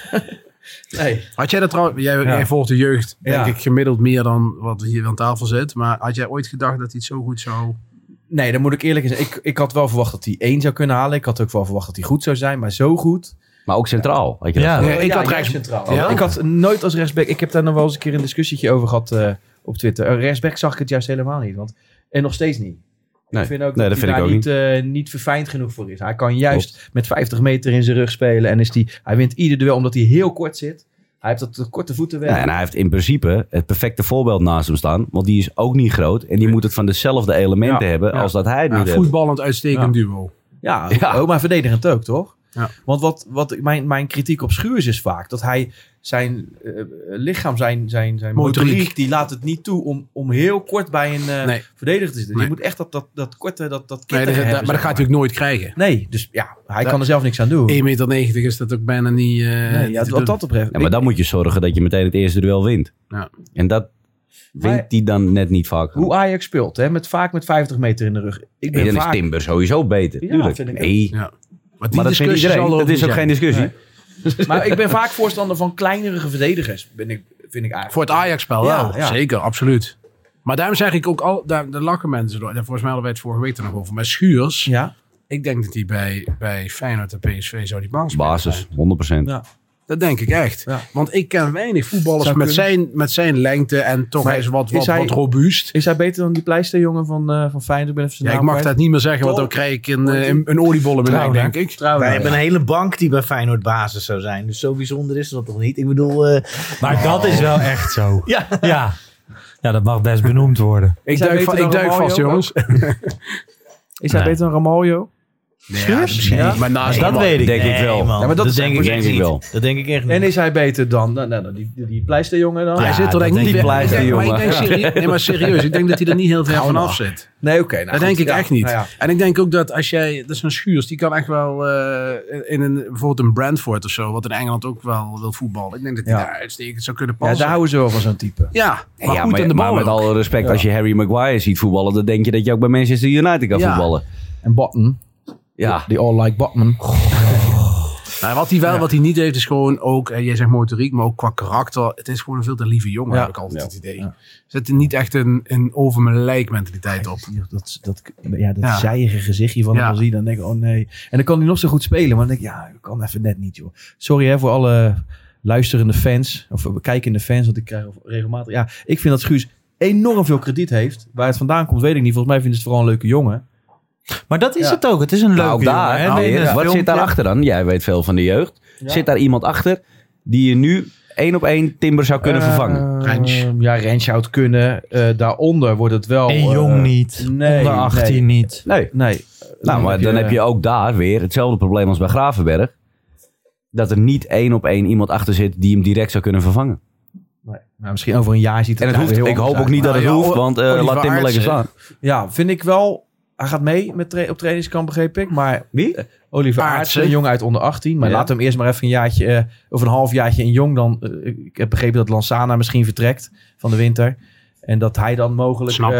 Speaker 5: Nee.
Speaker 7: Had jij dat trouwens, jij, jij volgt de jeugd, denk
Speaker 5: Ja.
Speaker 7: ik, gemiddeld meer dan wat hier aan tafel zit. Maar had jij ooit gedacht dat hij het zo goed zou...
Speaker 5: Nee, dan moet ik eerlijk zijn. Ik, ik had wel verwacht dat hij één zou kunnen halen. Ik had ook wel verwacht dat hij goed zou zijn, maar zo goed.
Speaker 6: Maar ook centraal. Had je dat
Speaker 4: Ja.
Speaker 6: verwacht?
Speaker 7: Nee, ik had
Speaker 5: juist
Speaker 7: rechts-
Speaker 5: centraal.
Speaker 7: Ja?
Speaker 5: Ik had nooit als rechtsback... Ik heb daar nog wel eens een keer een discussietje over gehad uh, op Twitter. Uh, rechtsback zag ik het juist helemaal niet. Want, en nog steeds niet.
Speaker 6: Nee.
Speaker 5: Ik vind ook
Speaker 6: Nee,
Speaker 5: dat,
Speaker 6: dat
Speaker 5: hij
Speaker 6: vind
Speaker 5: daar
Speaker 6: ik ook
Speaker 5: niet, uh, niet verfijnd genoeg voor is. Hij kan juist met vijftig meter in zijn rug spelen. En is die, hij wint ieder duel omdat hij heel kort zit. Hij heeft dat korte voetenwerk.
Speaker 6: Ja, en hij heeft in principe het perfecte voorbeeld naast hem staan. Want die is ook niet groot. En die moet het van dezelfde elementen
Speaker 5: Ja,
Speaker 6: hebben
Speaker 5: ja.
Speaker 6: als dat hij nu
Speaker 7: Ja,
Speaker 6: heeft.
Speaker 7: voetballend uitstekend
Speaker 5: Ja.
Speaker 7: duo.
Speaker 5: Ja,
Speaker 6: Ja.
Speaker 5: ook maar verdedigend ook, toch?
Speaker 7: Ja.
Speaker 5: Want wat, wat mijn, mijn kritiek op Schuurs is vaak dat hij zijn uh, lichaam, zijn, zijn, zijn
Speaker 7: Motoriek.
Speaker 5: motoriek, die laat het niet toe om, om heel kort bij een uh,
Speaker 7: Nee.
Speaker 5: verdediger te zitten.
Speaker 7: Nee.
Speaker 5: Je moet echt dat, dat, dat korte, dat, dat
Speaker 7: Nee,
Speaker 5: kittige
Speaker 7: dat, dat-
Speaker 5: hebben,
Speaker 7: maar dat
Speaker 5: zeg
Speaker 7: gaat hij natuurlijk nooit krijgen.
Speaker 5: Nee, dus ja, hij
Speaker 7: Dat-
Speaker 5: kan er zelf niks aan doen.
Speaker 7: één meter negentig is dat ook bijna niet... Uh,
Speaker 5: nee,
Speaker 7: niet
Speaker 5: ja,
Speaker 7: te
Speaker 5: wat
Speaker 7: doen.
Speaker 5: dat betreft.
Speaker 6: Ja, maar dan moet je zorgen dat je meteen het eerste duel wint.
Speaker 7: Ja.
Speaker 6: En dat wint
Speaker 5: Maar-
Speaker 6: hij dan net niet vaak.
Speaker 5: Hoe Ajax speelt, hè, met, vaak met vijftig meter in de rug. Ik ben
Speaker 6: En dan
Speaker 5: vaak...
Speaker 6: is Timber sowieso beter.
Speaker 5: Ja,
Speaker 6: Tuurlijk.
Speaker 5: vind ik
Speaker 6: nee,
Speaker 7: Ja. Maar, die
Speaker 6: maar dat vindt
Speaker 7: discussie
Speaker 6: iedereen.
Speaker 7: zal
Speaker 6: Dat is ook
Speaker 7: over
Speaker 6: geen
Speaker 7: zijn.
Speaker 6: discussie.
Speaker 5: Maar ik ben vaak voorstander van kleinere verdedigers, ben ik, vind ik eigenlijk.
Speaker 7: Voor het Ajax-spel
Speaker 5: Ja,
Speaker 7: wel,
Speaker 5: ja.
Speaker 7: zeker, absoluut. Maar daarom zeg ik ook al, daar, daar lachen mensen door. En volgens mij hadden wij het vorige week er nog over. Maar Schuurs,
Speaker 5: Ja,
Speaker 7: ik denk dat hij bij, bij Feyenoord en P S V zou die baas
Speaker 6: Basis, honderd procent.
Speaker 5: ja.
Speaker 7: Dat denk ik echt.
Speaker 5: Ja.
Speaker 7: Want ik ken weinig voetballers
Speaker 5: Zou
Speaker 7: met
Speaker 5: kunnen.
Speaker 7: zijn, met zijn lengte en toch
Speaker 5: Maar
Speaker 7: hij is wat,
Speaker 5: is
Speaker 7: wat,
Speaker 5: hij-
Speaker 7: wat robuust.
Speaker 5: Is hij beter dan die pleisterjongen van, uh, van Feyenoord? Ik ben even zijn
Speaker 7: Ja, ik
Speaker 5: naam
Speaker 7: mag
Speaker 5: kwijt.
Speaker 7: dat niet meer zeggen, want dan krijg ik een, eh, een, een oliebol in mijn nek, denk ik.
Speaker 8: Wij hebben een hele bank die bij Feyenoord basis zou zijn. Dus zo bijzonder is dat toch niet? Ik bedoel... eh,
Speaker 4: Maar dat is wel echt zo.
Speaker 8: ja.
Speaker 4: Ja. Ja, dat mag best benoemd worden.
Speaker 7: Ik
Speaker 5: Is hij
Speaker 7: duik,
Speaker 5: beter
Speaker 7: va- ik
Speaker 5: dan
Speaker 7: duik
Speaker 5: Romario
Speaker 7: vast, jongens.
Speaker 5: Is hij
Speaker 4: Nee.
Speaker 5: beter dan Ramaljo?
Speaker 7: Nee, ja, misschien
Speaker 4: Ja?
Speaker 7: niet, maar naast
Speaker 4: dat weet ik.
Speaker 6: Denk ik
Speaker 8: nee,
Speaker 6: wel.
Speaker 8: man.
Speaker 5: Ja, maar dat
Speaker 8: dat
Speaker 5: is-
Speaker 8: denk ik
Speaker 6: denk
Speaker 8: echt
Speaker 6: ik
Speaker 8: niet.
Speaker 6: wel.
Speaker 8: Dat denk ik echt niet.
Speaker 5: En is hij beter dan nou, nou, die, die, die pleisterjongen dan?
Speaker 7: hij
Speaker 4: Ja,
Speaker 7: zit er
Speaker 4: dat
Speaker 7: denk ik
Speaker 4: denk
Speaker 7: niet
Speaker 4: ik
Speaker 7: ver-
Speaker 6: blijft,
Speaker 7: ik denk-
Speaker 6: die
Speaker 7: maar ik
Speaker 6: jongen.
Speaker 7: denk serieus, nee, maar serieus, ik denk dat hij er niet heel ver vanaf zit.
Speaker 5: Nee, oké. nou
Speaker 7: Dat
Speaker 5: goed,
Speaker 7: denk ik
Speaker 5: ja.
Speaker 7: echt niet.
Speaker 5: Nou ja.
Speaker 7: En ik denk ook dat als jij, dat is een Schuurs, die kan echt wel uh, in een, bijvoorbeeld een Brentford of zo, wat in Engeland ook wel wil voetballen. Ik denk dat hij
Speaker 5: Ja.
Speaker 7: daar uitstekend zou kunnen
Speaker 5: Ja,
Speaker 7: passen.
Speaker 5: daar houden ze wel van zo'n type.
Speaker 7: Ja, maar
Speaker 6: Ja,
Speaker 7: goed
Speaker 6: maar,
Speaker 7: aan de
Speaker 6: maar
Speaker 7: bal
Speaker 6: met
Speaker 7: ook.
Speaker 6: alle respect,
Speaker 5: Ja.
Speaker 6: als je Harry Maguire ziet voetballen, dan denk je dat je ook bij Manchester United kan
Speaker 7: Ja.
Speaker 6: voetballen.
Speaker 5: En Botman.
Speaker 6: Ja,
Speaker 5: Die all-like Botman.
Speaker 7: Nou, wat hij wel, ja. wat hij niet heeft, is gewoon ook, en jij zegt motoriek, maar ook qua karakter. Het is gewoon een veel te lieve jongen, ja. heb ik altijd ja. het idee. Ja. Er zit er niet echt een, een over mijn lijk mentaliteit op.
Speaker 5: Ja, dat dat, ja, dat ja. zijige gezichtje van ja. hem al zie, dan denk ik, oh nee. En dan kan hij nog zo goed spelen, maar dan denk ik, ja, ik kan even net niet, joh. Sorry hè, voor alle luisterende fans, of kijkende fans, want ik krijg regelmatig... Ja, ik vind dat Schuurs enorm veel krediet heeft. Waar het vandaan komt, weet ik niet. Volgens mij vindt het vooral een leuke jongen.
Speaker 4: Maar dat is ja. het ook. Het is een leuke
Speaker 6: nou, daar,
Speaker 4: jongen.
Speaker 6: Nou, weer, wat filmpje. Zit daarachter dan? Jij weet veel van de jeugd. Ja. Zit daar iemand achter die je nu één op één Timber zou kunnen uh, vervangen?
Speaker 5: Rens. Ja, Rens zou het kunnen. Uh, daaronder wordt het wel...
Speaker 4: En Jong uh, niet. Nee, onder achttien nee. niet.
Speaker 6: Nee. nee. Nou, maar dan heb je ook daar weer hetzelfde probleem als bij Gravenberg. Dat er niet één op één iemand achter zit die hem direct zou kunnen vervangen.
Speaker 5: Nee. Nou, misschien over een jaar ziet het,
Speaker 6: en het hoeft,
Speaker 5: heel
Speaker 6: ik hoop ook niet dat het nou, hoeft, want uh, laat Timber lekker staan.
Speaker 5: Ja, vind ik wel... Hij gaat mee met tra- op trainingskamp, begreep ik. Maar
Speaker 6: wie?
Speaker 5: Uh, Oliver Aartsen, een jongen uit onder achttien. Maar ja. laat hem eerst maar even een jaartje, uh, of een halfjaartje in Jong. Dan, uh, ik heb begrepen dat Lansana misschien vertrekt van de winter. En dat hij dan mogelijk uh,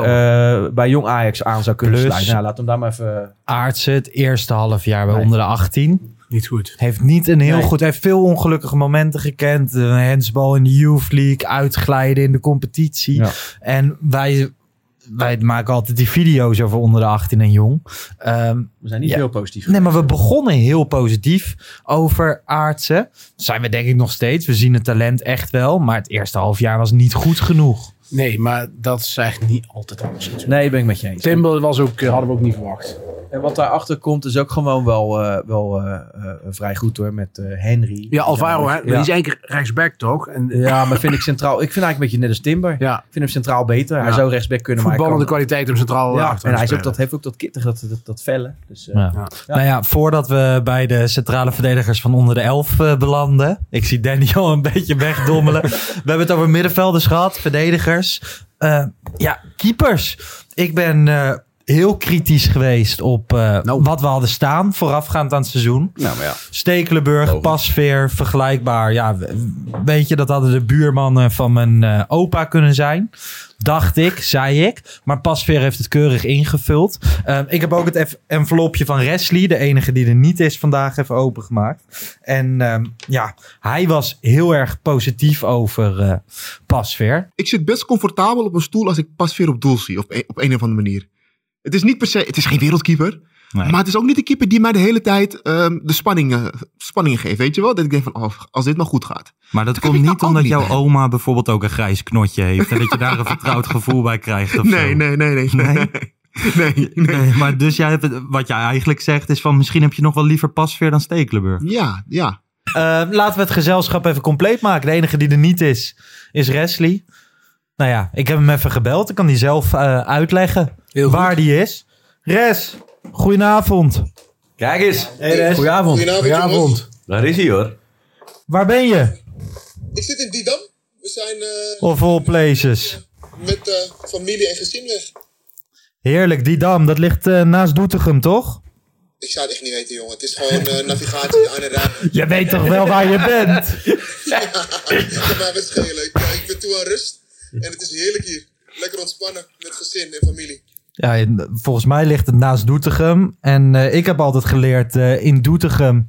Speaker 5: uh, bij Jong Ajax aan zou kunnen sluiten. Nou, laat hem daar maar even...
Speaker 4: Aartsen het eerste half jaar bij nee. onder de achttien.
Speaker 7: Niet goed.
Speaker 4: Heeft niet een heel
Speaker 5: nee.
Speaker 4: goed... Hij heeft veel ongelukkige momenten gekend. Een handsbal in de Youth League. Uitglijden in de competitie. Ja. En wij... Wij maken altijd die video's over onder de achttien en jong. Um,
Speaker 5: we zijn niet
Speaker 4: ja.
Speaker 5: heel positief.
Speaker 4: Nee, maar we begonnen heel positief over Aartsen. Dat zijn we denk ik nog steeds. We zien het talent echt wel. Maar het eerste half jaar was niet goed genoeg.
Speaker 7: Nee, maar dat is echt niet altijd anders.
Speaker 5: Nee, dat ben ik met je eens.
Speaker 7: Timber was ook, hadden we ook niet verwacht.
Speaker 5: En wat daarachter komt is ook gewoon wel, uh, wel uh, uh, vrij goed hoor. Met uh, Henry.
Speaker 7: Ja, Alvaro, hè? Ja. Die is eigenlijk rechtsback toch? En,
Speaker 5: ja, maar vind ik centraal... Ik vind eigenlijk een beetje net als Timber.
Speaker 7: Ja.
Speaker 5: Ik vind hem centraal beter. Hij ja. zou rechtsback kunnen maken.
Speaker 7: Voetballende kwaliteit om centraal
Speaker 5: ja,
Speaker 7: achter
Speaker 5: en hij is ook, dat heeft ook dat kittig, dat, dat, dat felle. Dus, uh,
Speaker 4: ja. Ja. Ja. Nou ja, voordat we bij de centrale verdedigers van onder de elf uh, belanden. Ik zie Danny al een beetje wegdommelen. We hebben het over middenvelders gehad, verdedigers. Uh, ja, keepers. Ik ben... Uh, heel kritisch geweest op uh, no. wat we hadden staan voorafgaand aan het seizoen.
Speaker 6: Nou, maar ja.
Speaker 4: Stekelenburg, Logisch. Pasveer, vergelijkbaar. Ja, weet je, dat hadden de buurmannen van mijn uh, opa kunnen zijn. Dacht ik, zei ik. Maar Pasveer heeft het keurig ingevuld. Uh, ik heb ook het envelopje van Wesley, de enige die er niet is, vandaag even opengemaakt. En uh, ja, hij was heel erg positief over uh, Pasveer.
Speaker 2: Ik zit best comfortabel op een stoel als ik Pasveer op doel zie, op een, op een of andere manier. Het is niet per se, het is geen wereldkeeper. Nee. Maar het is ook niet de keeper die mij de hele tijd um, de spanning, uh, spanning geeft. Weet je wel? Dat ik denk van, oh, als dit maar goed gaat.
Speaker 12: Maar dat, dat komt niet omdat niet jouw bij. oma bijvoorbeeld ook een grijs knotje heeft. En dat je daar een vertrouwd gevoel bij krijgt of
Speaker 2: nee,
Speaker 12: zo.
Speaker 2: Nee, nee, nee.
Speaker 12: Nee?
Speaker 2: Nee, nee.
Speaker 12: nee maar dus jij hebt, wat jij eigenlijk zegt is van, misschien heb je nog wel liever Pasveer dan Stekelenburg.
Speaker 2: Ja, ja.
Speaker 4: Uh, laten we het gezelschap even compleet maken. De enige die er niet is, is Wesley. Nou ja, ik heb hem even gebeld. Ik kan die zelf uh, uitleggen waar die is. Res, goedenavond.
Speaker 6: Kijk eens.
Speaker 5: Hey Res.
Speaker 7: Goedenavond.
Speaker 5: Goedenavond.
Speaker 7: Goedenavond.
Speaker 6: Daar is hij hoor.
Speaker 4: Waar ben je?
Speaker 13: Ik zit in Didam. We zijn... Uh,
Speaker 4: of all places.
Speaker 13: Met uh, familie en gezin weg.
Speaker 4: Heerlijk, Didam. Dat ligt uh, naast Doetinchem, toch?
Speaker 13: Ik zou het echt niet weten, jongen. Het is gewoon uh, navigatie aan en rij.
Speaker 4: Je weet toch wel waar je bent?
Speaker 13: Ja, kan mij best schelen. Ik, uh, ik ben toe aan rust. En het is heerlijk hier. Lekker ontspannen met gezin en familie.
Speaker 4: Ja, volgens mij ligt het naast Doetinchem. En uh, ik heb altijd geleerd, uh, in Doetinchem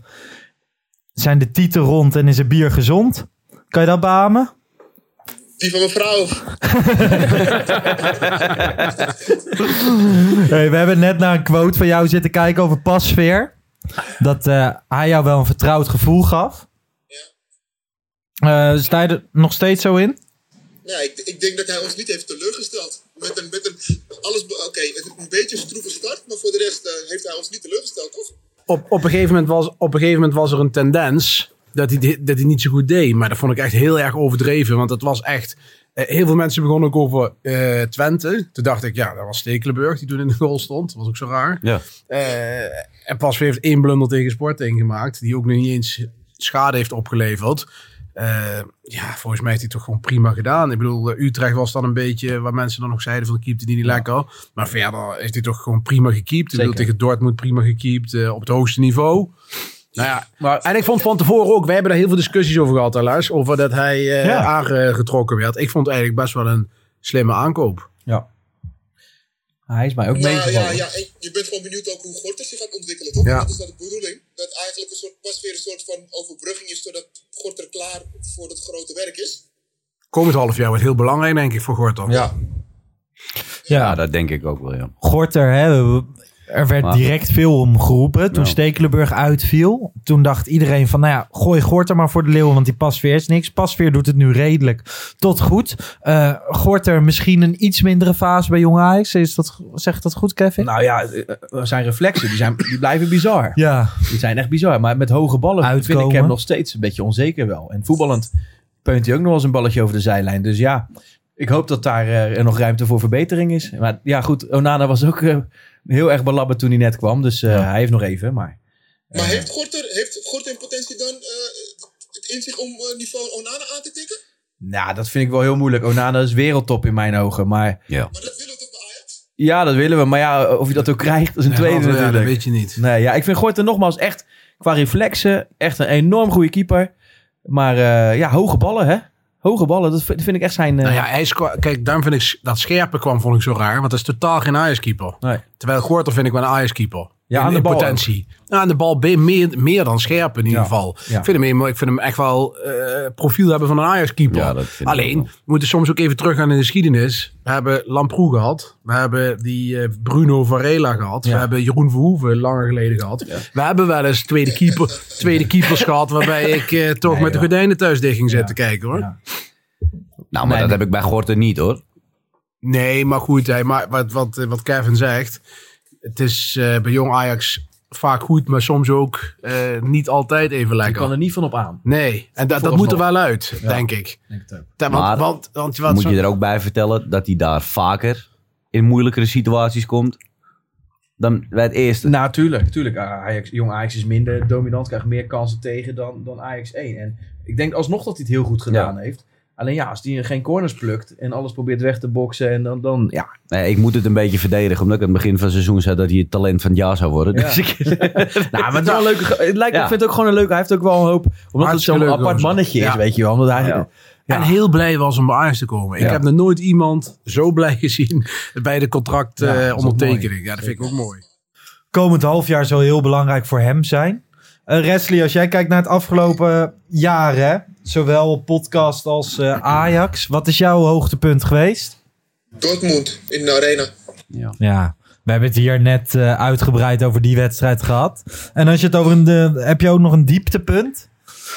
Speaker 4: zijn de tieten rond en is het bier gezond. Kan je dat beamen?
Speaker 13: Die van mijn vrouw.
Speaker 4: Hey, we hebben net naar een quote van jou zitten kijken over Pasveer. Dat uh, hij jou wel een vertrouwd gevoel gaf. Ja. Uh, sta je er nog steeds zo in?
Speaker 13: Ja, ik, ik denk dat hij ons niet heeft teleurgesteld. Met een, met een alles, oké, okay, een beetje een stroeve start, maar voor de rest uh, heeft hij ons niet teleurgesteld, toch?
Speaker 7: Op, op, een gegeven moment was, op een gegeven moment was er een tendens dat hij, dat hij niet zo goed deed. Maar dat vond ik echt heel erg overdreven, want het was echt... Uh, heel veel mensen begonnen ook over uh, Twente. Toen dacht ik, ja, dat was Stekelenburg die toen in de goal stond. Dat was ook zo raar.
Speaker 6: Ja.
Speaker 7: Uh, en Pasveer heeft één blunder tegen Sporting gemaakt, die ook nog niet eens schade heeft opgeleverd. Uh, ja, volgens mij heeft hij toch gewoon prima gedaan. Ik bedoel, uh, Utrecht was dan een beetje waar mensen dan nog zeiden van keepte die niet lekker. Maar verder heeft hij toch gewoon prima gekiept. Ik bedoel, tegen Dortmund prima gekiept uh, op het hoogste niveau. Nou ja, maar, en ik vond van tevoren ook, wij hebben daar heel veel discussies over gehad, Lars, over dat hij uh, ja. aangetrokken werd. Ik vond het eigenlijk best wel een slimme aankoop.
Speaker 5: Ja. Hij is mij ook
Speaker 13: ja,
Speaker 5: meegevallen.
Speaker 13: ja, ja, en je bent gewoon benieuwd ook hoe Gorter zich gaat ontwikkelen, toch?
Speaker 5: Ja.
Speaker 13: Dat is dat de bedoeling. Dat eigenlijk een soort, pas weer een soort van overbrugging is, zodat Gorter klaar voor het grote werk is.
Speaker 7: Komend half jaar wordt heel belangrijk, denk ik, voor Gorter.
Speaker 5: Ja.
Speaker 6: Ja, dat denk ik ook wel, ja.
Speaker 4: Gorter, hè, er werd
Speaker 6: Maar-
Speaker 4: direct veel om geroepen. Toen
Speaker 6: Ja.
Speaker 4: Stekelenburg uitviel. Toen dacht iedereen van, nou ja, gooi Gorter maar voor de leeuwen, want die Pasveer is niks. Pasveer doet het nu redelijk tot goed. Uh, Gorter misschien een iets mindere fase bij Jong Ajax. Is dat, zeg ik dat goed, Kevin?
Speaker 5: Nou ja, uh, zijn reflexen, die, zijn, die blijven bizar.
Speaker 4: Ja.
Speaker 5: Die zijn echt bizar. Maar met hoge ballen vind ik
Speaker 4: Uitkomen.
Speaker 5: hem nog steeds een beetje onzeker wel. En voetballend peunt hij ook nog wel eens een balletje over de zijlijn. Dus ja, ik hoop dat daar uh, er nog ruimte voor verbetering is. Maar ja, goed, Onana was ook uh, heel erg belabberd toen hij net kwam. Dus uh, ja. hij heeft nog even, maar... Uh,
Speaker 13: Maar heeft Gorter, heeft Gorter in potentie dan uh, het inzicht om uh, niveau Onana aan te tikken?
Speaker 5: Nou, dat vind ik wel heel moeilijk. Onana is wereldtop in mijn ogen, maar...
Speaker 6: Ja.
Speaker 13: Maar dat willen we toch bij Ajax?
Speaker 5: Ja, dat willen we. Maar ja, of je dat ook krijgt, dat is een
Speaker 7: Nee,
Speaker 5: tweede
Speaker 7: dat,
Speaker 5: natuurlijk.
Speaker 7: Ja, dat weet je niet.
Speaker 5: Nee, ja, ik vind Gorter nogmaals echt qua reflexen echt een enorm goede keeper. Maar uh, ja, hoge ballen, hè? Hoge ballen, dat vind, vind ik echt zijn... Uh...
Speaker 7: Nou ja, hij is, kijk, daarom vind ik dat Scherpen kwam, vond ik zo raar. Want dat is totaal geen Ajax-keeper.
Speaker 5: Nee.
Speaker 7: Terwijl Gorter vind ik wel een Ajax-keeper.
Speaker 5: Ja,
Speaker 7: in,
Speaker 5: aan de
Speaker 7: in
Speaker 5: bal
Speaker 7: potentie. Nou, aan de bal be- meer, meer dan Scherpen in ieder
Speaker 5: Ja.
Speaker 7: geval.
Speaker 5: Ja.
Speaker 7: Ik, vind hem, ik vind hem echt wel uh, profiel hebben van een Ajax-keeper.
Speaker 6: Ja, dat vind ik
Speaker 7: Alleen,
Speaker 6: ook
Speaker 7: we moeten soms ook even teruggaan in de geschiedenis. We hebben Lamproe gehad. We hebben die uh, Bruno Varela gehad.
Speaker 5: Ja.
Speaker 7: We hebben Jeroen Verhoeven langer geleden gehad. Ja. We hebben wel eens tweede, keeper, tweede keepers gehad. Waarbij ik uh, toch
Speaker 5: Nee,
Speaker 7: met de
Speaker 5: joh.
Speaker 7: gordijnen thuis dicht ging zitten
Speaker 5: Ja.
Speaker 7: kijken hoor.
Speaker 5: Ja.
Speaker 6: Nou, maar
Speaker 5: Nee,
Speaker 6: dat
Speaker 5: nee.
Speaker 6: heb ik bij Gorter niet, hoor.
Speaker 7: Nee, maar goed, hè, maar wat, wat, wat Kevin zegt. Het is uh, bij jong Ajax vaak goed, maar soms ook uh, niet altijd even
Speaker 5: Je
Speaker 7: lekker.
Speaker 5: kan er niet van op aan.
Speaker 7: Nee, en dat, dat
Speaker 5: Vooralsnog.
Speaker 7: moet er wel uit,
Speaker 5: Ja.
Speaker 7: denk ik.
Speaker 5: Denk het ook.
Speaker 7: Ta-
Speaker 6: Maar
Speaker 7: want, want, want wat
Speaker 6: Moet
Speaker 7: zo-
Speaker 6: je er ook bij vertellen dat hij daar vaker in moeilijkere situaties komt dan bij het eerste.
Speaker 5: Nou, tuurlijk. tuurlijk. Ajax, jong Ajax is minder dominant, krijgt meer kansen tegen dan, dan Ajax één. En ik denk alsnog dat hij het heel goed gedaan
Speaker 6: Ja.
Speaker 5: heeft. Alleen ja, als hij geen corners plukt en alles probeert weg te boksen en dan, dan ja.
Speaker 6: Nee, ik moet het een beetje verdedigen, omdat ik aan het begin van het seizoen zei dat hij het talent van het jaar zou worden.
Speaker 5: Ja.
Speaker 6: Dus ik,
Speaker 5: Nou, maar het is wel een leuke. Het lijkt,
Speaker 6: Ja.
Speaker 5: Ik vind het ook gewoon een leuke. Hij heeft ook wel een hoop. Omdat het
Speaker 7: Hartstikke
Speaker 5: zo'n
Speaker 7: leuk,
Speaker 5: apart
Speaker 7: gozer.
Speaker 5: mannetje is,
Speaker 7: Ja.
Speaker 5: weet je wel. Omdat hij,
Speaker 6: Ja.
Speaker 5: ja.
Speaker 7: En heel blij was om bij Ajax te komen. Ik
Speaker 5: Ja.
Speaker 7: heb nog nooit iemand zo blij gezien bij de contract
Speaker 5: Ja,
Speaker 7: uh,
Speaker 5: dat is ook
Speaker 7: ondertekening.
Speaker 5: mooi.
Speaker 7: Ja, dat vind ik ook mooi.
Speaker 4: Komend half jaar zal heel belangrijk voor hem zijn. Uh, Wesley, als jij kijkt naar het afgelopen jaar, hè, zowel op podcast als uh, Ajax. Wat is jouw hoogtepunt geweest?
Speaker 13: Dortmund in de arena.
Speaker 6: ja.
Speaker 4: Ja, we hebben het hier net uh, uitgebreid over die wedstrijd gehad. En als je het over een... De, heb je ook nog een dieptepunt?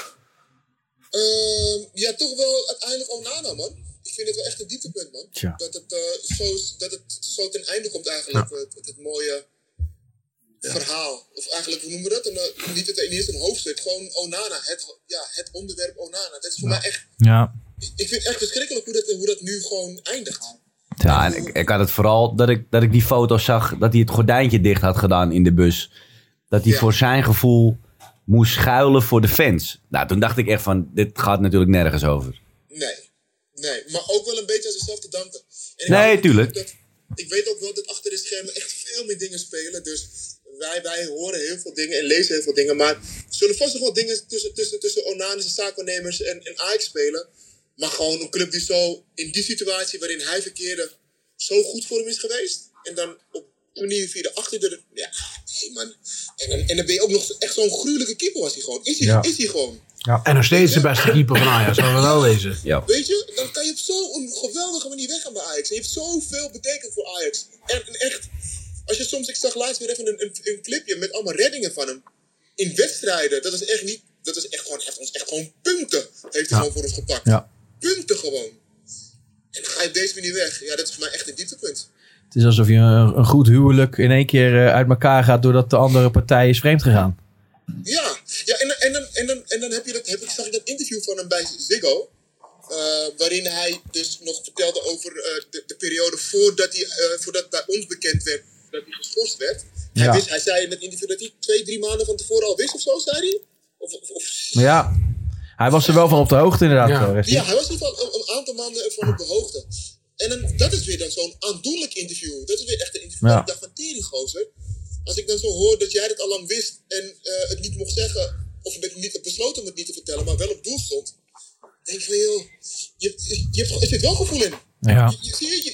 Speaker 13: Uh, ja, toch wel uiteindelijk Onana, man. Ik vind het wel echt een dieptepunt, man.
Speaker 5: Tja.
Speaker 13: Dat het, uh, zo, dat het zo ten einde komt eigenlijk. Het, het, het mooie ja. verhaal. Of eigenlijk, hoe noemen we dat? Een, uh, niet het eerste een hoofdstuk. Gewoon Onana. Het, ja, het onderwerp Onana. Dat is voor
Speaker 4: ja.
Speaker 13: mij echt...
Speaker 4: Ja.
Speaker 13: Ik, ik vind het echt verschrikkelijk hoe dat, hoe dat nu gewoon eindigt.
Speaker 6: Ja, en ik, ik had het vooral dat ik, dat ik die foto zag dat hij het gordijntje dicht had gedaan in de bus. Dat hij
Speaker 13: Ja.
Speaker 6: voor zijn gevoel moest schuilen voor de fans. Nou, toen dacht ik echt van, dit gaat natuurlijk nergens over.
Speaker 13: Nee. Nee. Maar ook wel een beetje aan zichzelf te danken. En ik
Speaker 6: Nee,
Speaker 13: weet
Speaker 6: tuurlijk.
Speaker 13: Dat, ik weet ook wel dat achter de schermen echt veel meer dingen spelen. Dus wij, wij horen heel veel dingen en lezen heel veel dingen. Maar er zullen vast nog wel dingen tussen, tussen, tussen Onanische zaakwaarnemers en, en Ajax spelen. Maar gewoon een club die zo in die situatie waarin hij verkeerde zo goed voor hem is geweest. En dan op die manier via de achterdeur. Ja, nee man. En dan, en dan ben je ook nog echt zo'n gruwelijke keeper was hij gewoon. Is hij,
Speaker 5: Ja.
Speaker 13: is hij gewoon.
Speaker 7: Ja. En nog steeds de beste keeper van Ajax, laten we wel lezen.
Speaker 6: Ja.
Speaker 13: Weet je, dan kan je op zo'n geweldige manier weggaan bij Ajax. En je heeft zoveel betekend voor Ajax. En, en echt, als je soms, ik zag laatst weer even een, een, een clipje met allemaal reddingen van hem. In wedstrijden, dat is echt niet, dat is echt gewoon, hij heeft ons echt gewoon punten. Heeft hij
Speaker 5: Ja.
Speaker 13: gewoon voor ons gepakt.
Speaker 5: Ja.
Speaker 13: Punten gewoon. En dan ga je op deze manier weg. Ja, dat is voor mij echt een dieptepunt.
Speaker 5: Het is alsof je een, een goed huwelijk in één keer uh, uit elkaar gaat doordat de andere partij is vreemd gegaan.
Speaker 13: Ja, ja en, en, dan, en, dan, en dan heb je dat, heb ik, zag ik dat interview van hem bij Ziggo. Uh, waarin hij dus nog vertelde over uh, de, de periode voordat, hij, uh, voordat bij ons bekend werd dat hij geschorst werd. Hij,
Speaker 5: Ja.
Speaker 13: wist, hij zei in het interview dat hij twee, drie maanden van tevoren al wist of zo, zei hij? Of, of, of...
Speaker 5: Ja, hij was er wel van op de hoogte inderdaad.
Speaker 7: Ja.
Speaker 5: Wel, Wesley.
Speaker 13: Ja, hij was in ieder geval een, een aantal maanden ervan op de hoogte. En dan, dat is weer dan zo'n aandoenlijk interview. Dat is weer echt een interview.
Speaker 5: Ja.
Speaker 13: Ik dacht van teringgozer. Als ik dan zo hoor dat jij het al lang wist en uh, het niet mocht zeggen, of dat je niet hebt besloten om het niet te vertellen, maar wel op doel stond. Denk ik van, joh, je, je, je, hebt, er zit wel gevoel in.
Speaker 4: Ja.
Speaker 13: Je, je, je, je,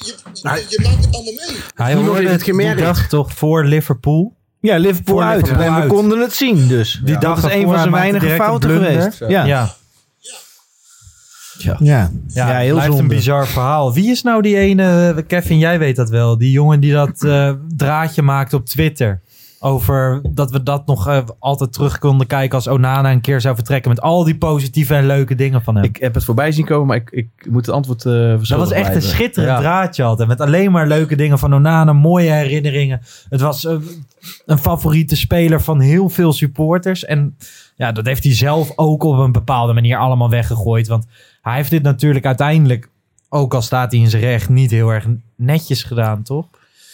Speaker 13: je, je maakt het allemaal mee.
Speaker 4: Hij hoorde het gemerkt. Die dag toch voor Liverpool.
Speaker 5: Ja, Liverpool
Speaker 4: voor
Speaker 5: uit.
Speaker 4: Liverpool
Speaker 5: en we
Speaker 4: uit.
Speaker 5: konden het zien dus.
Speaker 4: Die
Speaker 5: Ja.
Speaker 4: dag
Speaker 5: Dat is een van zijn weinige fouten geweest.
Speaker 4: Ja. Ja. Ja.
Speaker 5: Ja.
Speaker 4: Ja,
Speaker 5: Ja,
Speaker 4: ja,
Speaker 5: heel
Speaker 4: blijft
Speaker 5: zonde.
Speaker 4: een bizar verhaal. Wie is nou die ene, Kevin, jij weet dat wel, die jongen die dat uh, draadje maakt op Twitter? Over dat we dat nog uh, altijd terug konden kijken als Onana een keer zou vertrekken met al die positieve en leuke dingen van hem.
Speaker 5: Ik heb het voorbij zien komen, maar ik, ik moet het antwoord uh, verschuldigd
Speaker 4: Dat was echt
Speaker 5: blijven.
Speaker 4: een schitterend
Speaker 5: Ja.
Speaker 4: draadje altijd. Met alleen maar leuke dingen van Onana, mooie herinneringen. Het was uh, een favoriete speler van heel veel supporters. En ja, dat heeft hij zelf ook op een bepaalde manier allemaal weggegooid. Want hij heeft dit natuurlijk uiteindelijk, ook al staat hij in zijn recht, niet heel erg netjes gedaan, toch?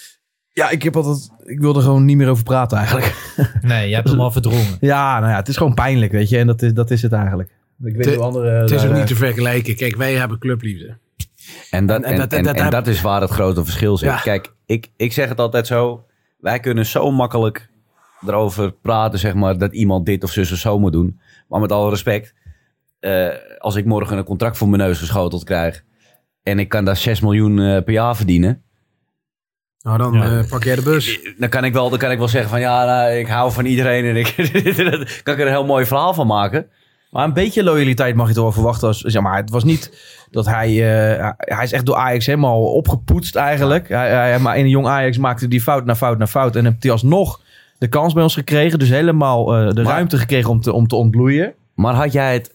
Speaker 5: Ja, ik heb altijd, ik wilde er gewoon niet meer over praten eigenlijk.
Speaker 4: Nee, je hebt hem al verdrongen.
Speaker 5: Ja, nou ja, het is gewoon pijnlijk, weet je. En dat is, dat is het eigenlijk. Ik weet
Speaker 7: Het-
Speaker 5: hoe andere...
Speaker 7: Het is ook
Speaker 5: daar-
Speaker 7: niet te vergelijken. Kijk, wij hebben clubliefde.
Speaker 6: En dat, en,
Speaker 7: En
Speaker 6: en,
Speaker 7: dat-
Speaker 6: en,
Speaker 7: dat- dat-
Speaker 6: dat is waar het grote verschil zit.
Speaker 7: Ja.
Speaker 6: Kijk, ik, ik zeg het altijd zo. Wij kunnen zo makkelijk erover praten, zeg maar, dat iemand dit of zus of zo moet doen. Maar met alle respect, eh, als ik morgen een contract voor mijn neus geschoteld krijg en ik kan daar zes miljoen eh, per jaar verdienen.
Speaker 7: Nou, dan
Speaker 6: Ja.
Speaker 7: eh, pak jij de bus.
Speaker 6: Dan kan ik wel, dan kan ik wel zeggen van ja, nou, ik hou van iedereen en ik kan ik er een heel mooi verhaal van maken.
Speaker 5: Maar een beetje loyaliteit mag je toch wel verwachten. Als, zeg maar, het was niet dat hij... Uh, hij is echt door Ajax helemaal opgepoetst eigenlijk. Hij, hij, maar in een jong Ajax maakte hij fout na fout na fout. En heeft hij alsnog de kans bij ons gekregen. Dus helemaal uh, de
Speaker 6: Maar-
Speaker 5: ruimte gekregen om te, om te ontbloeien.
Speaker 6: Maar had jij het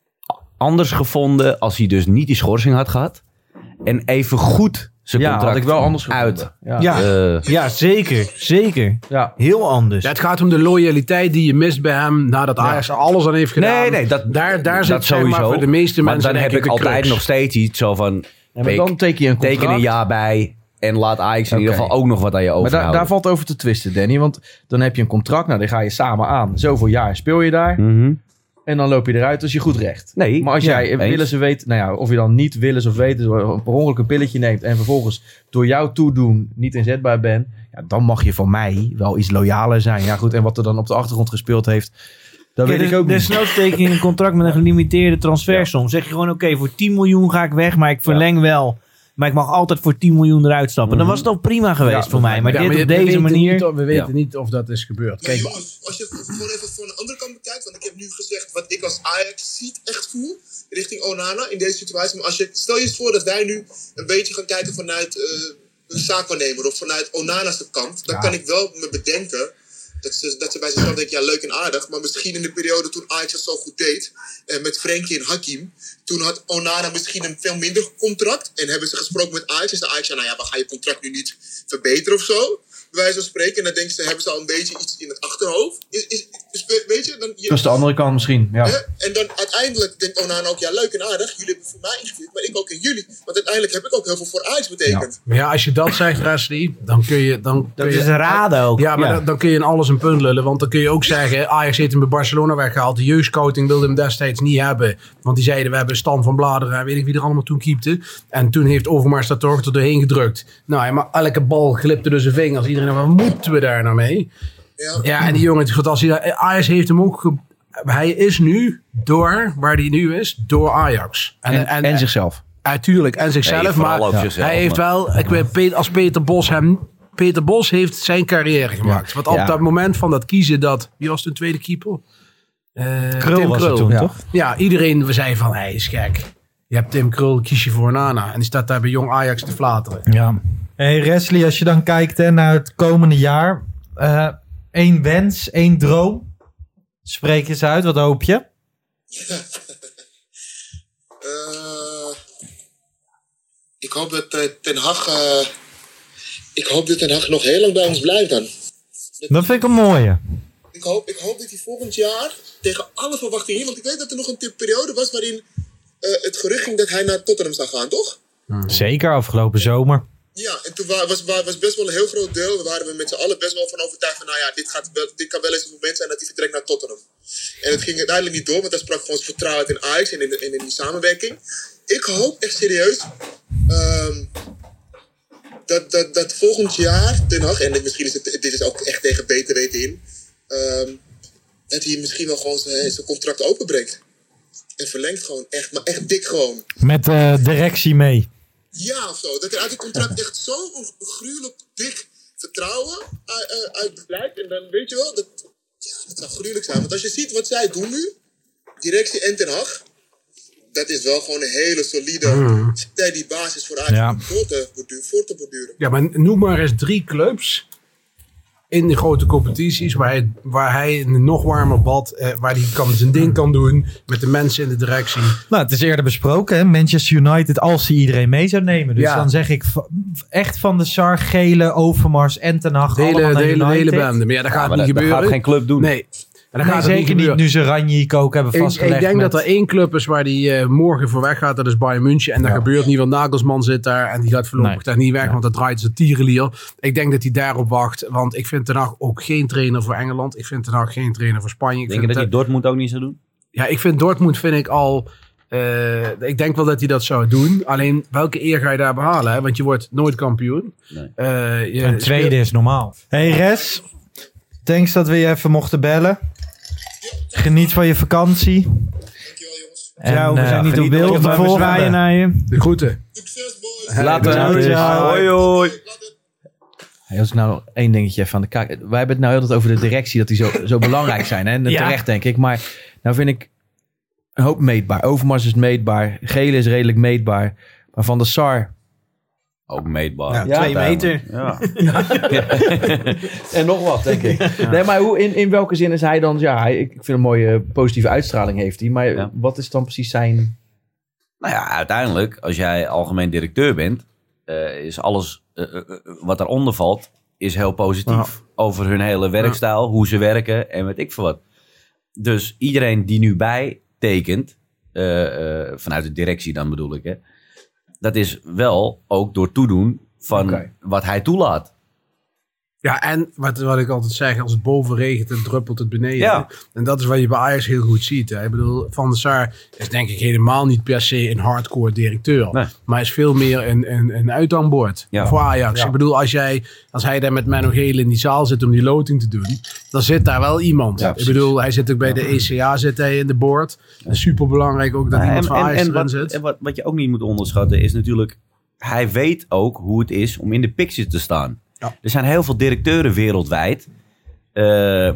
Speaker 6: anders gevonden als hij dus niet die schorsing had gehad? En even goed zijn
Speaker 5: Ja,
Speaker 6: contract
Speaker 5: had ik wel anders gevonden.
Speaker 6: uit.
Speaker 5: Ja.
Speaker 8: Ja,
Speaker 6: Eh,
Speaker 8: ja zeker. Zeker.
Speaker 5: Ja.
Speaker 8: Heel anders.
Speaker 7: Ja, het gaat om de loyaliteit die je mist bij hem nadat Ajax er alles aan heeft gedaan.
Speaker 6: Nee, nee, dat,
Speaker 7: daar, daar zit
Speaker 6: dat
Speaker 7: zeg maar,
Speaker 6: sowieso.
Speaker 7: voor de meeste
Speaker 6: maar
Speaker 7: mensen
Speaker 6: dan heb
Speaker 7: denk
Speaker 6: ik
Speaker 7: een
Speaker 6: altijd
Speaker 7: crux.
Speaker 6: nog steeds iets zo van...
Speaker 5: Ja, maar dan teken je een contract.
Speaker 6: teken een jaar bij en laat Ajax in
Speaker 5: Oké.
Speaker 6: ieder geval ook nog wat aan je
Speaker 5: Maar daar,
Speaker 6: overhouden.
Speaker 5: daar valt over te twisten, Danny. Want dan heb je een contract. Nou, die ga je samen aan. Zoveel jaar speel je daar.
Speaker 6: Mhm.
Speaker 5: En dan loop je eruit als je goed recht.
Speaker 6: Nee,
Speaker 5: Maar als
Speaker 6: ja,
Speaker 5: jij
Speaker 6: eens.
Speaker 5: willen ze weten, nou ja, of je dan niet willen of weten, per ongeluk een pilletje neemt en vervolgens door jouw toedoen niet inzetbaar bent, ja, dan mag je van mij wel iets loyaler zijn. Ja goed, en wat er dan op de achtergrond gespeeld heeft, dat
Speaker 8: Kijk,
Speaker 5: weet ik ook niet.
Speaker 8: Desnoods teken je een contract met een gelimiteerde transfersom. Zeg je gewoon, oké, voor tien miljoen ga ik weg, maar ik verleng wel. Maar ik mag altijd voor tien miljoen eruit stappen. Dan was het al prima geweest
Speaker 5: Ja,
Speaker 8: voor mij. Maar
Speaker 7: Ja,
Speaker 8: dit
Speaker 7: maar
Speaker 8: op
Speaker 7: we
Speaker 8: deze
Speaker 7: weten
Speaker 8: manier...
Speaker 7: Niet of, we weten
Speaker 6: Ja.
Speaker 7: niet of dat is gebeurd.
Speaker 13: Maar
Speaker 7: Kijk,
Speaker 13: jongens, als je gewoon even van de andere kant bekijkt, want ik heb nu gezegd wat ik als Ajax ziet echt voel richting Onana in deze situatie. Maar als je, stel je eens voor dat wij nu een beetje gaan kijken vanuit uh, een zaakwaarnemer of vanuit Onana's kant, dan
Speaker 7: Ja.
Speaker 13: kan ik wel me bedenken dat ze, dat ze bij zichzelf denken, ja leuk en aardig, maar misschien in de periode toen Ajax het zo goed deed, uh, met Frenkie en Hakim, toen had Onana misschien een veel minder contract en hebben ze gesproken met Ajax en zei Ajax, ja, nou ja, we gaan je contract nu niet verbeteren of zo. Bij wijze van spreken. En dan denken ze, hebben ze al een beetje iets in het achterhoofd. Is, is, is, weet je, dan, je,
Speaker 5: Dat is de andere kant misschien, ja.
Speaker 13: hè? En dan uiteindelijk denkt Onana ook, ja leuk en aardig. Jullie hebben voor mij ingevierd, maar ik ook in jullie. Want uiteindelijk heb ik ook heel veel voor Ajax betekend.
Speaker 7: maar ja, als je dat zegt, Wesley, dan kun je... Dan
Speaker 8: Dat
Speaker 7: kun je,
Speaker 8: is raden ook.
Speaker 7: Ja, maar
Speaker 8: Ja.
Speaker 7: Dan, dan kun je in alles een punt lullen. Want dan kun je ook zeggen, Ajax heeft hem bij Barcelona weggehaald. De jeugdscouting wilde hem destijds niet hebben. Want die zeiden, we hebben Stan van Bladeren en weet ik wie er allemaal toen keepte. En toen heeft Overmars dat toch er doorheen gedrukt. Nou ja, maar elke bal glipte door zijn vingers. Iedereen, wat moeten we daar nou mee?
Speaker 13: Ja,
Speaker 7: Ja, en die jongen, goed, als hij, Ajax heeft hem ook... Ge, hij is nu door, waar hij nu is, door Ajax.
Speaker 5: En, en, en zichzelf.
Speaker 7: Natuurlijk, en zichzelf.
Speaker 6: Nee, vooral
Speaker 7: maar
Speaker 6: ook zichzelf,
Speaker 7: hij heeft
Speaker 6: maar-
Speaker 7: wel, ik weet, Pe- als Peter Bos hem... Peter Bos heeft zijn carrière gemaakt. Want op
Speaker 5: Ja.
Speaker 7: dat moment van dat kiezen dat... Wie was de tweede keeper? Eh,
Speaker 4: Krul
Speaker 7: Tim
Speaker 4: was het
Speaker 7: Krul.
Speaker 4: toen,
Speaker 7: ja.
Speaker 4: toch?
Speaker 7: Ja, iedereen we zei van, hij is gek. Je hebt Tim Krul, kies je voor Nana. En die staat daar bij Jong Ajax te flateren.
Speaker 4: Ja. Hey Wesley, als je dan kijkt hè, naar het komende jaar. eh één wens, één droom. Spreek eens uit, wat hoop je?
Speaker 13: Uh, ik hoop dat uh, Ten Hag... Uh, ik hoop dat Ten Hag nog heel lang bij ons blijft dan.
Speaker 4: Dat vind ik een mooie.
Speaker 13: Ik hoop, ik hoop dat hij volgend jaar tegen alle verwachtingen... Want ik weet dat er nog een periode was waarin uh, het gerucht ging dat hij naar Tottenham zou gaan, toch?
Speaker 4: Zeker, afgelopen zomer.
Speaker 13: Ja, en toen wa- was, wa- was best wel een heel groot deel. We waren we met z'n allen best wel van overtuigd van... Nou ja, dit, gaat wel, dit kan wel eens het moment zijn dat hij vertrekt naar Tottenham. En het ging uiteindelijk niet door, want hij sprak gewoon zijn vertrouwen uit in Ajax en in, de, en in die samenwerking. Ik hoop echt serieus... Um, dat, dat, dat volgend jaar Ten Hag... En misschien is het, dit is ook echt tegen beter weten in... Um, dat hij misschien wel gewoon zijn, zijn contract openbreekt. En verlengt gewoon. Echt, maar echt dik gewoon.
Speaker 4: Met de directie mee.
Speaker 13: jaar of zo. Dat er uit het contract echt zo'n gruwelijk dik vertrouwen uit, uit blijkt. En dan weet je wel, dat, ja, dat zou gruwelijk zijn. Want als je ziet wat zij doen nu, directie en Ten Hag, dat is wel gewoon een hele solide, mm. steady basis voor Ajax ja. voor, te, voor te borduren.
Speaker 7: Ja, maar noem maar eens drie clubs in de grote competities waar hij, waar hij in een nog warmer bad, eh, waar hij kan, zijn ding kan doen met de mensen in de directie.
Speaker 4: Nou, het is eerder besproken, hè? Manchester United, als ze iedereen mee zou nemen. Dus ja. dan zeg ik v- echt Van de Sar, Gele, Overmars en Ten Hag.
Speaker 7: De hele, de hele, de hele bende. Maar ja, dat ja, gaat niet dat, gebeuren. Dat
Speaker 6: gaat geen club doen.
Speaker 7: Nee.
Speaker 4: En dan nee, gaat zeker niet, niet nu ze Ranjik ook hebben vastgelegd.
Speaker 7: Ik, ik denk
Speaker 4: met...
Speaker 7: dat er één club is waar die uh, morgen voor weg gaat. Dat is Bayern München. En dat ja. gebeurt niet, want Nagelsman zit daar. En die gaat voorlopig nee. daar niet weg, ja. want dat draait zijn tierenlier. Ik denk dat hij daarop wacht. Want ik vind Ten Hag ook geen trainer voor Engeland. Ik vind Ten Hag geen trainer voor Spanje. Ik
Speaker 6: denk je dat hij te... Dortmund ook niet zou doen?
Speaker 7: Ja, ik vind Dortmund vind ik al... Uh, ik denk wel dat hij dat zou doen. Alleen, welke eer ga je daar behalen? Hè? Want je wordt nooit kampioen.
Speaker 4: Nee. Uh, je en tweede speelt... is normaal. Hey Res, thanks dat we je even mochten bellen. Geniet van je vakantie.
Speaker 13: Dankjewel jongens.
Speaker 4: En, ja, we zijn uh, niet op beeld, maar we zwaaien naar je.
Speaker 7: De groeten.
Speaker 5: Later.
Speaker 6: Hoi hoi.
Speaker 5: Hey, als ik nou één dingetje van de kaak... Wij hebben het nou heel tijd over de directie, dat die zo, zo belangrijk zijn. Hè? En ja. terecht denk ik. Maar nou vind ik een hoop meetbaar. Overmars is meetbaar. Gele is redelijk meetbaar. Maar Van der Sar...
Speaker 6: Ook meetbaar.
Speaker 5: Ja, ja, twee meter.
Speaker 6: Ja.
Speaker 5: En nog wat, denk ik. Ja. Nee, maar hoe, in, in welke zin is hij dan... Ja, ik vind een mooie positieve uitstraling heeft hij. Maar ja. wat is dan precies zijn...
Speaker 6: Nou ja, uiteindelijk, als jij algemeen directeur bent... Uh, is alles uh, uh, wat daaronder valt... is heel positief. Ja. Over hun hele werkstijl, ja. hoe ze werken en weet ik veel wat. Dus iedereen die nu bijtekent... Uh, uh, vanuit de directie dan bedoel ik, hè... Dat is wel ook door toedoen van okay. wat hij toelaat.
Speaker 7: Ja, en wat, wat ik altijd zeg, als het boven regent, dan druppelt het beneden. Ja. En dat is wat je bij Ajax heel goed ziet. Hè. Ik bedoel, Van der Sar is denk ik helemaal niet per se een hardcore directeur. Nee. Maar is veel meer een, een, een uithangbord ja. voor Ajax. Ja. Ik bedoel, als, jij, als hij daar met Menno Gele in die zaal zit om die loting te doen, dan zit daar wel iemand. Ja, ik bedoel, hij zit ook bij de E C A zit hij in de board. Ja. Superbelangrijk ook dat ja, iemand en, van Ajax
Speaker 6: en, en
Speaker 7: erin
Speaker 6: wat,
Speaker 7: zit.
Speaker 6: En wat, wat je ook niet moet onderschatten is natuurlijk, hij weet ook hoe het is om in de picture te staan. Ja. Er zijn heel veel directeuren wereldwijd uh,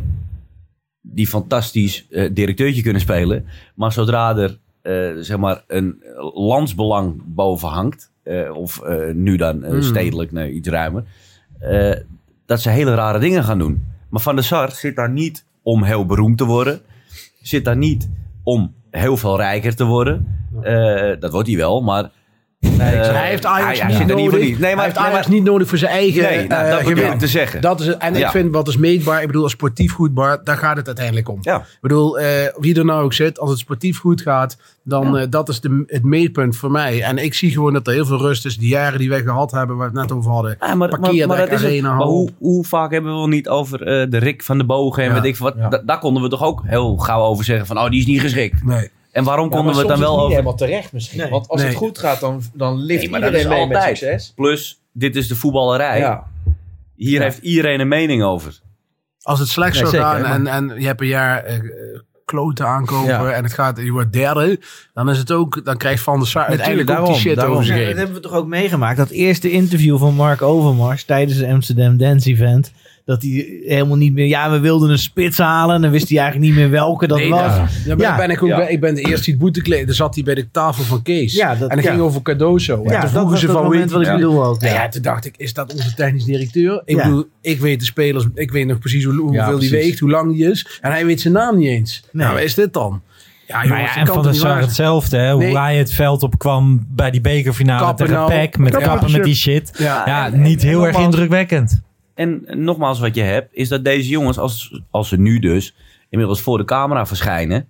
Speaker 6: die fantastisch uh, directeurtje kunnen spelen. Maar zodra er uh, zeg maar een landsbelang boven hangt, uh, of uh, nu dan uh, mm. stedelijk, nee, iets ruimer, uh, dat ze hele rare dingen gaan doen. Maar Van der Sar zit daar niet om heel beroemd te worden. Zit daar niet om heel veel rijker te worden. Uh, dat wordt hij wel, maar...
Speaker 7: Nee, uh, hij heeft Ajax hij, niet hij nodig. Niet. Nee, maar hij heeft Ajax nee, maar... niet nodig voor zijn eigen
Speaker 6: nee, nou, dat uh, gewin te zeggen.
Speaker 7: Dat is, en ja. ik vind wat is meetbaar, ik bedoel als sportief goed, Bart, daar gaat het uiteindelijk om. Ja. Ik bedoel, uh, wie er nou ook zit, als het sportief goed gaat, dan ja. uh, dat is de, het meetpunt voor mij. En ik zie gewoon dat er heel veel rust is. Die jaren die wij gehad hebben, waar we het net over hadden. Ja, maar,
Speaker 6: maar, maar, dat is het, maar hoe, hoe vaak hebben we wel niet over uh, de Rick van de Bogen en ja. weet ik wat. Ja. Da, daar konden we toch ook heel gauw over zeggen van, oh, die is niet geschikt. Nee. En waarom konden ja, we het dan wel over...
Speaker 5: niet helemaal terecht misschien. Nee. Want als nee. het goed gaat, dan, dan lift nee, iedereen mee altijd. Met succes.
Speaker 6: Plus, dit is de voetballerij. Ja. Hier ja. heeft iedereen een mening over.
Speaker 7: Als het slecht zou nee, gaan en, en je hebt een jaar uh, kloten aankopen ja. en het gaat, je wordt derde, dan is het ook, dan krijgt Van der Sar uiteindelijk ook die shit daarom. over zich heen.
Speaker 8: Ja, dat hebben we toch ook meegemaakt. Dat eerste interview van Mark Overmars tijdens het Amsterdam Dance Event. Dat hij helemaal niet meer... Ja, we wilden een spits halen. En dan wist hij eigenlijk niet meer welke dat nee, was.
Speaker 7: Ja, ja, ja. Ben ik, ook, ja. ik ben de eerste die het boetekleed. Dan zat hij bij de tafel van Kees. Ja, dat, en dan ja. ging over Cardoso.
Speaker 8: Ja,
Speaker 7: en toen
Speaker 8: vroegen ze van... moment wat ik ja. bedoel ook.
Speaker 7: Ja. Ja, toen dacht ik, is dat onze technisch directeur? Ik ja. bedoel, ik weet de spelers... Ik weet nog precies hoe, hoeveel ja, die weegt, hoe lang die is. En hij weet zijn naam niet eens. Nee. Nou, wat is dit dan?
Speaker 4: Ja, jongens, ja, en Van der Sar hetzelfde. Hè? Nee. Hoe hij het veld opkwam bij die bekerfinale kappen tegen nou, Peck. Met kappen met die shit. Ja, ja en, niet en, heel en erg indrukwekkend.
Speaker 6: En nogmaals, wat je hebt, is dat deze jongens, als, als ze nu dus inmiddels voor de camera verschijnen,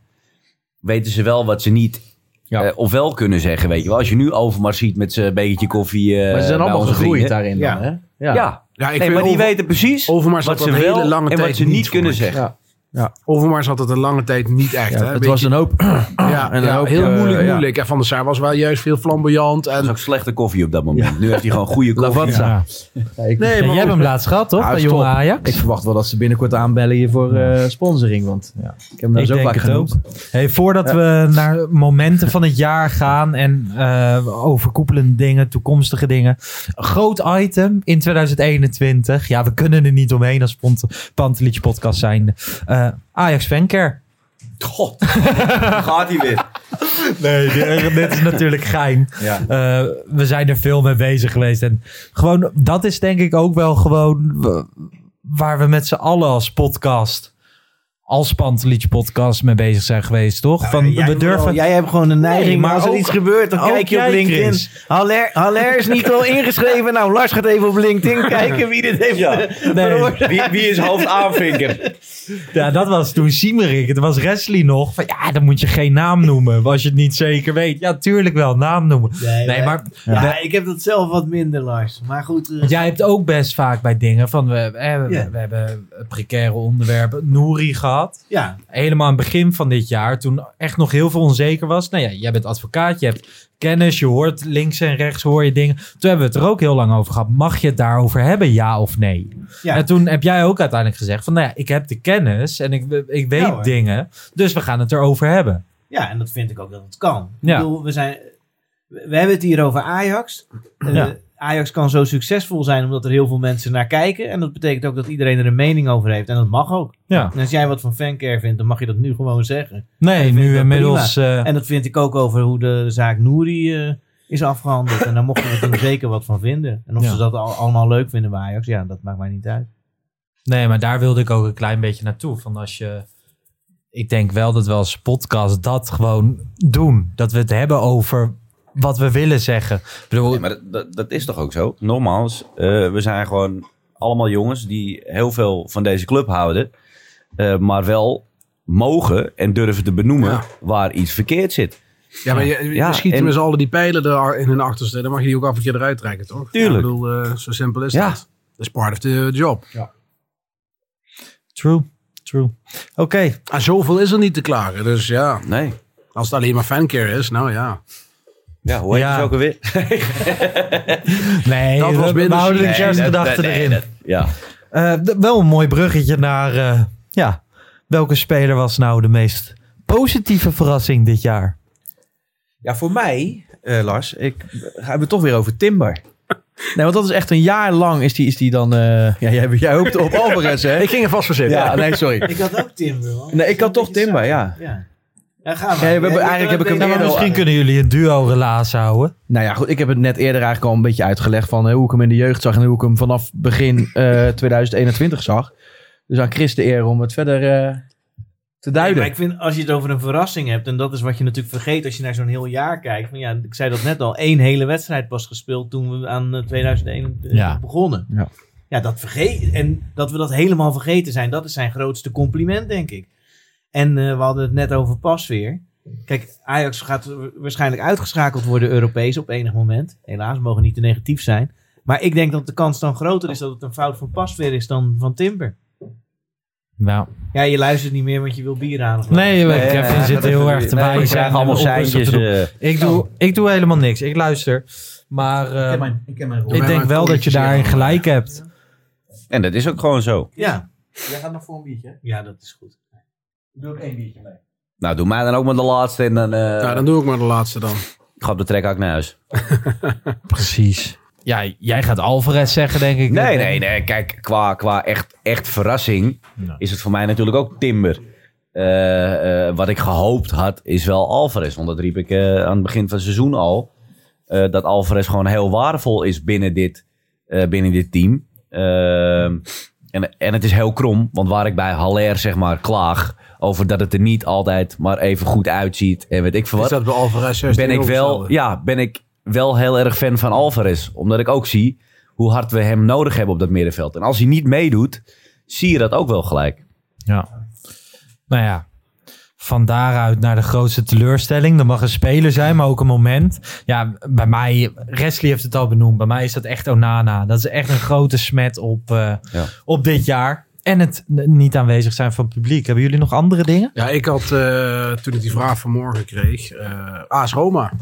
Speaker 6: weten ze wel wat ze niet ja. uh, of wel kunnen zeggen, weet je wel. Als je nu Overmars ziet met zijn bekertje koffie. Uh,
Speaker 5: maar ze zijn allemaal gegroeid daarin dan,
Speaker 6: ja. hè? Ja, ja. ja ik nee, maar die weten precies Overmars wat ze wel lange en wat ze niet kunnen zeggen. Ja.
Speaker 5: Ja.
Speaker 7: Overmars had het een lange tijd niet echt.
Speaker 5: Ja,
Speaker 7: hè?
Speaker 5: het
Speaker 7: Beetje,
Speaker 5: was een hoop...
Speaker 7: ja,
Speaker 5: en
Speaker 7: ja,
Speaker 5: een hoop,
Speaker 7: heel
Speaker 5: uh,
Speaker 7: moeilijk,
Speaker 5: ja.
Speaker 7: moeilijk. En Van der Sar was wel juist veel flamboyant. En...
Speaker 6: Dat is ook slechte koffie op dat moment. Ja. Nu heeft hij gewoon goede koffie.
Speaker 5: Lavazza.
Speaker 4: Ja.
Speaker 5: Ja, ik,
Speaker 4: Nee, maar jij hebt hem laatst gehad, toch?
Speaker 5: Ja,
Speaker 4: bij
Speaker 5: is
Speaker 4: jonge
Speaker 5: top.
Speaker 4: Ajax.
Speaker 5: Ik verwacht wel dat ze binnenkort aanbellen hier voor uh, sponsoring. Want ja, ik heb hem nou
Speaker 4: Ik
Speaker 5: zo
Speaker 4: denk
Speaker 5: vaak
Speaker 4: het
Speaker 5: genoemd.
Speaker 4: ook. Hey, voordat
Speaker 5: Ja.
Speaker 4: we naar momenten van het jaar gaan en uh, overkoepelende dingen, toekomstige dingen. Een groot item in twintig eenentwintig. Ja, we kunnen er niet omheen als Pantelietje podcast zijn. Uh, Ajax Fancare.
Speaker 6: God, gaat hij weer.
Speaker 4: Nee, dit, dit is natuurlijk gein.
Speaker 6: Ja.
Speaker 4: Uh, we zijn er veel mee bezig geweest. En gewoon, dat is denk ik ook wel gewoon waar we met z'n allen als podcast, als Pantelietje podcast mee bezig zijn geweest, toch? Van,
Speaker 8: Nou, jij,
Speaker 4: we durven...
Speaker 8: wel, jij hebt gewoon een neiging,
Speaker 4: Nee,
Speaker 8: maar
Speaker 4: maar
Speaker 8: als er
Speaker 4: ook-
Speaker 8: iets gebeurt, dan
Speaker 4: ook
Speaker 8: kijk je op
Speaker 4: jij,
Speaker 8: LinkedIn.
Speaker 4: Chris.
Speaker 8: Haller, Haller is niet al ingeschreven. Nou, Lars gaat even op LinkedIn kijken wie dit heeft.
Speaker 6: Ja.
Speaker 4: Nee.
Speaker 6: Wie, wie is hoofdaanvinker?
Speaker 4: Ja, dat was toen Siemerik. Het was Wesley nog. Van, ja, dan moet je geen naam noemen als je het niet zeker weet. Ja, tuurlijk wel, naam noemen.
Speaker 8: Nee,
Speaker 4: Nee, maar...
Speaker 8: Ja,
Speaker 4: we-
Speaker 8: ik heb dat zelf wat minder, Lars. Maar goed. uh,
Speaker 4: Want jij hebt ook best vaak bij dingen van... We, eh, we,
Speaker 8: Ja.
Speaker 4: we hebben precaire onderwerpen. Nouri gehad.
Speaker 8: ja,
Speaker 4: Helemaal aan het begin van dit jaar. Toen echt nog heel veel onzeker was. Nou ja, jij bent advocaat. Je hebt kennis. Je hoort links en rechts hoor je dingen. Toen hebben we het er ook heel lang over gehad. Mag je het daarover hebben? Ja of nee?
Speaker 8: ja.
Speaker 4: En toen heb jij ook uiteindelijk gezegd van... Nou ja, ik heb de kennis. En ik, ik weet
Speaker 8: Ja, hoor.
Speaker 4: dingen. Dus we gaan het erover hebben.
Speaker 8: ja, en dat vind ik ook dat het kan.
Speaker 4: Ja.
Speaker 8: Ik bedoel, we, zijn, we we hebben het hier over Ajax. Uh,
Speaker 4: Ja.
Speaker 8: Ajax kan zo succesvol zijn omdat er heel veel mensen naar kijken. En dat betekent ook dat iedereen er een mening over heeft. En dat mag ook.
Speaker 4: Ja.
Speaker 8: En als jij wat van Fancare vindt, dan mag je dat nu gewoon zeggen.
Speaker 4: Nee,
Speaker 8: vind
Speaker 4: nu
Speaker 8: dat
Speaker 4: inmiddels... eh,
Speaker 8: En dat vind ik ook over hoe de, de zaak Nouri eh, is afgehandeld. En daar mochten we toen zeker wat van vinden. En of
Speaker 4: Ja.
Speaker 8: ze dat al, allemaal leuk vinden bij Ajax, ja, dat maakt mij niet uit.
Speaker 4: Nee, maar daar wilde ik ook een klein beetje naartoe. Van als je... Ik denk wel dat we als podcast dat gewoon doen. Dat we het hebben over wat we willen zeggen. Ik bedoel,
Speaker 6: Nee, maar dat, dat, dat is toch ook zo? Nogmaals, uh, we zijn gewoon allemaal jongens die heel veel van deze club houden. Uh, maar wel mogen en durven te benoemen
Speaker 7: Ja.
Speaker 6: waar iets verkeerd zit.
Speaker 7: Ja, maar je, je
Speaker 6: Ja,
Speaker 7: schiet
Speaker 6: en-
Speaker 7: met z'n allen die pijlen er in hun achterste. Dan mag je die ook af en toe eruit trekken, toch?
Speaker 6: Tuurlijk.
Speaker 7: Ja, ik bedoel, uh, zo simpel is
Speaker 6: Ja.
Speaker 7: dat. Dat is part of the job.
Speaker 4: true, true. Oké. Okay.
Speaker 7: En zoveel is er niet te klagen. Dus ja,
Speaker 6: Nee.
Speaker 7: als het alleen maar fancare is, nou ja.
Speaker 6: Ja, hoe heet
Speaker 4: Ja.
Speaker 6: het ook alweer?
Speaker 4: Nee,
Speaker 7: Dat was
Speaker 4: we, we
Speaker 7: minder
Speaker 4: houden de
Speaker 7: slecht.
Speaker 4: kerstgedachte
Speaker 6: Nee,
Speaker 4: erin.
Speaker 6: dat- ja.
Speaker 4: Uh, d- wel een mooi bruggetje naar... Uh, ja, welke speler was nou de meest positieve verrassing dit jaar?
Speaker 5: Ja, voor mij, uh, Lars, ik hebben we toch weer over Timber. Nee, want dat is echt een jaar lang is die, is die dan... Uh, ja, jij, jij hoopt op Alvarez, hè?
Speaker 7: Ik ging er vast voor zitten.
Speaker 5: Ja, nee, sorry.
Speaker 8: Ik had ook Timber, man.
Speaker 5: Nee, ik had toch Timber, ja.
Speaker 8: Ja. Ja, ga maar.
Speaker 5: Ja, we hebben-
Speaker 8: Ja,
Speaker 5: eigenlijk heb ik hem
Speaker 8: ben-
Speaker 5: eerder al-
Speaker 4: Misschien kunnen jullie een duo-relaas houden.
Speaker 5: Nou ja, goed, ik heb het net eerder eigenlijk al een beetje uitgelegd van uh, hoe ik hem in de jeugd zag en hoe ik hem vanaf begin uh, twintig eenentwintig zag. Dus aan Chris de eer om het verder uh, te
Speaker 8: Nee,
Speaker 5: duiden.
Speaker 8: maar ik vind als je het over een verrassing hebt, en dat is wat je natuurlijk vergeet als je naar zo'n heel jaar kijkt. Van, ja, ik zei dat net al, één hele wedstrijd pas gespeeld toen we aan uh, twintig eenentwintig
Speaker 4: Ja.
Speaker 8: begonnen.
Speaker 5: Ja.
Speaker 8: Ja, dat vergeet, en dat we dat helemaal vergeten zijn, dat is zijn grootste compliment, denk ik. En uh, we hadden het net over Pasveer. Kijk, Ajax gaat waarschijnlijk uitgeschakeld worden Europees op enig moment. Helaas, we mogen niet te negatief zijn. Maar ik denk dat de kans dan groter is dat het een fout van Pasveer is dan van Timber.
Speaker 4: Nou,
Speaker 8: Ja, je luistert niet meer, want je wil bier aan.
Speaker 4: nee,
Speaker 6: Nee,
Speaker 4: Kevin
Speaker 6: nee,
Speaker 4: zit
Speaker 6: nee,
Speaker 4: heel
Speaker 6: nee,
Speaker 4: erg te
Speaker 6: nee,
Speaker 4: wijzen.
Speaker 6: we krijgen
Speaker 4: en
Speaker 6: allemaal
Speaker 4: onrustig
Speaker 6: seintjes.
Speaker 4: te doen.
Speaker 6: uh,
Speaker 4: Ik doe, ik doe helemaal niks. Ik luister. Maar uh,
Speaker 8: ik heb mijn
Speaker 4: ik denk wel dat je daarin gelijk hebt.
Speaker 6: en dat is ook gewoon zo.
Speaker 8: Ja.
Speaker 5: Jij gaat nog voor een biertje?
Speaker 8: Ja, dat is goed.
Speaker 5: Doe ook één biertje mee.
Speaker 6: Nou, doe mij dan ook maar de laatste en dan... Uh,
Speaker 7: Ja, dan doe ik maar de laatste dan.
Speaker 6: Ik ga op de trekhak naar huis.
Speaker 4: Precies. Ja, jij gaat Alvarez zeggen, denk ik.
Speaker 6: Nee, nee, nee. Kijk, qua, qua echt, echt verrassing
Speaker 4: Ja.
Speaker 6: is het voor mij natuurlijk ook Timber. Uh, uh, wat ik gehoopt had, is wel Alvarez. Want dat riep ik uh, aan het begin van het seizoen al. Uh, dat Alvarez gewoon heel waardevol is binnen dit, uh, binnen dit team. Uh, en, en het is heel krom. Want waar ik bij Haller zeg maar klaag over dat het er niet altijd maar even goed uitziet. En weet ik veel
Speaker 7: Is
Speaker 6: wat.
Speaker 7: dat bij Alvarez juist
Speaker 6: Ben ik wel,
Speaker 7: tegenovergestelde?
Speaker 6: ja, ben ik wel heel erg fan van Alvarez. Omdat ik ook zie hoe hard we hem nodig hebben op dat middenveld. En als hij niet meedoet, zie je dat ook wel gelijk.
Speaker 4: Ja. Nou ja, van daaruit naar de grootste teleurstelling. Er mag een speler zijn, maar ook een moment. Ja, bij mij, Wesley heeft het al benoemd. Bij mij is dat echt Onana. Dat is echt een grote smet op, uh,
Speaker 6: Ja.
Speaker 4: op dit jaar. en het niet aanwezig zijn van het publiek. Hebben jullie nog andere dingen?
Speaker 7: Ja, ik had uh, toen ik die vraag vanmorgen kreeg, uh, A S Roma.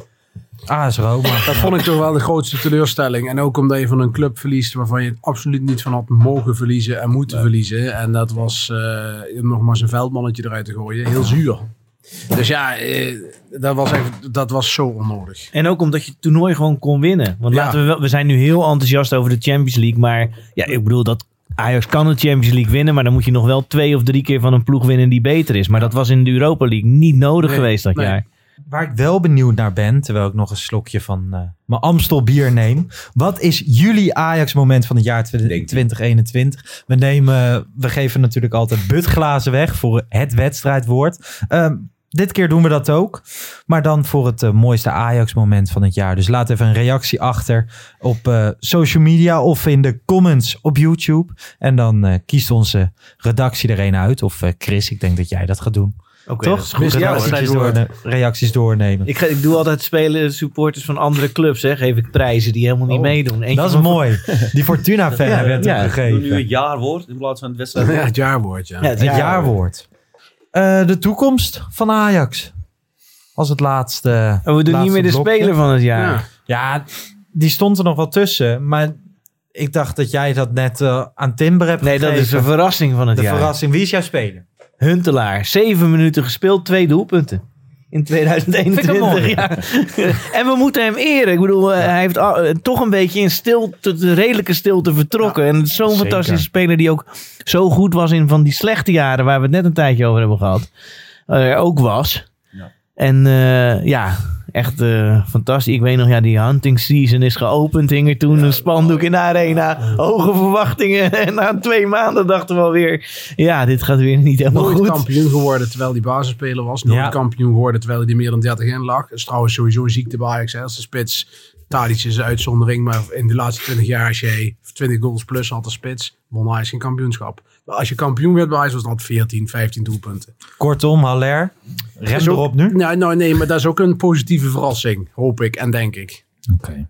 Speaker 4: A S Roma.
Speaker 7: Dat vond ik toch wel de grootste teleurstelling. En ook omdat je van een club verliest waarvan je het absoluut niet van had mogen verliezen en moeten nee. verliezen. En dat was uh, nog maar zijn veldmannetje eruit te gooien. Heel zuur. Dus ja, uh, dat, was echt, dat was zo onnodig.
Speaker 8: En ook omdat je het toernooi gewoon kon winnen. Want ja. laten we, wel, we zijn nu heel enthousiast over de Champions League. Maar ja, ik bedoel dat Ajax kan de Champions League winnen. Maar dan moet je nog wel twee of drie keer van een ploeg winnen die beter is. Maar dat was in de Europa League niet nodig nee, geweest dat nee. jaar.
Speaker 4: Waar ik wel benieuwd naar ben, terwijl ik nog een slokje van uh, mijn Amstel bier neem. Wat is jullie Ajax moment van het jaar twintig eenentwintig? We nemen, we geven natuurlijk altijd butglazen weg voor het wedstrijdwoord. Um, dit keer doen we dat ook. Maar dan voor het uh, mooiste Ajax moment van het jaar. Dus laat even een reactie achter op uh, social media of in de comments op YouTube. En dan uh, kiest onze redactie er een uit. Of uh, Chris, ik denk dat jij dat gaat doen.
Speaker 8: Okay,
Speaker 4: toch?
Speaker 8: Goed, ja,
Speaker 4: reacties, door, reacties doornemen.
Speaker 8: Ik, ik doe altijd spelen supporters van andere clubs. Hè. Geef ik prijzen die helemaal niet oh, meedoen. Eentje
Speaker 4: dat is
Speaker 8: van...
Speaker 4: mooi. Die Fortuna-fan ja, werd ja, gegeven.
Speaker 6: Nu het jaarwoord in plaats van het wedstrijd.
Speaker 7: Ja, het jaarwoord. Ja.
Speaker 8: Ja,
Speaker 4: het, het jaarwoord. Uh, de toekomst van Ajax. Als het laatste.
Speaker 8: En we doen niet meer de blokje. Speler van het jaar.
Speaker 4: Ja. ja, die stond er nog wel tussen. Maar ik dacht dat jij dat net uh, aan Timber hebt
Speaker 8: nee,
Speaker 4: gegeven.
Speaker 8: Nee, dat is de verrassing van het
Speaker 4: de
Speaker 8: jaar.
Speaker 4: De verrassing. Wie is jouw speler?
Speaker 8: Huntelaar. Zeven minuten gespeeld, twee doelpunten. In twintig eenentwintig. Ja. En we moeten hem eren. Ik bedoel, ja. hij heeft uh, toch een beetje in stilte, de redelijke stilte vertrokken. Ja, en zo'n zeker. Fantastische speler die ook zo goed was in van die slechte jaren waar we het net een tijdje over hebben gehad. Uh, ook was. Ja. En uh, ja, echt uh, fantastisch. Ik weet nog, ja, die hunting season is geopend. Hing er toen ja, een spandoek in de arena. Hoge verwachtingen. En na twee maanden dachten we alweer, ja, dit gaat weer niet helemaal
Speaker 7: nooit
Speaker 8: goed.
Speaker 7: Nooit kampioen geworden terwijl die basisspeler was. Nooit ja. kampioen geworden terwijl hij er meer dan dertig in lag. Dat is trouwens sowieso een ziekte bij Ajax. Als de spits, Tadic is een uitzondering. Maar in de laatste twintig jaar, als jij twintig goals plus had als spits, won Ajax geen kampioenschap. Maar als je kampioen werd bij Ajax, was dat veertien, vijftien doelpunten.
Speaker 4: Kortom, Haller, rem erop nu?
Speaker 7: Nou, nou, nee, maar dat is ook een positieve verrassing, hoop ik en denk ik.
Speaker 4: Oké. Okay.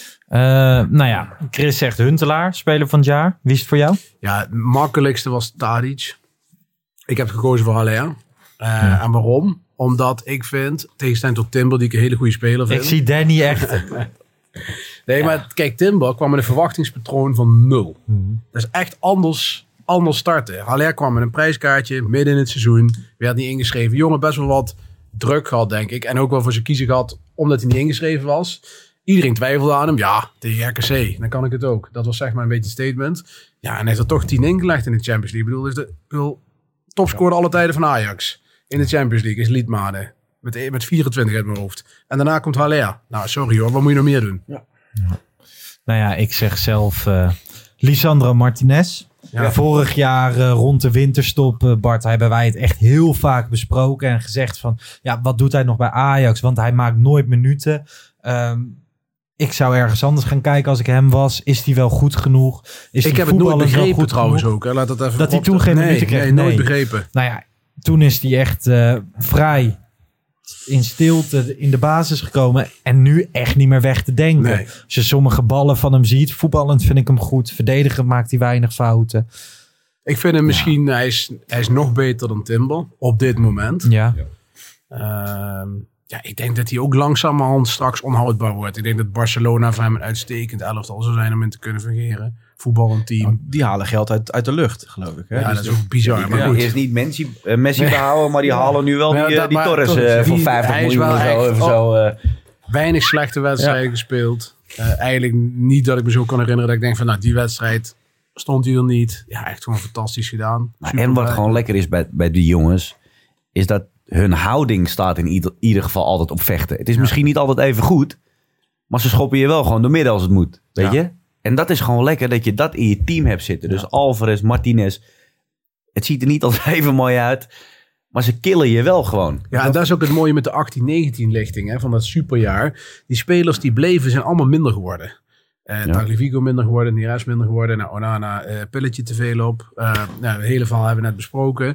Speaker 4: Uh, nou ja, Chris zegt Huntelaar, speler van het jaar. Wie is het voor jou?
Speaker 7: Ja, het makkelijkste was Tadic. Ik heb gekozen voor Haller. Uh, ja. En waarom? Omdat ik vind, tegenstelling tot Timber, die ik een hele goede speler vind.
Speaker 4: Ik zie Danny echt.
Speaker 7: nee, ja. maar kijk, Timber kwam met een verwachtingspatroon van nul. Mm-hmm. Dat is echt anders, anders starten. Haller kwam met een prijskaartje midden in het seizoen. Werd niet ingeschreven. Jongen, best wel wat druk gehad, denk ik. En ook wel voor zijn kiezen gehad, omdat hij niet ingeschreven was. Iedereen twijfelde aan hem. Ja, tegen R K C, dan kan ik het ook. Dat was zeg maar een beetje een statement. Ja, en hij heeft er toch tien ingelegd in de Champions League. Ik bedoel, is de, ik bedoel topscorer alle tijden van Ajax. In de Champions League is Liedmanen. Met, met vierentwintig uit mijn hoofd. En daarna komt Haller. Nou, sorry hoor, wat moet je nog meer doen?
Speaker 4: Ja. Ja. Nou ja, ik zeg zelf uh, Lisandro Martinez. Ja. Vorig jaar uh, rond de winterstop, uh, Bart, hebben wij het echt heel vaak besproken. En gezegd van, ja, wat doet hij nog bij Ajax? Want hij maakt nooit minuten. Um, ik zou ergens anders gaan kijken als ik hem was. Is hij wel goed genoeg? Is
Speaker 7: ik heb het nooit begrepen goed trouwens genoeg? Ook. Hè? Laat dat even
Speaker 4: dat hij toen geen
Speaker 7: nee,
Speaker 4: minuten kreeg.
Speaker 7: Nee, nooit nee. begrepen.
Speaker 4: Nou ja, toen is hij echt uh, vrij in stilte in de basis gekomen. En nu echt niet meer weg te denken. Nee. Als je sommige ballen van hem ziet. Voetballend vind ik hem goed. Verdedigend maakt hij weinig fouten.
Speaker 7: Ik vind hem misschien... Ja. Hij, is, hij is nog beter dan Timber. Op dit moment.
Speaker 4: Ja.
Speaker 7: Uh, ja, ik denk dat hij ook langzamerhand straks onhoudbaar wordt. Ik denk dat Barcelona voor hem een uitstekend elftal zou zijn om in te kunnen fungeren. Voetballend team.
Speaker 5: Nou, die halen geld uit, uit de lucht, geloof ik. Hè?
Speaker 7: Ja,
Speaker 5: dus
Speaker 7: dat is ook bizar.
Speaker 6: Die,
Speaker 7: maar
Speaker 6: ja,
Speaker 7: goed.
Speaker 6: Eerst niet Messi, uh, Messi nee. behouden, maar die ja. halen nu wel ja, die,
Speaker 7: dat,
Speaker 6: die Torres uh, voor vijftig miljoen of zo. Even zo uh.
Speaker 7: Weinig slechte wedstrijden ja. gespeeld. Uh, eigenlijk niet dat ik me zo kan herinneren dat ik denk van nou die wedstrijd stond hij er niet. Ja, echt gewoon fantastisch gedaan.
Speaker 6: Nou, en wat gewoon lekker is bij, bij die jongens, is dat hun houding staat in ieder, ieder geval altijd op vechten. Het is ja. misschien niet altijd even goed, maar ze schoppen je wel gewoon door midden als het moet. Weet ja. je? En dat is gewoon lekker dat je dat in je team hebt zitten. Dus ja. Alvarez, Martinez. Het ziet er niet altijd even mooi uit, maar ze killen je wel gewoon.
Speaker 7: Ja, en dat is ook het mooie met de achttien negentien lichting hè, van dat superjaar. Die spelers die bleven zijn allemaal minder geworden. Uh, ja. Tagliafico minder geworden, Neres minder geworden. Nou, Onana, uh, pilletje te veel op. Uh, nou, het hele verhaal hebben we net besproken.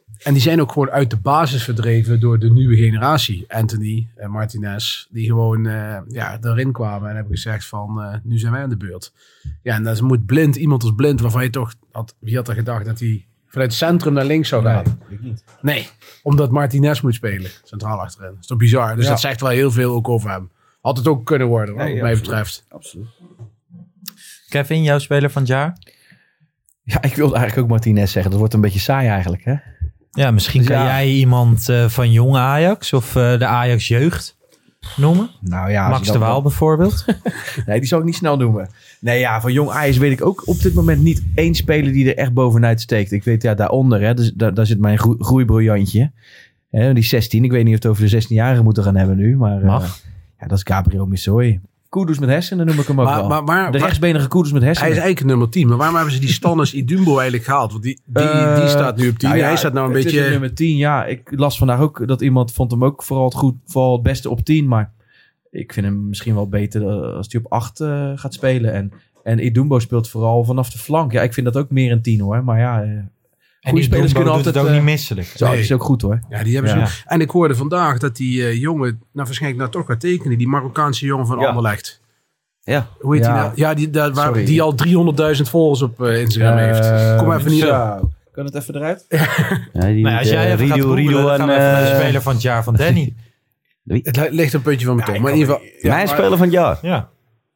Speaker 7: En die zijn ook gewoon uit de basis verdreven door de nieuwe generatie. Anthony en Martinez. Die gewoon uh, ja, erin kwamen en hebben gezegd van uh, nu zijn wij aan de beurt. Ja, en dan moet Blind, iemand als Blind, waarvan je toch, had, wie had er gedacht dat hij vanuit het centrum naar links zou gaan?
Speaker 5: Nee, ik niet.
Speaker 7: Nee, omdat Martinez moet spelen, centraal achterin. Dat is toch bizar? Dus
Speaker 5: ja.
Speaker 7: dat zegt wel heel veel ook over hem. Had het ook kunnen worden, wat
Speaker 5: nee,
Speaker 7: mij
Speaker 5: absoluut.
Speaker 7: betreft.
Speaker 5: Absoluut.
Speaker 4: Kevin, jouw speler van het jaar?
Speaker 5: Ja, ik wilde eigenlijk ook Martinez zeggen. Dat wordt een beetje saai eigenlijk, hè?
Speaker 4: Ja, misschien
Speaker 5: Dus
Speaker 4: kan
Speaker 5: ja.
Speaker 4: jij iemand uh, van jong Ajax of uh, de Ajax jeugd noemen.
Speaker 5: Nou ja,
Speaker 4: Max de Waal bijvoorbeeld.
Speaker 5: Nee, die zou ik niet snel noemen. Nee, ja, van jong Ajax weet ik ook op dit moment niet één speler die er echt bovenuit steekt. Ik weet, ja, daaronder, hè, dus, daar, daar zit mijn groe- groeibriljantje. Hè, die zestien. Ik weet niet of we het over de zestienjarigen moeten gaan hebben nu. Maar
Speaker 4: Mag.
Speaker 5: Uh, ja, dat is Gabriel Missoy. Kudus met Hessen, dan noem ik hem ook
Speaker 7: Maar-
Speaker 5: wel.
Speaker 7: maar- maar-
Speaker 5: de
Speaker 7: maar-
Speaker 5: rechtsbenige Kudus met Hessen.
Speaker 7: Hij is eigenlijk nummer tien. Maar waarom hebben ze die Stannis Idumbo eigenlijk gehaald? Want die, die,
Speaker 5: Uh,
Speaker 7: die staat nu op tien.
Speaker 5: nou ja,
Speaker 7: hij staat nou een
Speaker 5: het
Speaker 7: beetje...
Speaker 5: is nummer tien, ja. Ik las vandaag ook dat iemand vond hem ook vooral het, goed, vooral het beste op tien. Maar ik vind hem misschien wel beter uh, als hij op acht uh, gaat spelen. En, en Idumbo speelt vooral vanaf de flank. Ja, ik vind dat ook meer een tien hoor. Maar ja, uh,
Speaker 4: En
Speaker 5: goede
Speaker 4: die
Speaker 5: spelers kunnen
Speaker 4: doet
Speaker 5: altijd...
Speaker 4: het ook
Speaker 5: uh,
Speaker 4: niet misselijk.
Speaker 5: Zo,
Speaker 7: Nee.
Speaker 5: die is ook goed hoor.
Speaker 7: Ja, die hebben ze.
Speaker 5: Ja.
Speaker 7: ook. En ik hoorde vandaag dat die uh, jongen, nou waarschijnlijk nou toch gaat tekenen, die Marokkaanse jongen van
Speaker 6: Ja.
Speaker 7: Anderlecht.
Speaker 6: Ja.
Speaker 7: Hoe heet
Speaker 5: Ja.
Speaker 7: die nou? Ja, die, daar, waar,
Speaker 5: Sorry.
Speaker 7: die al driehonderdduizend volgers op uh, Instagram
Speaker 5: Uh,
Speaker 7: heeft. Kom even niet
Speaker 5: zo.
Speaker 7: op.
Speaker 5: Kan het even eruit?
Speaker 6: Ja, die
Speaker 4: Nou, als jij
Speaker 6: uh,
Speaker 4: even gaat
Speaker 6: Rido,
Speaker 4: googlen,
Speaker 6: Rido
Speaker 4: dan
Speaker 6: en...
Speaker 4: gaan we even naar de
Speaker 6: uh,
Speaker 4: speler van het jaar van Danny.
Speaker 7: Het li- ligt een puntje van mijn tong. Maar in ieder geval... ja,
Speaker 6: mijn
Speaker 7: maar-
Speaker 6: speler van het jaar.
Speaker 4: Ja.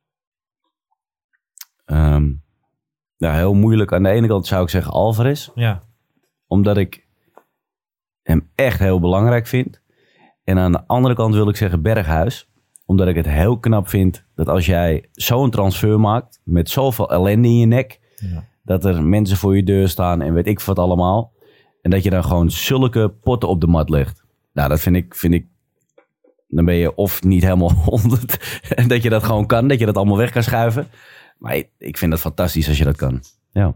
Speaker 6: Um, ja, heel moeilijk. Aan de ene kant zou ik zeggen Alvarez.
Speaker 4: Ja.
Speaker 6: Omdat ik hem echt heel belangrijk vind. En aan de andere kant wil ik zeggen Berghuis. Omdat ik het heel knap vind dat als jij zo'n transfer maakt met zoveel ellende in je nek.
Speaker 4: Ja.
Speaker 6: Dat er mensen voor je deur staan en weet ik wat allemaal. En dat je dan gewoon zulke potten op de mat legt. Nou, dat vind ik... Vind ik dan ben je of niet helemaal honderd. En dat je dat gewoon kan. Dat je dat allemaal weg kan schuiven. Maar ik, ik vind dat fantastisch als je dat kan. Ja.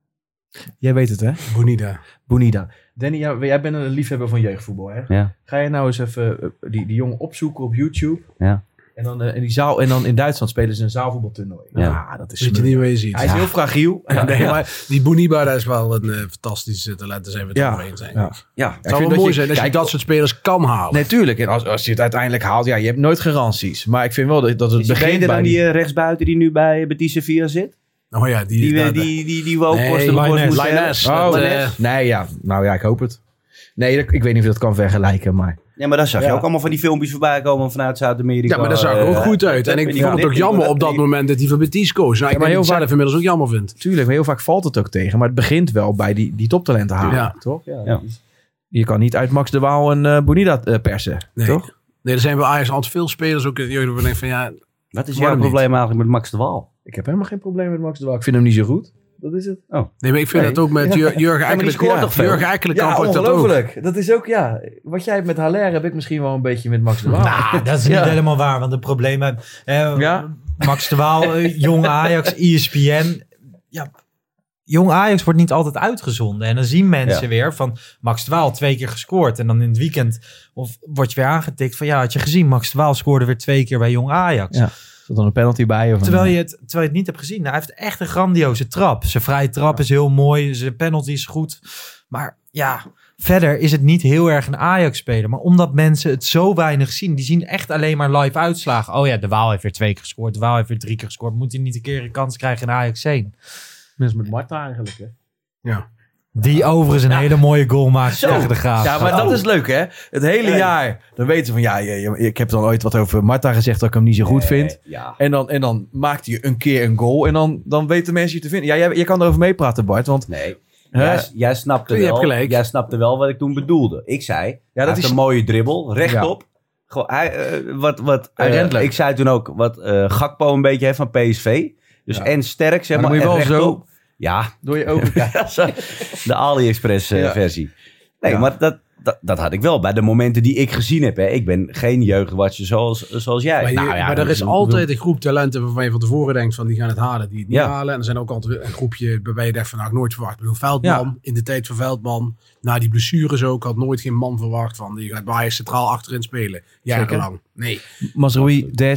Speaker 5: Jij weet het hè?
Speaker 7: Bonida.
Speaker 5: Bonida. Danny, jij, jij bent een liefhebber van jeugdvoetbal hè?
Speaker 6: Ja.
Speaker 5: Ga je nou eens even uh, die, die jongen opzoeken op YouTube.
Speaker 6: Ja.
Speaker 5: En dan, uh, in die zaal, en dan in Duitsland spelen ze een zaalvoetbaltoernooi.
Speaker 6: Ja.
Speaker 5: Ja, dat is
Speaker 7: Weet je
Speaker 5: smullen.
Speaker 7: niet wat je ziet.
Speaker 5: Hij is heel fragiel.
Speaker 7: Ja, nee, maar die Boniba, dat is wel een uh, fantastisch uh, talent. Daar zijn we het
Speaker 5: Ja.
Speaker 7: over eens. Denk
Speaker 5: Ja.
Speaker 7: ik.
Speaker 6: Ja.
Speaker 7: Het zou wel mooi zijn als je dat soort spelers kan halen.
Speaker 5: Nee, tuurlijk. En als, als je het uiteindelijk haalt, ja, je hebt nooit garanties. Maar ik vind wel dat, dat het
Speaker 6: Is hij
Speaker 5: begint
Speaker 6: beter
Speaker 5: bij
Speaker 6: dan
Speaker 5: die...
Speaker 6: die uh, rechtsbuiten die nu bij Betis Sevilla zit?
Speaker 7: Oh ja, die...
Speaker 6: Die,
Speaker 7: daar-
Speaker 6: die, die, die, die we ook
Speaker 7: Nee,
Speaker 6: kosten
Speaker 7: Lainez. Lainez.
Speaker 5: Oh,
Speaker 7: Dat,
Speaker 5: nee.
Speaker 7: uh,
Speaker 5: nee, ja. Nou ja, ik hoop het. Nee, dat- ik weet niet of je dat kan vergelijken, maar...
Speaker 6: Ja, maar daar zag je
Speaker 5: Ja.
Speaker 6: ook allemaal van die filmpjes voorbij komen vanuit Zuid-Amerika.
Speaker 7: Ja, maar dat zag er ook
Speaker 6: Uh,
Speaker 7: goed uit. En ik
Speaker 6: die
Speaker 7: vond het ook
Speaker 6: die-
Speaker 7: jammer
Speaker 6: die-
Speaker 7: op dat
Speaker 6: die-
Speaker 7: moment dat hij van Betis koos. Nou,
Speaker 5: Ja,
Speaker 7: ik
Speaker 5: maar
Speaker 7: maar
Speaker 5: heel
Speaker 7: heel
Speaker 5: vaak-
Speaker 7: vaak inmiddels ook jammer vind.
Speaker 5: Tuurlijk, maar heel vaak valt het ook tegen. Maar het begint wel bij die, die toptalenten halen,
Speaker 7: Ja.
Speaker 5: toch? Ja.
Speaker 6: Ja.
Speaker 5: Je kan niet uit Max de Waal en uh, Bonida uh, persen,
Speaker 7: Nee.
Speaker 5: toch?
Speaker 7: Nee, er zijn bij Ajax altijd veel spelers ook in de jeugd waar ik denk van ja...
Speaker 6: Wat is
Speaker 7: Waarom
Speaker 6: jouw
Speaker 7: niet?
Speaker 6: probleem eigenlijk met Max de Waal?
Speaker 5: Ik heb helemaal geen probleem met Max de Waal. Ik vind hem niet zo goed. Dat is het.
Speaker 6: Oh.
Speaker 7: Nee, maar ik vind
Speaker 5: Nee.
Speaker 7: dat ook met
Speaker 5: Ja.
Speaker 7: Jur- Jurgen
Speaker 6: maar die
Speaker 7: Ekkelenkamp.
Speaker 6: scoort toch veel?
Speaker 7: Jurgen Ekkelenkamp
Speaker 5: Ja,
Speaker 7: had dat ook.
Speaker 5: ongelooflijk. Dat is ook, ja... Wat jij hebt met Haller heb ik misschien wel een beetje met Max de Waal.
Speaker 4: Nou, dat is niet
Speaker 5: Ja.
Speaker 4: helemaal waar. Want het probleem... eh,
Speaker 5: Ja.
Speaker 4: Max de Waal, eh, Jong Ajax, E S P N. Ja, Jong Ajax wordt niet altijd uitgezonden. En dan zien mensen
Speaker 6: Ja.
Speaker 4: weer van Max de Waal twee keer gescoord. En dan in het weekend of word je weer aangetikt van ja, had je gezien, Max de Waal scoorde weer twee keer bij Jong Ajax.
Speaker 5: Ja. Zat dan een penalty bij? Of een-
Speaker 4: Terwijl je, het, terwijl je het niet hebt gezien. Nou, hij heeft echt een grandioze trap. Zijn vrije trap is heel mooi. Zijn penalty is goed. Maar ja, verder is het niet heel erg een Ajax-speler. Maar omdat mensen het zo weinig zien. Die zien echt alleen maar live uitslagen. Oh ja, de Waal heeft weer twee keer gescoord. De Waal heeft weer drie keer gescoord. Moet hij niet een keer een kans krijgen in Ajax één?
Speaker 5: Mensen met Marta eigenlijk, hè?
Speaker 7: Ja.
Speaker 4: Die overigens een hele mooie goal maakt
Speaker 5: Zo.
Speaker 4: tegen de Graaf.
Speaker 5: Ja, maar dat is leuk, hè? Het hele
Speaker 6: Nee.
Speaker 5: jaar. Dan weten ze van, ja, je- je- ik heb dan ooit wat over Marta gezegd dat ik hem niet zo goed vind.
Speaker 6: Ja.
Speaker 5: En dan, en dan maakt hij een keer een goal. En dan, dan weten mensen je te vinden. Ja, jij, je kan erover meepraten, Bart. Want
Speaker 6: Nee.
Speaker 5: Hè?
Speaker 6: Jij, jij, snapte
Speaker 7: Je hebt
Speaker 6: wel,
Speaker 7: gelijk.
Speaker 6: jij snapte wel wat ik toen bedoelde. Ik zei, ja,
Speaker 5: dat
Speaker 6: dat is
Speaker 5: is-
Speaker 6: een mooie dribbel, rechtop. Gewoon, hij, eh, wat, wat,
Speaker 5: Hij
Speaker 6: eh,
Speaker 5: rent leuk.
Speaker 6: ik zei toen ook wat eh, Gakpo een beetje heeft van P S V. Dus
Speaker 5: Ja.
Speaker 6: en sterk, zeg
Speaker 5: Maar
Speaker 6: maar,
Speaker 5: dan
Speaker 6: en
Speaker 5: moet je wel
Speaker 6: rechtop. Ja,
Speaker 5: door je ogen kijken.
Speaker 6: de AliExpress eh,
Speaker 5: Ja.
Speaker 6: versie. Nee,
Speaker 5: Ja.
Speaker 6: maar dat, dat, dat had ik wel bij de momenten die ik gezien heb. Hè. Ik ben geen jeugdwatcher zoals, zoals jij.
Speaker 7: Maar, je-
Speaker 6: Nou ja,
Speaker 7: maar er is
Speaker 6: ik
Speaker 7: altijd een groep talenten waarvan je van tevoren denkt van die gaan het halen, die het niet
Speaker 6: Ja.
Speaker 7: halen. En er zijn ook altijd een groepje waarbij je denkt van nou, ik nooit verwacht. Ik bedoel, Veldman, in de tijd van Veldman, na die blessures ook, had nooit geen man verwacht van die gaat bij Ajax centraal achterin spelen. Jarenlang. Nee.
Speaker 5: Mazraoui, Dest.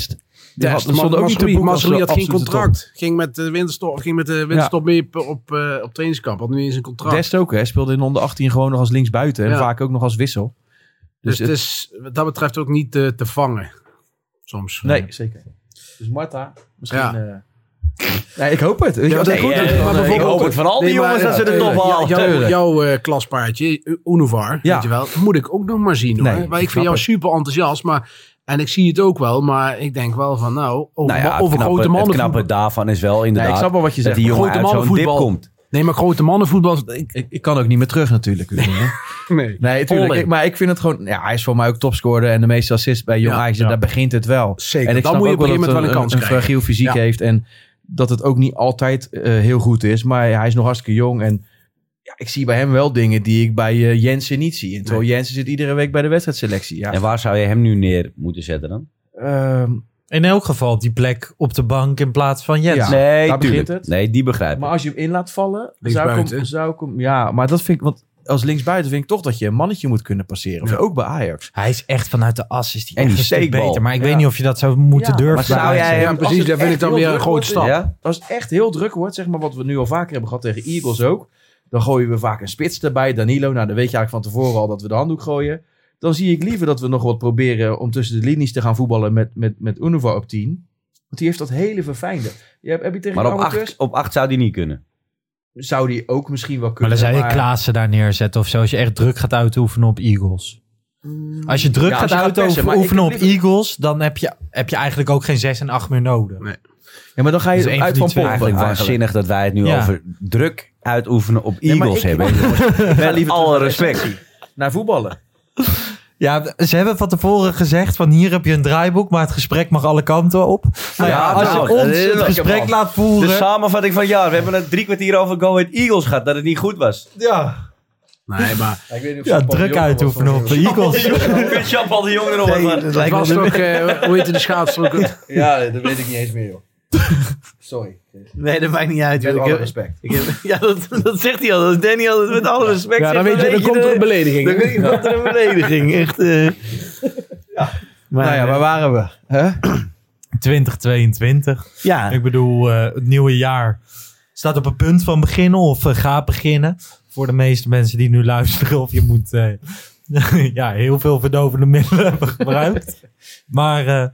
Speaker 5: Die had,
Speaker 7: Test,
Speaker 5: stond ook niet te boeken als
Speaker 7: Mazraoui had geen
Speaker 5: absolute
Speaker 7: contract. Ging met de winterstop, ging met de winterstop ja. mee op, op, uh, op trainingskamp. Had nu eens een contract.
Speaker 5: Dest ook, hè. Speelde in onder achttien gewoon nog als linksbuiten. En ja. vaak ook nog als wissel.
Speaker 7: Dus, dus het is wat dat betreft ook niet uh, te vangen. Soms.
Speaker 5: Nee, uh, zeker. Dus Marta, misschien... Ja. Uh, Nee, ik hoop het. Ja, nee, goed, ja, maar bijvoorbeeld ik hoop het van al die nee, jongens dat ze de top halen.
Speaker 7: Jouw, jouw uh, klaspaardje, Unuvar, ja. weet je wel, moet ik ook nog maar zien. Hoor. Nee, maar ik vind jou super enthousiast, maar en ik zie het ook wel, maar ik denk wel van nou, over,
Speaker 6: nou ja,
Speaker 7: over
Speaker 6: knappe,
Speaker 7: grote mannen.
Speaker 6: Het knappe daarvan is wel inderdaad
Speaker 5: nee, ik snap wel wat je zegt.
Speaker 6: Dat die jongen uit zo'n dip komt.
Speaker 7: Nee, maar grote mannenvoetbal...
Speaker 5: Ik, ik, ik kan ook niet meer terug natuurlijk. nee, nee tuurlijk, ik, maar ik vind het gewoon... Ja, hij is voor mij ook topscorer en de meeste assists bij Jong Ajax. Ja, ja. Daar begint het wel.
Speaker 7: Zeker,
Speaker 5: en ik
Speaker 7: dan moet je op een gegeven moment wel een kans
Speaker 5: een,
Speaker 7: krijgen.
Speaker 5: Een fragiel fysiek ja. heeft en dat het ook niet altijd uh, heel goed is. Maar hij is nog hartstikke jong en ja, ik zie bij hem wel dingen die ik bij uh, Jensen niet zie. En terwijl nee. Jensen zit iedere week bij de wedstrijdselectie. Ja.
Speaker 6: En waar zou je hem nu neer moeten zetten dan?
Speaker 4: Um, In elk geval op die plek op de bank in plaats van Jensen.
Speaker 6: Ja, nee, daar begint het. Nee, die begrijp ik.
Speaker 5: Maar als je hem in laat vallen, zou ik, hem, zou ik hem... Ja, maar dat vind ik... Want als linksbuiten vind ik toch dat je een mannetje moet kunnen passeren. Ja. Ook bij Ajax.
Speaker 4: Hij is echt vanuit de as is die
Speaker 6: en
Speaker 4: echt
Speaker 6: die steekbal
Speaker 4: beter. Maar ik
Speaker 5: ja.
Speaker 4: weet niet of je dat zou moeten
Speaker 5: ja,
Speaker 4: durven.
Speaker 5: Maar zou
Speaker 7: jij hem, ja, precies, daar vind ik dan weer een grote stap.
Speaker 5: Ja? Als het echt heel druk wordt, zeg maar wat we nu al vaker hebben gehad tegen Eagles ook. Dan gooien we vaak een spits erbij. Danilo, nou dan weet je eigenlijk van tevoren al dat we de handdoek gooien. Dan zie ik liever dat we nog wat proberen om tussen de linies te gaan voetballen met, met, met Unuvar op tien. Want die heeft dat hele verfijnde. Je hebt, heb je tegen
Speaker 6: maar op acht, op acht zou die niet kunnen.
Speaker 5: Zou die ook misschien wel kunnen.
Speaker 4: Maar dan zou je maar... Klaassen daar neerzetten of zo. Als je echt druk gaat uitoefenen op Eagles. Mm. Als je druk ja, gaat uitoefenen op liever... Eagles, dan heb je, heb je eigenlijk ook geen zes en acht meer nodig.
Speaker 5: Nee. Ja, maar dan ga je dus uit van Pogba.
Speaker 6: Eigenlijk waanzinnig dat wij het nu ja. over druk uitoefenen op Eagles ja, hebben. Met
Speaker 5: liever
Speaker 6: alle respect.
Speaker 5: Naar voetballen.
Speaker 4: Ja, ze hebben van tevoren gezegd van hier heb je een draaiboek, maar het gesprek mag alle kanten op. Nou ja, ja, als nou, je ons het gesprek man. laat voeren...
Speaker 6: De samenvatting van ja, we hebben het drie kwartier over Go Ahead Eagles gehad, dat het niet goed was.
Speaker 4: Ja.
Speaker 7: Nee, maar...
Speaker 5: Ik weet niet of
Speaker 4: ja, druk uitoefenen op de Eagles.
Speaker 5: Ik vind Jean-Paul de Jong er nog
Speaker 7: nee, wat van. Dat was toch, uh, hoe heet de schaatstrokken?
Speaker 5: Ja, dat weet ik niet eens meer, joh. Sorry.
Speaker 8: Nee, dat maakt niet uit.
Speaker 5: Met alle respect.
Speaker 8: Ik heb, ja, dat, dat zegt hij al. Dat Danny altijd met alle respect.
Speaker 7: Ja, dan weet je, dan komt er een belediging.
Speaker 8: Dan weet je, komt er een belediging. Echt. Uh...
Speaker 5: Ja. Maar, nou ja, waar waren we? Huh?
Speaker 4: twintig tweeëntwintig. Ja. Ik bedoel, uh, het nieuwe jaar staat op een punt van beginnen of uh, gaat beginnen. Voor de meeste mensen die nu luisteren. Of je moet uh, ja, heel veel verdovende middelen hebben gebruikt. Maar... Uh,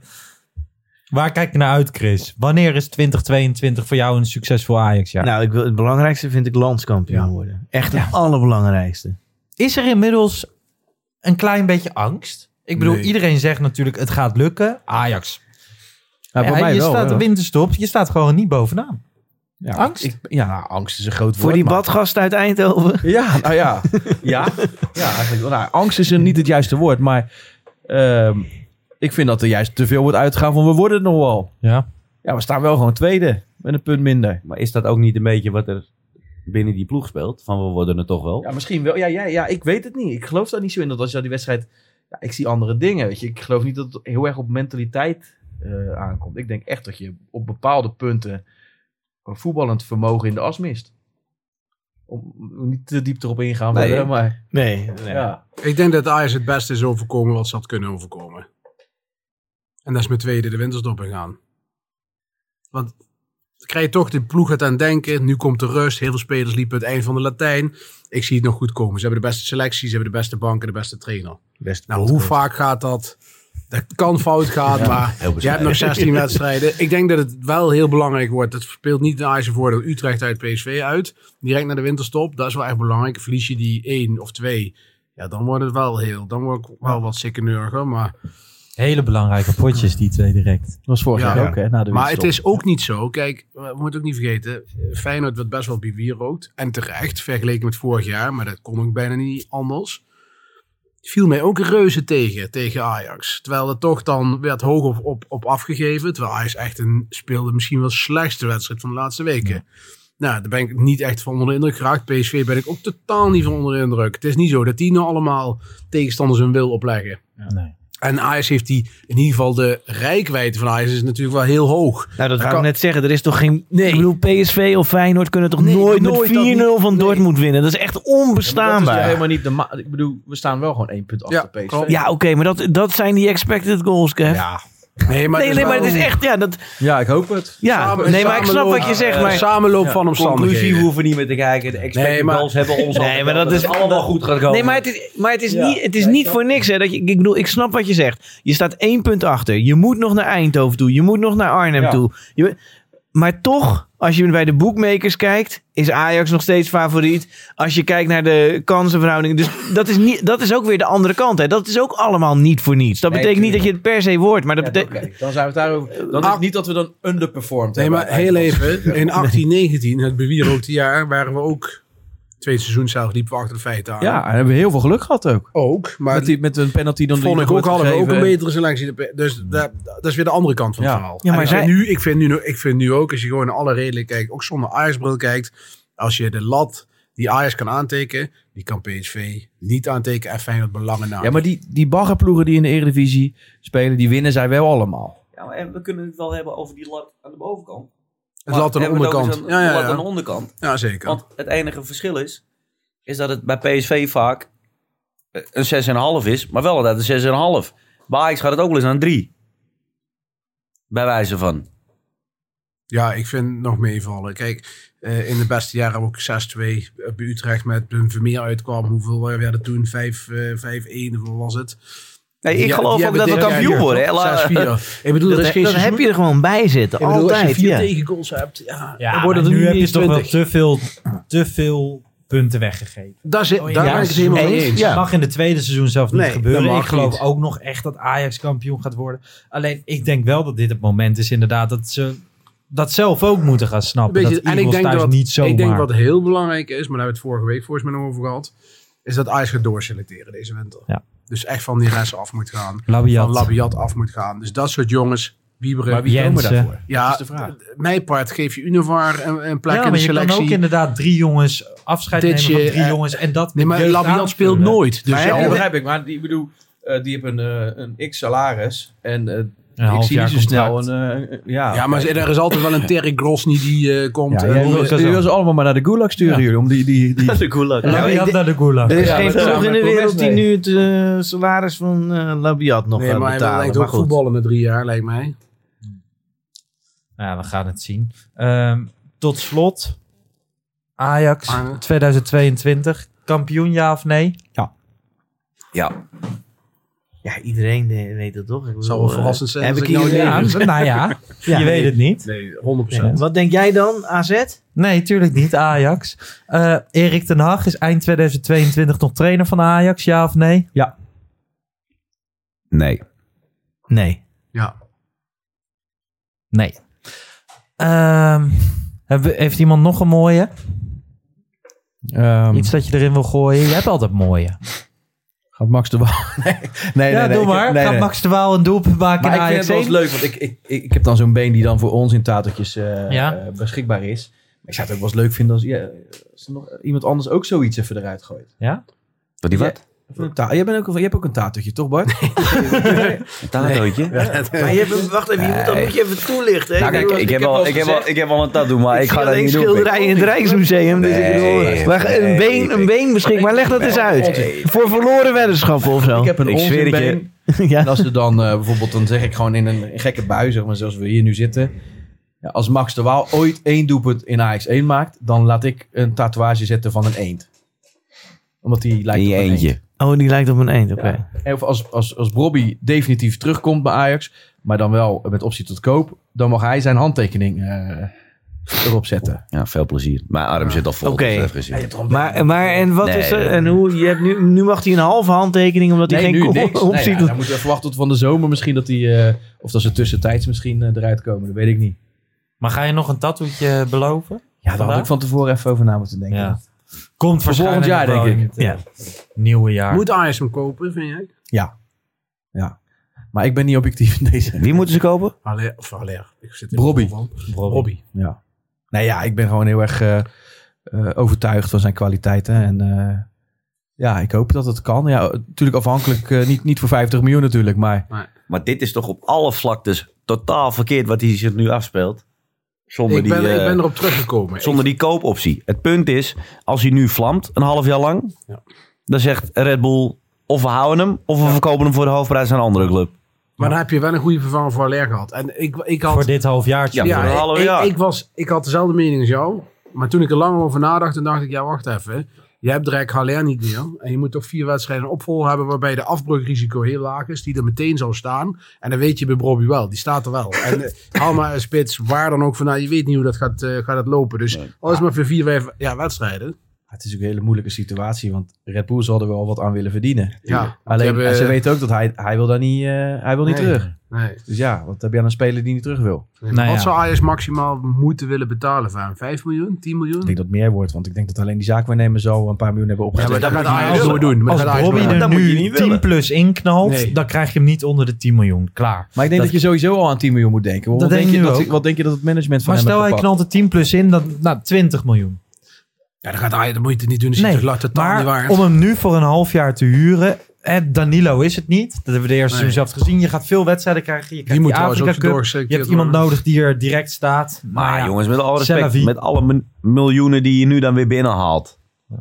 Speaker 4: Waar kijk je naar uit, Chris? Wanneer is twintig tweeëntwintig voor jou een succesvol Ajax-jaar?
Speaker 8: Nou, ik wil, het belangrijkste vind ik landskampioen ja. worden. Echt het ja. allerbelangrijkste.
Speaker 4: Is er inmiddels een klein beetje angst? Ik bedoel, nee. iedereen zegt natuurlijk het gaat lukken. Ajax.
Speaker 5: Ja,
Speaker 4: ja,
Speaker 5: mij
Speaker 4: je
Speaker 5: wel,
Speaker 4: staat
Speaker 5: ja.
Speaker 4: de winterstop. Je staat gewoon niet bovenaan.
Speaker 5: Ja,
Speaker 4: angst?
Speaker 5: Ik, ja, angst is een groot woord.
Speaker 8: Voor die
Speaker 5: maar...
Speaker 8: badgast uit Eindhoven?
Speaker 5: Ja, nou ja. ja, ja eigenlijk, nou, angst is een, niet het juiste woord, maar... Um, Ik vind dat er juist te veel wordt uitgegaan van we worden het nog wel.
Speaker 4: Ja.
Speaker 5: Ja, we staan wel gewoon tweede. Met een punt minder.
Speaker 6: Maar is dat ook niet een beetje wat er binnen die ploeg speelt? Van we worden het toch wel?
Speaker 5: Ja, misschien wel. Ja, ja, ja, ik weet het niet. Ik geloof daar niet zo in dat als je die wedstrijd... Ja, ik zie andere dingen, weet je. Ik geloof niet dat het heel erg op mentaliteit uh, aankomt. Ik denk echt dat je op bepaalde punten voetballend vermogen in de as mist. Om niet te diep erop ingaan.
Speaker 8: Nee.
Speaker 5: Worden, maar...
Speaker 8: Nee. nee.
Speaker 5: Ja.
Speaker 7: Ik denk dat Ajax het beste is overkomen wat ze had kunnen overkomen. En dat is met tweede de winterstop ingaan. Want dan krijg je toch de ploeg het aan denken. Nu komt de rust. Heel veel spelers liepen het eind van de Latijn. Ik zie het nog goed komen. Ze hebben de beste selectie. Ze hebben de beste bank en de beste trainer.
Speaker 5: Beste
Speaker 7: nou, hoe vaak gaat dat? Dat kan fout gaan, ja, maar je hebt nog zestien wedstrijden. Ik denk dat het wel heel belangrijk wordt. Het speelt niet de Ajax voordeel. Utrecht uit P S V uit. Direct naar de winterstop. Dat is wel echt belangrijk. Verlies je die één of twee. Ja, dan wordt het wel heel. Dan wordt het wel wat sikkeneuriger, maar...
Speaker 4: Hele belangrijke potjes, die twee direct. Dat
Speaker 5: was vorig jaar ja, ook, hè? Na de
Speaker 7: maar het is ook niet zo. Kijk, we moeten ook niet vergeten. Feyenoord werd best wel bewierookt. En terecht, vergeleken met vorig jaar. Maar dat kon ook bijna niet anders. Viel mij ook reuze tegen, tegen Ajax. Terwijl het toch dan werd hoog op, op, op afgegeven. Terwijl Ajax echt een, speelde misschien wel de slechtste wedstrijd van de laatste weken. Ja. Nou, daar ben ik niet echt van onder de indruk geraakt. P S V ben ik ook totaal niet van onder de indruk. Het is niet zo dat die nou allemaal tegenstanders hun wil opleggen.
Speaker 4: Ja, nee.
Speaker 7: En Ajax heeft die, in ieder geval de reikwijdte van Ajax is natuurlijk wel heel hoog.
Speaker 8: Nou, dat ga ik net zeggen. Er is toch geen... Nee. Ik bedoel, P S V of Feyenoord kunnen toch nee, nooit, nooit met vier nul van nee. Dortmund winnen. Dat is echt onbestaanbaar.
Speaker 5: Ja, dat is helemaal niet de ma- ik bedoel, we staan wel gewoon één punt achter
Speaker 7: ja,
Speaker 5: P S V.
Speaker 8: Ja, oké, okay, maar dat, dat zijn die expected goals, Kev.
Speaker 5: Ja.
Speaker 7: Nee, maar,
Speaker 8: nee, nee, maar het is echt... Ja, dat,
Speaker 5: ja ik hoop het.
Speaker 8: Ja,
Speaker 7: Samen,
Speaker 8: nee, maar ik snap wat je zegt. Maar...
Speaker 7: Samenloop van omstandigheden.
Speaker 6: Conclusie, we hoeven niet meer te kijken. De expected
Speaker 7: Nee, maar-
Speaker 6: goals hebben ons al
Speaker 8: Nee, maar
Speaker 6: verteld
Speaker 8: dat is
Speaker 6: het allemaal goed gaat komen.
Speaker 8: Nee, maar het is, maar het is
Speaker 6: Ja.
Speaker 8: niet, het is niet voor niks. Hè, dat je, ik bedoel, ik snap wat je zegt. Je staat één punt achter. Je moet nog naar Eindhoven toe. Je moet nog naar Arnhem
Speaker 6: Ja.
Speaker 8: toe. Je, maar toch, als je bij de bookmakers kijkt, is Ajax nog steeds favoriet. Als je kijkt naar de kansenverhoudingen. Dus dat is, niet, dat is ook weer de andere kant. Hè. Dat is ook allemaal niet voor niets. Dat
Speaker 5: Nee,
Speaker 8: betekent niet dat
Speaker 5: tuurlijk.
Speaker 8: je het per se wordt. Maar dat
Speaker 5: Ja,
Speaker 8: betekent...
Speaker 5: oké, dan zijn we het daarover. Dan is het niet dat we dan underperformed
Speaker 7: Nee,
Speaker 5: hebben.
Speaker 7: maar heel even. In achttien negentien, het bewierookte jaar, waren we ook... Twee seizoen zelf liepen we achter de feiten aan.
Speaker 5: Ja, en hebben we heel veel geluk gehad ook.
Speaker 7: Ook, maar
Speaker 5: Met, die, met een penalty dan
Speaker 7: vond
Speaker 5: die
Speaker 7: ik
Speaker 5: nog
Speaker 7: ook
Speaker 5: wordt
Speaker 7: hadden we ook een
Speaker 5: gegeven.
Speaker 7: betere selectie. Dus dat, dat is weer de andere kant van het
Speaker 5: Ja.
Speaker 7: verhaal.
Speaker 8: Ja, maar
Speaker 7: En
Speaker 8: zij-
Speaker 7: nu, ik, vind nu, ik vind nu ook, als je gewoon naar alle redenen kijkt, ook zonder Ajax-bril kijkt, als je de lat die Ajax kan aantekenen, die kan P S V niet aantekenen en Feyenoord belangen na.
Speaker 5: Ja, maar die, die baggerploegen die in de Eredivisie spelen, die winnen zij wel allemaal.
Speaker 6: Ja, maar en we kunnen het wel hebben over die lat aan de bovenkant.
Speaker 7: Het lat aan de
Speaker 6: hebben we het ook
Speaker 7: onderkant.
Speaker 6: eens aan-
Speaker 7: Ja, ja,
Speaker 6: lat
Speaker 7: ja.
Speaker 6: aan de onderkant.
Speaker 7: Ja, zeker.
Speaker 6: Want het enige verschil is, is dat het bij P S V vaak een zes komma vijf is, maar wel altijd een zes komma vijf. Bij Ajax gaat het ook wel eens aan drie. Bij wijze van.
Speaker 7: Ja, ik vind het nog meevallen. Kijk, uh, in de beste jaren hebben we ook zes twee bij Utrecht met een Vermeer uitkwam. Hoeveel werden er toen? vijf één, hoeveel was het?
Speaker 6: Nee, ik
Speaker 7: Die-
Speaker 6: geloof
Speaker 7: die
Speaker 6: ook
Speaker 7: hebben
Speaker 6: dat we
Speaker 7: dit
Speaker 6: kampioen
Speaker 7: jaar
Speaker 6: worden. Hè? La-
Speaker 7: zes vier. Ik bedoel, dat is geen
Speaker 8: Dan
Speaker 7: seizoen-
Speaker 8: heb je er gewoon bij zitten.
Speaker 7: Ik bedoel, als je
Speaker 8: Altijd.
Speaker 7: vier
Speaker 8: Ja.
Speaker 7: tegengoals hebt, ja,
Speaker 4: Ja,
Speaker 7: dan worden
Speaker 4: maar
Speaker 7: er
Speaker 4: nu
Speaker 7: nu
Speaker 4: heb je
Speaker 7: niet
Speaker 4: toch wel
Speaker 7: twintig.
Speaker 4: te veel, te veel punten weggegeven.
Speaker 7: Daar, zit,
Speaker 4: Oh,
Speaker 7: daar
Speaker 4: ja,
Speaker 7: ben ik het helemaal mee
Speaker 4: eens.
Speaker 7: eens.
Speaker 4: Dat mag in de tweede seizoen zelf niet
Speaker 7: Nee,
Speaker 4: gebeuren.
Speaker 7: dat mag
Speaker 4: Ik geloof
Speaker 7: niet.
Speaker 4: ook nog echt dat Ajax kampioen gaat worden. Alleen, ik denk wel dat dit het moment is inderdaad dat ze dat zelf ook moeten gaan snappen.
Speaker 7: Weet je,
Speaker 4: dat
Speaker 7: en ik
Speaker 4: Eagles
Speaker 7: denk,
Speaker 4: thuis
Speaker 7: dat,
Speaker 4: niet zomaar...
Speaker 7: ik denk wat heel belangrijk is, maar daar hebben we het vorige week volgens mij nog over gehad, is dat Ajax gaat doorselecteren deze winter.
Speaker 4: Ja.
Speaker 7: Dus echt van die rest af moet gaan.
Speaker 4: Labiat.
Speaker 7: Van Labiat af moet gaan. Dus dat soort jongens, Wieberen.
Speaker 5: Maar wie komen
Speaker 4: Jensen.
Speaker 5: daarvoor?
Speaker 7: Ja,
Speaker 5: Dat is de vraag.
Speaker 7: mijn part geef je Univar een, een plek
Speaker 4: ja,
Speaker 7: in
Speaker 4: maar
Speaker 7: de
Speaker 4: je
Speaker 7: selectie.
Speaker 4: kan ook inderdaad drie jongens afscheid
Speaker 7: Dit
Speaker 4: nemen van
Speaker 7: je,
Speaker 4: drie
Speaker 7: eh,
Speaker 4: jongens en dat
Speaker 7: Nee,
Speaker 4: met
Speaker 7: maar
Speaker 4: jeugd
Speaker 7: Labiat speelt
Speaker 4: aanvullen.
Speaker 7: nooit. Dus
Speaker 5: Maar
Speaker 7: ja,
Speaker 5: ja, dat
Speaker 7: of-
Speaker 5: begrijp ik. Maar die, ik bedoel, uh, die hebben een, uh, een x-salaris. En uh, ik
Speaker 4: half
Speaker 5: zie
Speaker 4: jaar
Speaker 5: niet zo snel
Speaker 4: contract.
Speaker 5: een... Uh, ja,
Speaker 7: ja, maar er is altijd wel een Terry Grosny die uh, komt.
Speaker 5: Ja,
Speaker 7: en
Speaker 5: jij
Speaker 7: die-
Speaker 5: wil, je wil ze allemaal maar naar de gulag sturen,
Speaker 4: Ja.
Speaker 5: jullie. Om die, die, die...
Speaker 6: De gulag.
Speaker 4: Labiat naar de gulag.
Speaker 8: Er is
Speaker 5: Ja,
Speaker 8: geen
Speaker 5: maar
Speaker 8: ploeg
Speaker 5: samen
Speaker 8: in de
Speaker 5: met
Speaker 8: wereld die
Speaker 5: Promes
Speaker 8: nu het uh, salaris van uh, Labiat nog
Speaker 7: nee,
Speaker 8: gaat
Speaker 7: maar hij wil
Speaker 8: betalen.
Speaker 7: denk ik
Speaker 8: Maar
Speaker 7: ook
Speaker 8: goed.
Speaker 7: voetballen met drie jaar, lijkt mij.
Speaker 4: Ja, we gaan het zien. Um, tot slot, Ajax
Speaker 7: Arne.
Speaker 4: tweeduizend tweeëntwintig. Kampioen, ja of nee?
Speaker 6: Ja.
Speaker 8: Ja, iedereen eh, weet het toch? Ik
Speaker 7: Het zal wel
Speaker 8: bedoel,
Speaker 7: verrassend
Speaker 8: eh,
Speaker 7: zijn
Speaker 8: heb
Speaker 7: als
Speaker 8: ik
Speaker 7: ik nou
Speaker 8: hier-
Speaker 7: nee
Speaker 4: Ja,
Speaker 7: zeg.
Speaker 4: nou ja,
Speaker 8: Ja,
Speaker 4: je
Speaker 8: nee.
Speaker 4: weet het niet.
Speaker 7: Nee, honderd procent.
Speaker 8: Wat denk jij dan, A Z?
Speaker 4: Nee, tuurlijk niet, Ajax. Uh, Erik ten Hag is eind tweeduizend tweeëntwintig nog trainer van Ajax, ja of nee?
Speaker 5: Ja.
Speaker 6: Nee.
Speaker 8: Nee.
Speaker 7: Ja.
Speaker 4: Nee. Um, hebben- heeft iemand nog een mooie?
Speaker 5: Um,
Speaker 4: Iets dat je erin wil gooien? Je hebt altijd mooie.
Speaker 5: Gaat Max de Waal... nee, nee,
Speaker 4: ja,
Speaker 5: nee, nee,
Speaker 4: doe
Speaker 5: ik-
Speaker 4: maar.
Speaker 5: nee,
Speaker 4: Gaat
Speaker 5: nee.
Speaker 4: Max de Waal een doelpunt maken
Speaker 5: Maar
Speaker 4: in
Speaker 5: ik vind
Speaker 4: Ajax
Speaker 5: het wel eens
Speaker 4: één?
Speaker 5: leuk, want ik, ik, ik, ik heb dan zo'n been die dan voor ons in tatertjes uh,
Speaker 4: Ja.
Speaker 5: uh, beschikbaar is. Maar ik zou het ook wel eens leuk vinden als, ja, als er nog iemand anders ook zoiets even eruit gooit.
Speaker 4: Ja?
Speaker 6: Dat die wat?
Speaker 5: Even een ta- Jij, bent ook, jij hebt ook een tatertje, toch Bart?
Speaker 6: Een tatootje?
Speaker 8: Maar je hebt een, wacht even, je moet, dat moet je even toelichten. Hè?
Speaker 6: Nou, kijk, ik, heb al, ik, heb al, ik heb al een tattoo, maar ik, ga dat
Speaker 8: alleen
Speaker 6: niet doen.
Speaker 8: schilderijen in het Rijksmuseum. Dus ik bedoel,
Speaker 6: Nee,
Speaker 8: maar een,
Speaker 6: nee,
Speaker 8: been, een been beschikbaar. Leg dat eens uit. Voor verloren weddenschappen of zo.
Speaker 5: Ik heb een
Speaker 6: Ik zweer het je.
Speaker 5: onzinbeen.
Speaker 8: Ja.
Speaker 5: En als er dan uh, bijvoorbeeld, dan zeg ik gewoon in een gekke bui, zeg maar, zoals we hier nu zitten. Ja, als Max de Waal ooit één doelpunt in Ajax één maakt, dan laat ik een tatoeage zetten van een eend. Omdat die lijkt
Speaker 6: In je
Speaker 5: op een
Speaker 6: eentje.
Speaker 5: eend.
Speaker 8: Oh, die lijkt op een eend, oké.
Speaker 5: Ja. En of als, als, als Bobby definitief terugkomt bij Ajax, maar dan wel met optie tot koop, dan mag hij zijn handtekening uh, erop zetten.
Speaker 6: Ja, veel plezier. Mijn arm zit al vol.
Speaker 8: Oké.
Speaker 6: dus even gezien.
Speaker 8: Maar, maar en wat
Speaker 6: Nee,
Speaker 8: is er?
Speaker 6: nee.
Speaker 8: En hoe, je hebt nu, nu mag hij een halve handtekening omdat hij
Speaker 5: Nee,
Speaker 8: geen
Speaker 5: nu
Speaker 8: ko-
Speaker 5: niks.
Speaker 8: optie
Speaker 5: Nee, ja,
Speaker 8: doet.
Speaker 5: dan moeten we even wachten tot van de zomer misschien dat hij, uh, of dat ze tussentijds misschien uh, eruit komen. Dat weet ik niet.
Speaker 4: Maar ga je nog een tattoetje beloven?
Speaker 5: Ja, daar had ik van tevoren even over na moeten denken.
Speaker 4: Ja. Komt
Speaker 5: Voor
Speaker 4: waarschijnlijk
Speaker 5: volgend jaar,
Speaker 4: wel
Speaker 5: denk
Speaker 4: in
Speaker 5: ik.
Speaker 4: het, uh,
Speaker 8: Ja.
Speaker 4: nieuwe jaar.
Speaker 7: Moet Ajax hem kopen, vind jij?
Speaker 5: Ja. Ja. Maar ik ben niet objectief in deze.
Speaker 6: Wie moeten ze kopen?
Speaker 7: Haller, of Haller. Ik zit in
Speaker 5: Robbie.
Speaker 7: van.
Speaker 4: Robbie.
Speaker 7: Robbie.
Speaker 5: Ja. Nee, ja, ik ben gewoon heel erg uh, uh, overtuigd van zijn kwaliteiten. En uh, ja, ik hoop dat het kan. Ja, natuurlijk afhankelijk, uh, niet, niet voor vijftig miljoen natuurlijk, maar...
Speaker 7: Nee.
Speaker 6: Maar dit is toch op alle vlaktes totaal verkeerd wat hij zich nu afspeelt. Zonder,
Speaker 7: Ik
Speaker 6: die,
Speaker 7: ben,
Speaker 6: uh,
Speaker 7: ik ben erop teruggekomen.
Speaker 6: zonder die koopoptie. Het punt is, als hij nu vlamt, een half jaar lang,
Speaker 7: Ja.
Speaker 6: dan zegt Red Bull of we houden hem of we verkopen hem voor de hoofdprijs aan een andere club.
Speaker 7: Maar dan heb je wel een goede vervanger voor Haller gehad. En ik, ik had,
Speaker 4: Voor dit halfjaartje.
Speaker 7: Ja,
Speaker 6: voor een half
Speaker 7: ik,
Speaker 6: jaar.
Speaker 7: ik, ik, was, ik had dezelfde mening als jou. Maar toen ik er langer over nadacht, toen dacht ik, ja, wacht even. Je hebt direct Haller niet meer. En je moet toch vier wedstrijden opvolgen hebben waarbij de afbreukrisico heel laag is. Die er meteen zal staan. En dan weet je bij Bobby wel. Die staat er wel. En uh, haal maar een spits waar dan ook vandaan. Je weet niet hoe dat gaat, uh, gaat het lopen. Dus
Speaker 6: Nee.
Speaker 7: alles maar voor vier, vijf ja, wedstrijden.
Speaker 5: Het is ook een hele moeilijke situatie, want Red Bull zal er wel wat aan willen verdienen.
Speaker 7: Ja,
Speaker 5: Alleen,
Speaker 7: hebben,
Speaker 5: en ze weten ook dat hij, hij wil daar niet, uh, hij wil niet
Speaker 7: Nee.
Speaker 5: terug.
Speaker 7: Nee.
Speaker 5: Dus ja, wat heb je aan een speler die niet terug wil?
Speaker 7: Nee.
Speaker 4: Nou
Speaker 7: Wat
Speaker 4: ja.
Speaker 7: zou Ajax maximaal moeten willen betalen voor hem? vijf miljoen? tien miljoen?
Speaker 5: Ik denk dat het meer wordt, want ik denk dat alleen die zaakwaarnemer zo een paar miljoen hebben
Speaker 7: Ja,
Speaker 5: opgezet.
Speaker 7: maar dat gaat
Speaker 4: Als-
Speaker 7: Ajax nooit doen. Maar
Speaker 4: Als
Speaker 7: dat gaat Ajax
Speaker 4: Bobby
Speaker 7: nooit
Speaker 4: er
Speaker 7: doen.
Speaker 6: dat moet je
Speaker 4: nu
Speaker 6: niet
Speaker 4: tien
Speaker 6: willen.
Speaker 4: plus inknalt,
Speaker 7: Nee.
Speaker 4: dan krijg je hem niet onder de tien miljoen. Klaar.
Speaker 5: Maar ik denk dat, je sowieso al aan tien miljoen moet denken. Wat,
Speaker 4: Dat
Speaker 5: denk
Speaker 4: denk
Speaker 5: je,
Speaker 4: ik nu
Speaker 5: dat,
Speaker 4: ook.
Speaker 5: wat denk je dat het management van
Speaker 4: Maar
Speaker 5: hem
Speaker 4: stel hij
Speaker 5: heeft
Speaker 4: knalt er tien plus in, dan nou, twintig miljoen.
Speaker 7: Ja, dan gaat Ajax, dan moet je het niet doen. Dus
Speaker 4: Nee,
Speaker 7: nee, het totaal niet
Speaker 4: maar
Speaker 7: waard.
Speaker 4: om hem nu voor een half jaar te huren... Hè, Danilo is het niet. Dat hebben we de eerste
Speaker 7: Nee.
Speaker 4: seizoen zelf gezien. Je gaat veel wedstrijden krijgen. Je
Speaker 7: Die
Speaker 4: krijgt
Speaker 7: moet
Speaker 4: die
Speaker 7: trouwens
Speaker 4: Afrika
Speaker 7: ook
Speaker 4: Cup.
Speaker 7: doorgeselecteerd
Speaker 4: Je hebt iemand
Speaker 7: worden.
Speaker 4: nodig die er direct staat.
Speaker 6: Maar
Speaker 4: Nou ja,
Speaker 6: jongens, met alle
Speaker 4: c'est la
Speaker 6: respect,
Speaker 4: vie.
Speaker 6: met alle mi- miljoenen die je nu dan weer binnenhaalt.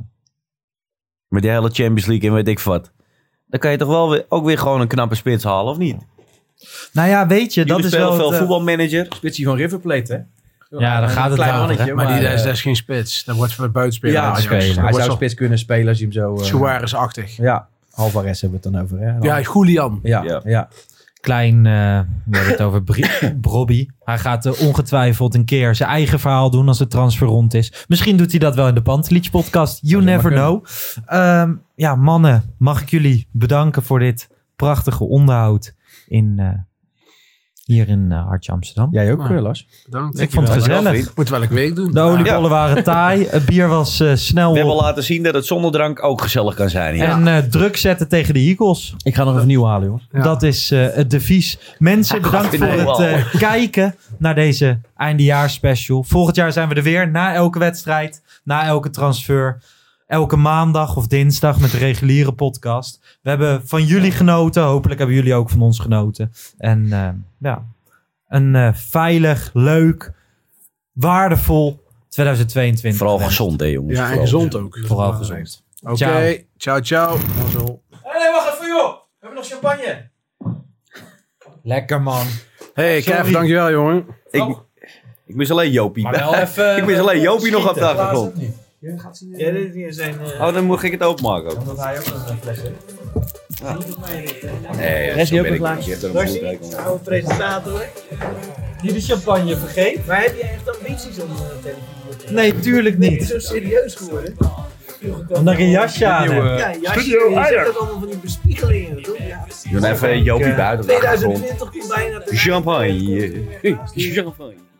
Speaker 6: Met die hele Champions League en weet ik wat. Dan kan je toch wel weer, ook weer gewoon een knappe spits halen, of niet?
Speaker 4: Nou ja, weet je, dat
Speaker 6: Jullie
Speaker 4: is
Speaker 6: spelen
Speaker 4: wel...
Speaker 6: veel
Speaker 4: het, eh,
Speaker 6: voetbalmanager.
Speaker 5: Spitsie van River Plate, hè?
Speaker 4: Ja, dan gaat het
Speaker 5: Klein
Speaker 4: wel,
Speaker 5: mannetje,
Speaker 4: hè?
Speaker 7: Maar die
Speaker 5: maar,
Speaker 7: dat is,
Speaker 5: eh,
Speaker 7: dat is geen spits. Dat wordt voor het buitenspeler.
Speaker 5: Ja,
Speaker 7: Ajax.
Speaker 4: spelen.
Speaker 7: Dat
Speaker 5: hij
Speaker 7: wordt
Speaker 5: zou
Speaker 7: zo
Speaker 5: spits kunnen spelen als je hem zo... uh,
Speaker 7: Suarez-achtig.
Speaker 5: Ja, Alvarez hebben we het dan over, hè?
Speaker 7: Ja, Julian.
Speaker 5: Ja,
Speaker 6: Ja.
Speaker 5: ja.
Speaker 4: Klein, uh, we hebben het over Bri- Brobby. Hij gaat uh, ongetwijfeld een keer zijn eigen verhaal doen als de transfer rond is. Misschien doet hij dat wel in de Pantelic podcast. You
Speaker 5: zou
Speaker 4: never
Speaker 5: maar
Speaker 4: know. Um, ja, mannen, mag ik jullie bedanken voor dit prachtige onderhoud in, uh, hier in uh, Hartje Amsterdam.
Speaker 5: Jij ook,
Speaker 7: Nou,
Speaker 5: uh, Lars?
Speaker 7: Bedankt.
Speaker 4: Ik vond het gezellig.
Speaker 7: Moet wel een week doen.
Speaker 4: De oliebollen waren taai. Het bier was uh, snel
Speaker 6: We hebben
Speaker 4: op.
Speaker 6: laten zien dat het zonder drank ook gezellig kan zijn. Ja.
Speaker 4: En uh, druk zetten tegen de Eagles.
Speaker 5: Ik ga nog even nieuw halen, jongens.
Speaker 7: Ja.
Speaker 4: Dat is uh, het devies. Mensen, bedankt voor
Speaker 6: vind ik
Speaker 4: het
Speaker 6: wel.
Speaker 4: uh, kijken naar deze eindejaarsspecial. Volgend jaar zijn we er weer. Na elke wedstrijd. Na elke transfer. Elke maandag of dinsdag met de reguliere podcast. We hebben van jullie genoten. Hopelijk hebben jullie ook van ons genoten. En uh, ja, een uh, veilig, leuk, waardevol tweeduizend tweeëntwintig.
Speaker 6: Vooral gezond, hè jongens.
Speaker 7: Ja, en
Speaker 6: Vooral.
Speaker 7: gezond ook.
Speaker 4: Vooral gezond.
Speaker 7: Oké,
Speaker 4: Ciao.
Speaker 7: ciao, ciao. Mazzel.
Speaker 5: Hé, nee, wacht even, joh! We hebben nog champagne.
Speaker 4: Lekker, man.
Speaker 7: Hey, Kev, dankjewel, jongen.
Speaker 6: Ik, ik mis alleen Jopie.
Speaker 5: Maar wel even...
Speaker 6: ik mis alleen Jopie nog op de achtergrond.
Speaker 8: Ja, dit is niet zijn... Uh,
Speaker 6: Oh, dan moet ik het openmaken ook.
Speaker 8: omdat hij ook nog een fles heeft.
Speaker 6: Ja.
Speaker 8: Niet op mij niet, hè.
Speaker 6: Nee,
Speaker 5: Rest
Speaker 6: zo
Speaker 5: die ook
Speaker 6: ben ik
Speaker 5: nog
Speaker 6: niet. Je hebt er een
Speaker 8: Darcy,
Speaker 6: goed kijk om.
Speaker 8: oude presentator.
Speaker 4: Die de champagne vergeet?
Speaker 8: Maar heb je echt ambities om uh, televisie te
Speaker 4: Nee, tuurlijk
Speaker 8: Ben je
Speaker 4: niet.
Speaker 8: zo serieus geworden?
Speaker 4: Omdat ik een jasje aan heb.
Speaker 8: Ja, jasje, je zegt ook allemaal van die bespiegelingen. Toch? Ja.
Speaker 6: Doe even Jopie buiten op de achtergrond.
Speaker 8: tweeduizend twintig komt bijna.
Speaker 6: Champagne. Champagne.